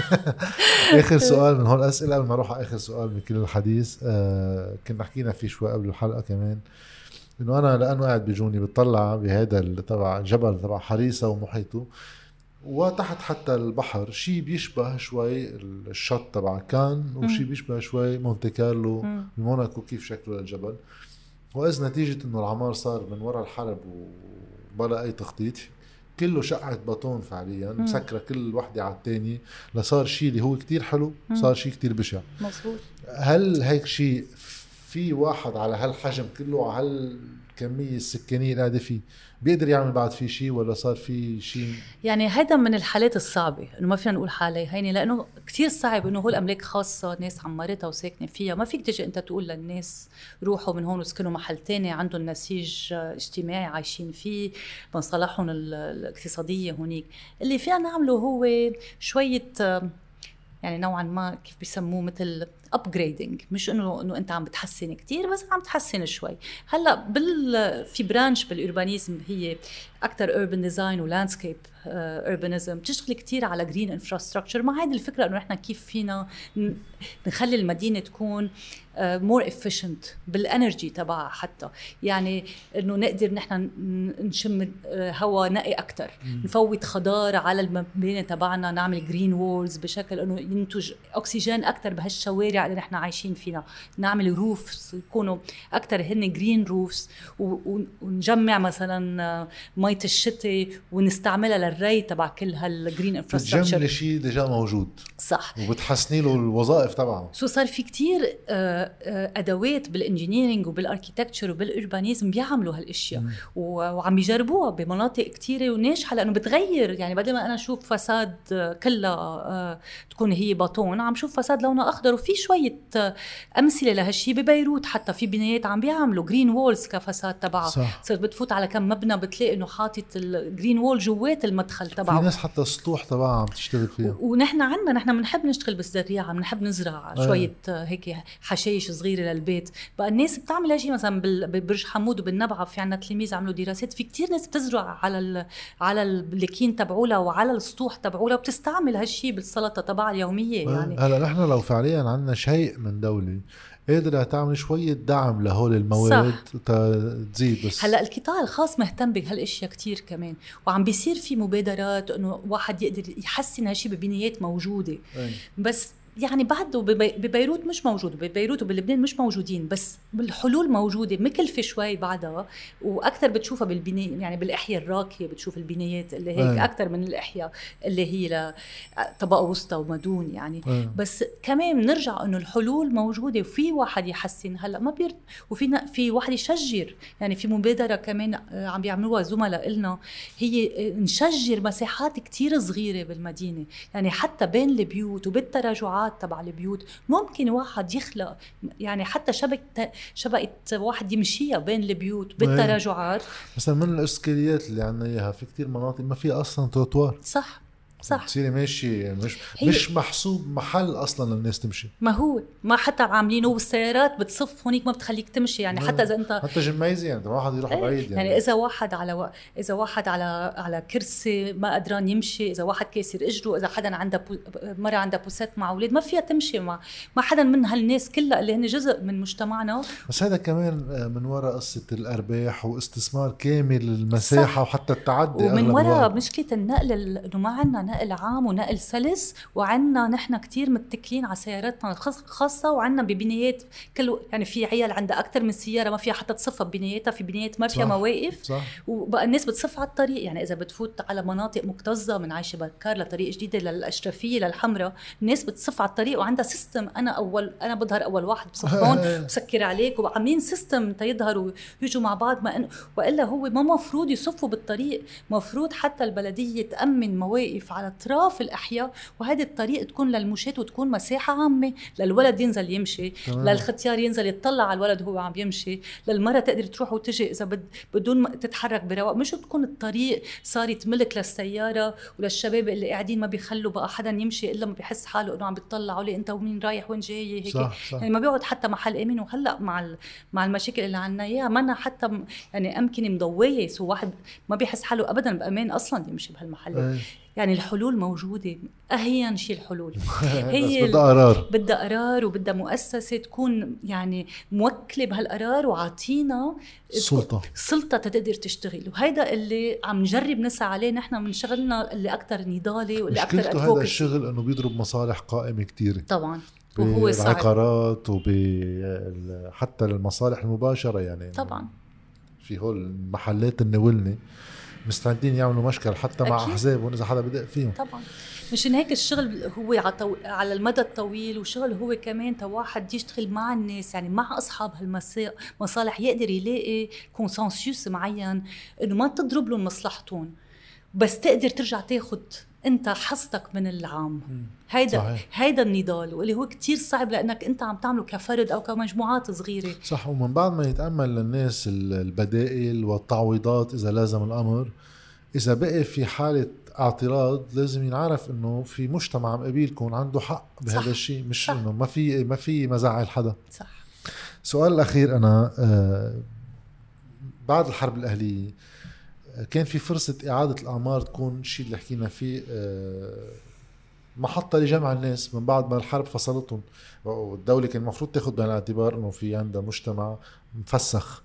اخر سؤال من هون الاسئله قبل ما اروح على اخر سؤال من كل الحديث. كنا حكينا فيه شوي قبل الحلقه كمان، انه انا لانه قاعد بجوني بتطلع بهذا تبع جبل تبع حريصه ومحيطه وتحت حتى البحر شيء بيشبه شوي الشط تبع كان وشيء بيشبه شوي مونتي كارلو بموناكو كيف شكله الجبل. واذ نتيجه انه العمار صار من وراء الحرب وبلا اي تخطيط كله شقعة بطون فعليا مسكرة كل وحدة على التاني لصار شيء اللي هو كتير حلو صار شيء كتير بشع. مظبوط. هل هيك شيء في واحد على هالحجم كله على هالكمية السكانية اللي قاعدة فيه بيقدر يعمل بعد فيه شيء ولا صار فيه شيء؟ يعني هذا من الحالات الصعبة انه ما فينا نقول حالة هيني، لانه كتير صعب انه هو الاملاك خاصة ناس عمرتها وساكنة فيها. ما فيك تجي انت تقول للناس روحوا من هون وسكنوا محل تاني عندهم نسيج اجتماعي عايشين فيه بنصلحهم الاقتصادية هونيك. اللي فينا نعمله هو شوية يعني نوعا ما كيف بيسموه مثل upgrading، مش انه انت عم بتحسن كتير بس عم تحسن شوي. هلا في برانش بالأوربانيزم هي اكثر urban design و landscape urbanism بتشتغل كتير على green infrastructure، مع هذه الفكرة انه نحن كيف فينا نخلي المدينة تكون more efficient بالانرجي تبعها، حتى يعني انه نقدر نحن نشم هواء نقي اكثر، نفوت خضار على المباني تبعنا، نعمل green walls بشكل انه ينتج اكسجين اكثر بهالشوارع اللي نحن عايشين فينا، نعمل روفs يكونوا اكثر هن green roofs، ونجمع مثلا مية الشتاء ونستعملها للري تبع كل هالجرين انفراستراكشر. بتجملي شيء ديجا موجود، صح، وبتحسني له الوظائف تبعه. صار في كتير ادوات بالانجينيرينج وبالاركيتكتشر وبالاربانيزم بيعملوا هالاشياء وعم يجربوها بمناطق كتيره وناجحه، لانه بتغير. يعني بدل ما انا اشوف فساد كلها تكون هي بطون، عم شوف فساد لونه اخضر. وفي شويه امثله لهالشيء ببيروت، حتى في بنايات عم بيعملوا جرين وولز كفساد تبعها. صرت بتفوت على كم مبنى بتلاقي انه حاطط الجرين وول جوات المدخل تبعه. في ناس حتى السطوح تبعها عم تشتغل فيها. ونحن نحن بنحب نشتغل بالزريعه، بنحب نزرع شويه هيك حشائش صغيره للبيت. بقى الناس بتعمل هالشيء مثلا ببرج حمود وبالنبعه، في عندنا تلاميذ عملوا دراسات، في كتير ناس بتزرع على البلكين تبعولها وعلى السطوح تبعولها، وبتستعمل هالشيء بالسلطه تبعها اليوميه. يعني هلا نحن لو فعليا عندنا شيء من دوله قادرة تعمل شوية دعم لهول الموارد تزيد. بس هلا القطاع الخاص مهتم بهالاشياء كتير كمان، وعم بيصير في مبادرات انه واحد يقدر يحسن هالشيء ببنايات موجوده. بس يعني بعده ببيروت مش موجود، ببيروت وبلبنان مش موجودين، بس بالحلول موجوده، مكلفه شوي بعدها، واكثر بتشوفها بالبنايات، يعني بالاحياء الراقيه بتشوف البنايات اللي هيك اكثر من الاحياء اللي هي لطبقه وسطى ومدون يعني. بس كمان بنرجع انه الحلول موجوده، وفي واحد يحسن. هلا ما في واحد يشجر. يعني في مبادره كمان عم بيعملوها زملاء لنا، هي نشجر مساحات كتير صغيره بالمدينه، يعني حتى بين البيوت وبالتراجعات تبع البيوت ممكن واحد يخلق يعني حتى شبكة واحد يمشيها بين البيوت بالتراجعات. مثلا من الاسكاليات اللي عندنا اياها في كتير مناطق ما في اصلا تروتوار. صح تصيري ماشي مش محسوب محل اصلا للناس تمشي. ما حتى عاملينه، والسيارات بتصف هونيك ما بتخليك تمشي. يعني حتى اذا انت حتى جميزي يعني ما واحد يروح بعيد. يعني اذا واحد على كرسي ما قدران يمشي، اذا واحد كاسر اجره، اذا حدا عنده مرة عندها بوسات مع اولاد، ما فيها تمشي مع حدا من هالناس كلها اللي هن جزء من مجتمعنا. بس هذا كمان من وراء قصة الارباح واستثمار كامل المساحة. صح. وحتى التعدي، ومن وراء مشكلة النقل، انه ما عندنا نقل عام ونقل سلس، وعنا نحن كتير متكلين على سياراتنا الخاصة، وعنا ببنايات يعني في عيال عندها أكتر من سيارة ما فيها حتى تصفها ببناياتها، في بنايات ما فيها مواقف. صح. وبقى الناس بتصف على الطريق. يعني إذا بتفوت على مناطق مكتظة من عايشة بكار لطريق جديدة للأشرفية للحمرة، الناس بتصف على الطريق وعندها سيستم. أنا بظهر أول واحد بصفون بسكر عليك، وعاملين سيستم تيظهروا ويجوا مع بعض. وإلا هو ما مفروض يصفوا بالطريق، مفروض حتى البلدية تأمن مواقف على أطراف الأحياء، وهذه الطريق تكون للمشاة وتكون مساحة عامة، للولد ينزل يمشي، للختيار ينزل يتطلع على الولد هو عم يمشي، للمرة تقدر تروح وتجي إذا بدون ما تتحرك برواق. مش تكون الطريق صارت ملك للسيارة وللشباب اللي قاعدين ما بيخلوا بقى حدا يمشي إلا ما بيحس حاله إنه عم بيطلعوا لي أنت ومين رايح وين جاي هيك. صح. يعني ما بيقعد حتى محل آمن. وهلأ مع المشاكل اللي عنا إياها ما حتى يعني أمكنة مضوية، سو واحد ما بيحس حاله أبدا بأمان أصلا يمشي بهالمحل. يعني الحلول موجودة. أهين شيء الحلول هي بدها قرار وبدها مؤسسة تكون يعني موكلة بهالقرار وعاطينا سلطة تقدر تشتغل. وهيدا اللي عم نجرب نسعى عليه نحن من شغلنا اللي أكتر نضالي واللي أكتر أدفوكسي. هذا الشغل أنه بيضرب مصالح قائمة كتير طبعا، وهو بالعقارات حتى المصالح المباشرة. يعني طبعا في هول المحلات النولنة مستعدين يعملوا مشكل حتى مع أحزابهم إذا حدا بدأ فيهم. طبعا. مشان هيك الشغل هو على المدى الطويل، وشغل هو كمان واحد يشتغل مع الناس، يعني مع أصحاب هالمصالح، يقدر يلاقي كونسنسوس معين إنه ما تضرب لهم مصلحتهم، بس تقدر ترجع تاخد انت حصتك من العام. هيدا النضال واللي هو كتير صعب لانك انت عم تعمله كفرد او كمجموعات صغيره. صح. ومن بعد ما يتامل للناس البدائل والتعويضات اذا لازم الامر، اذا بقي في حاله اعتراض لازم ينعرف انه في مجتمع مقابلكم عنده حق بهذا الشيء، مش انه ما في مزعل حدا. صح. سؤال الاخير، انا بعد الحرب الاهليه كان في فرصه اعاده الاعمار تكون شيء اللي حكينا فيه، محطه لجمع الناس من بعد ما الحرب فصلتهم، والدوله كان المفروض تاخذ بعين الاعتبار انه في عندها مجتمع مفسخ.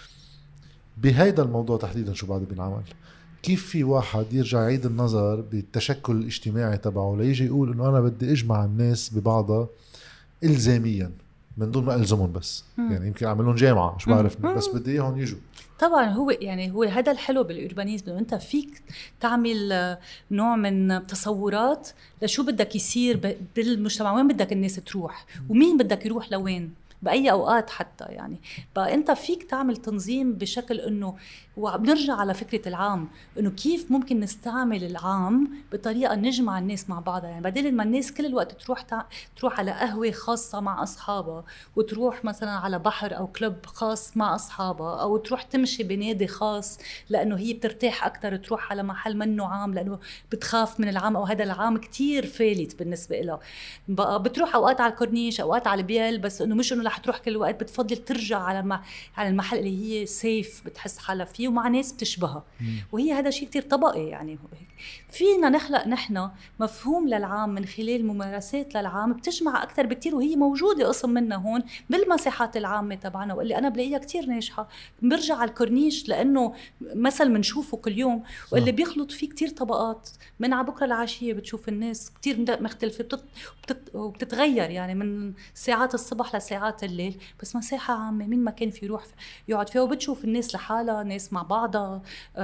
بهيدا الموضوع تحديدا شو بعد بينعمل؟ كيف في واحد يرجع يعيد النظر بالتشكل الاجتماعي تبعه ليجي يقول انه انا بدي اجمع الناس ببعضها الزاميا من دون ما الزمهم بس؟ يعني يمكن اعمل لهم جامعه مش بعرف، بس بدي اياهم يجوا. طبعا هو هذا الحلو بالأوربانيزم، انه انت فيك تعمل نوع من تصورات لشو بدك يصير بالمجتمع، وين بدك الناس تروح ومين بدك يروح لوين بأي أوقات حتى. يعني بقى أنت فيك تعمل تنظيم بشكل أنه، وبنرجع على فكرة العام، أنه كيف ممكن نستعمل العام بطريقة نجمع الناس مع بعضها. يعني بدل ما الناس كل الوقت تروح على قهوة خاصة مع أصحابها، وتروح مثلا على بحر أو كلوب خاص مع أصحابها، أو تروح تمشي بنادي خاص لأنه هي بترتاح أكتر، تروح على محل منه عام لأنه بتخاف من العام، أو هذا العام كتير فالت بالنسبة لها. بقى بتروح أوقات على الكورنيش، أوقات على البيال، بس أنه مش أنه رح تروح كل وقت، بتفضل ترجع على المحل اللي هي سيف بتحس حالها فيه ومع ناس بتشبهها. وهي هذا شيء كتير طبقي. يعني فينا نخلق نحن مفهوم للعام من خلال ممارسات للعام بتجمع أكتر بكتير، وهي موجودة قسم منها هون بالمساحات العامة تبعنا، واللي أنا بلاقيها كتير ناجحة. برجع على الكورنيش لأنه مثل منشوفه كل يوم، واللي بيخلط فيه كتير طبقات، من على بكرة العشية بتشوف الناس كتير مختلفة وبتتغير، يعني من ساعات الصبح لساعات الليل، بس مساحة عامة مين ما كان في يروح يقعد فيها، وبتشوف الناس لحالها، ناس مع بعضها،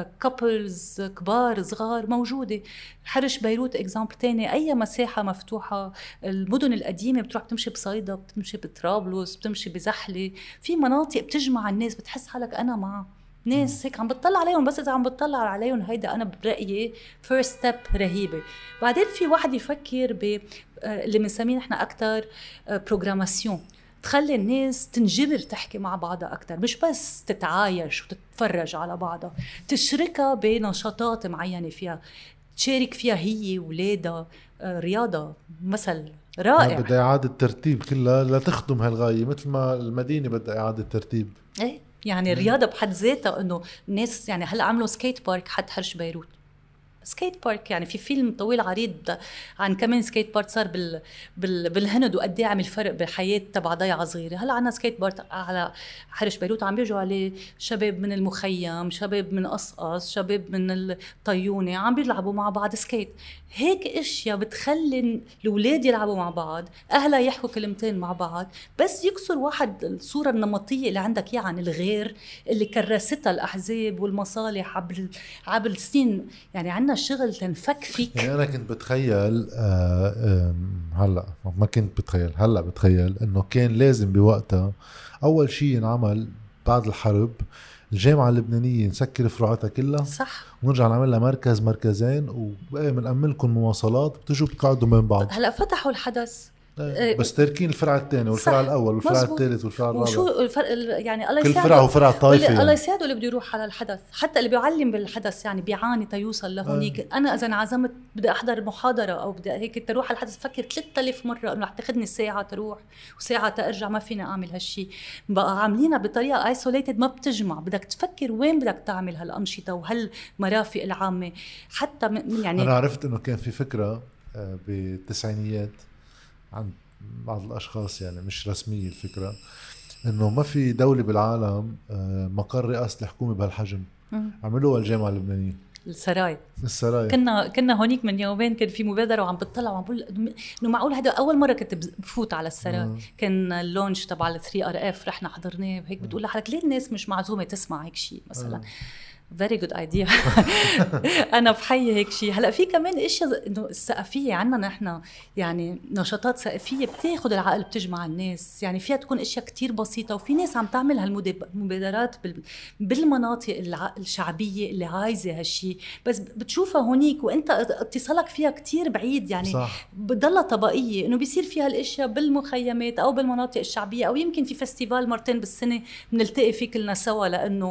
كابلز كبار صغار موجودة. حرش بيروت اكزامبل تاني، أي مساحة مفتوحة. المدن القديمة بتروح بتمشي بصيدا، بتمشي بطرابلس، بتمشي بزحلة، في مناطق بتجمع الناس، بتحس حالك أنا مع ناس هيك عم بتطلع عليهم، بس إذا عم بتطلع عليهم هيدا أنا برأيي first step رهيبة. بعدين في واحد يفكر اللي بنسميه نحن أكتر بروجراماسيون، تخلي الناس تنجبر تحكي مع بعضها أكتر، مش بس تتعايش وتتفرج على بعضها، تشركها بنشاطات معينة فيها، تشارك فيها هي ولادها، رياضة مثل رائع. بدها إعادة ترتيب كلها لتخدم هالغاية، مثل ما المدينة بدها إعادة ترتيب. ايه يعني الرياضة بحد ذاتها، انه الناس يعني هلا عملوا سكيت بارك حد حرش بيروت، سكيت بارك. يعني في فيلم طويل عريض عن كمان سكيت بارك صار بالهند، وقد ايه عمل فرق بالحياه تبع ضيعه صغيره. هلا عنا سكيت بارك على حرش بيروت عم بيجوا عليه شباب من المخيم، شباب من قصقص، شباب من الطيونه، عم بيلعبوا مع بعض سكيت. هيك اشياء بتخلي الاولاد يلعبوا مع بعض، اهلها يحكوا كلمتين مع بعض، بس يكسر واحد الصوره النمطيه اللي عندك اياها عن الغير اللي كرستها الاحزاب والمصالح عبر السنين. يعني عنا الشغل تنفك فيك. يعني أنا كنت بتخيل هلأ ما كنت بتخيل، هلأ بتخيل إنه كان لازم بوقتها أول شيء ينعمل بعد الحرب الجامعة اللبنانية نسكر فروعاتها كلها، صح، ونرجع نعمل لها مركز مركزين، وبقى بنأمن لكم مواصلات بتجوا بتقعدوا من بعض. هلأ فتحوا الحدث بس تاركين الفرع الثاني والفرع الاول والفرع الثالث والفرع الرابع، وشو الفرق يعني الله كل يساعده، فرع وفرع طائفه الله يعني. يساعده اللي بده يروح على الحدث، حتى اللي بيعلم بالحدث يعني بيعاني تيوصل لهونيك. انا اذا انعزمت بدي احضر محاضره او بدي هيك تروح على الحدث، فكر 3000 مره انه رح تاخذني ساعه تروح وساعه ترجع، ما فينا اعمل هالشيء. بقى عاملينها بطريقه ايسوليتد، ما بتجمع، بدك تفكر وين بدك تعمل هالانشطه وهالمرافق العامه. حتى يعني انا عرفت انه كان في فكره بالتسعينيات عن بعض الاشخاص، يعني مش رسميه الفكره، انه ما في دوله بالعالم مقر رئاسه الحكومه بهالحجم. عملوها الجامعه اللبنانيه، السراي. السراي. كنا هونيك من يومين كان في مبادره وعم بتطلع وعم بقول انه معقول هذا اول مره كنت بفوت على السراي. كان اللونش تبع ال 3RF رحنا حضرناه هيك. بتقول لحالك ليه الناس مش معزومه تسمع هيك شيء مثلا؟ very good idea. أنا بحيي هيك شيء. هلأ في كمان إشياء إنه الثقافية عنا نحن، يعني نشاطات ثقافية بتاخد العقل بتجمع الناس، يعني فيها تكون إشياء كتير بسيطة، وفي ناس عم تعمل هالمبادرات بالمناطق الشعبية اللي عايزة هالشيء، بس بتشوفها هونيك وإنت اتصالك فيها كتير بعيد. يعني بضلها طبقية، إنه بيصير فيها الإشياء بالمخيمات أو بالمناطق الشعبية، أو يمكن في فستيفال مرتين بالسنة بنلتقي فيه كلنا سوا، لأنه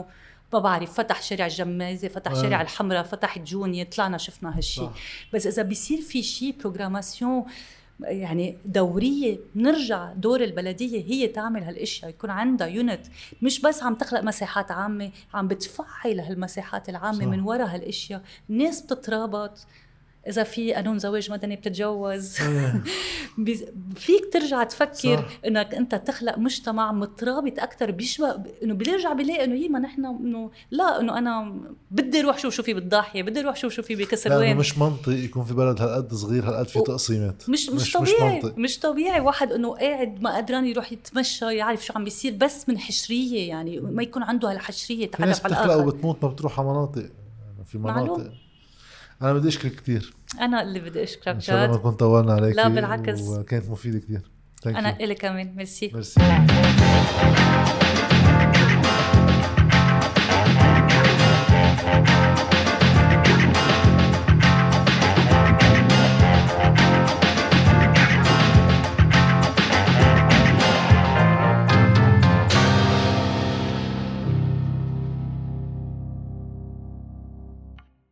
ما بعرف فتح شارع الجمازة، فتح شارع الحمراء، فتح جوني، طلعنا شفنا هالشي. بس إذا بيصير في شي بروجراماسيون يعني دورية، نرجع دور البلدية هي تعمل هالاشياء، يكون عندها يونت مش بس عم تخلق مساحات عامة، عم بتفعل هالمساحات العامة. من وراء هالاشياء الناس بتترابط. إذا في قانون زواج مدني بتتجوز. فيك ترجع تفكر إنك أنت تخلق مجتمع مترابط أكتر، بيشبه إنه بيرجع بيلاقي إنه يما نحن إنه لا، إنه أنا بدي أروح شو في بالضاحية، بدي أروح شو في بكسر وين. مش منطق يكون في بلد هالقد صغير هالقد في تقسيمات. مش طبيعي. مش طبيعي واحد إنه قاعد ما قدران يروح يتمشى يعرف شو عم بيصير بس من حشرية، يعني ما يكون عنده هالحشرية تعرف على الآخر. وبتموت ما بتروح على مناطق، في مناطق معلوم. أنا بدي أشكرك كتير. أنا اللي بدي أشكرك إن شاء الله ما كنت طولنا عليك. لا بالعكس، وكانت مفيدة كتير. أنا إلي كمان. ميرسي.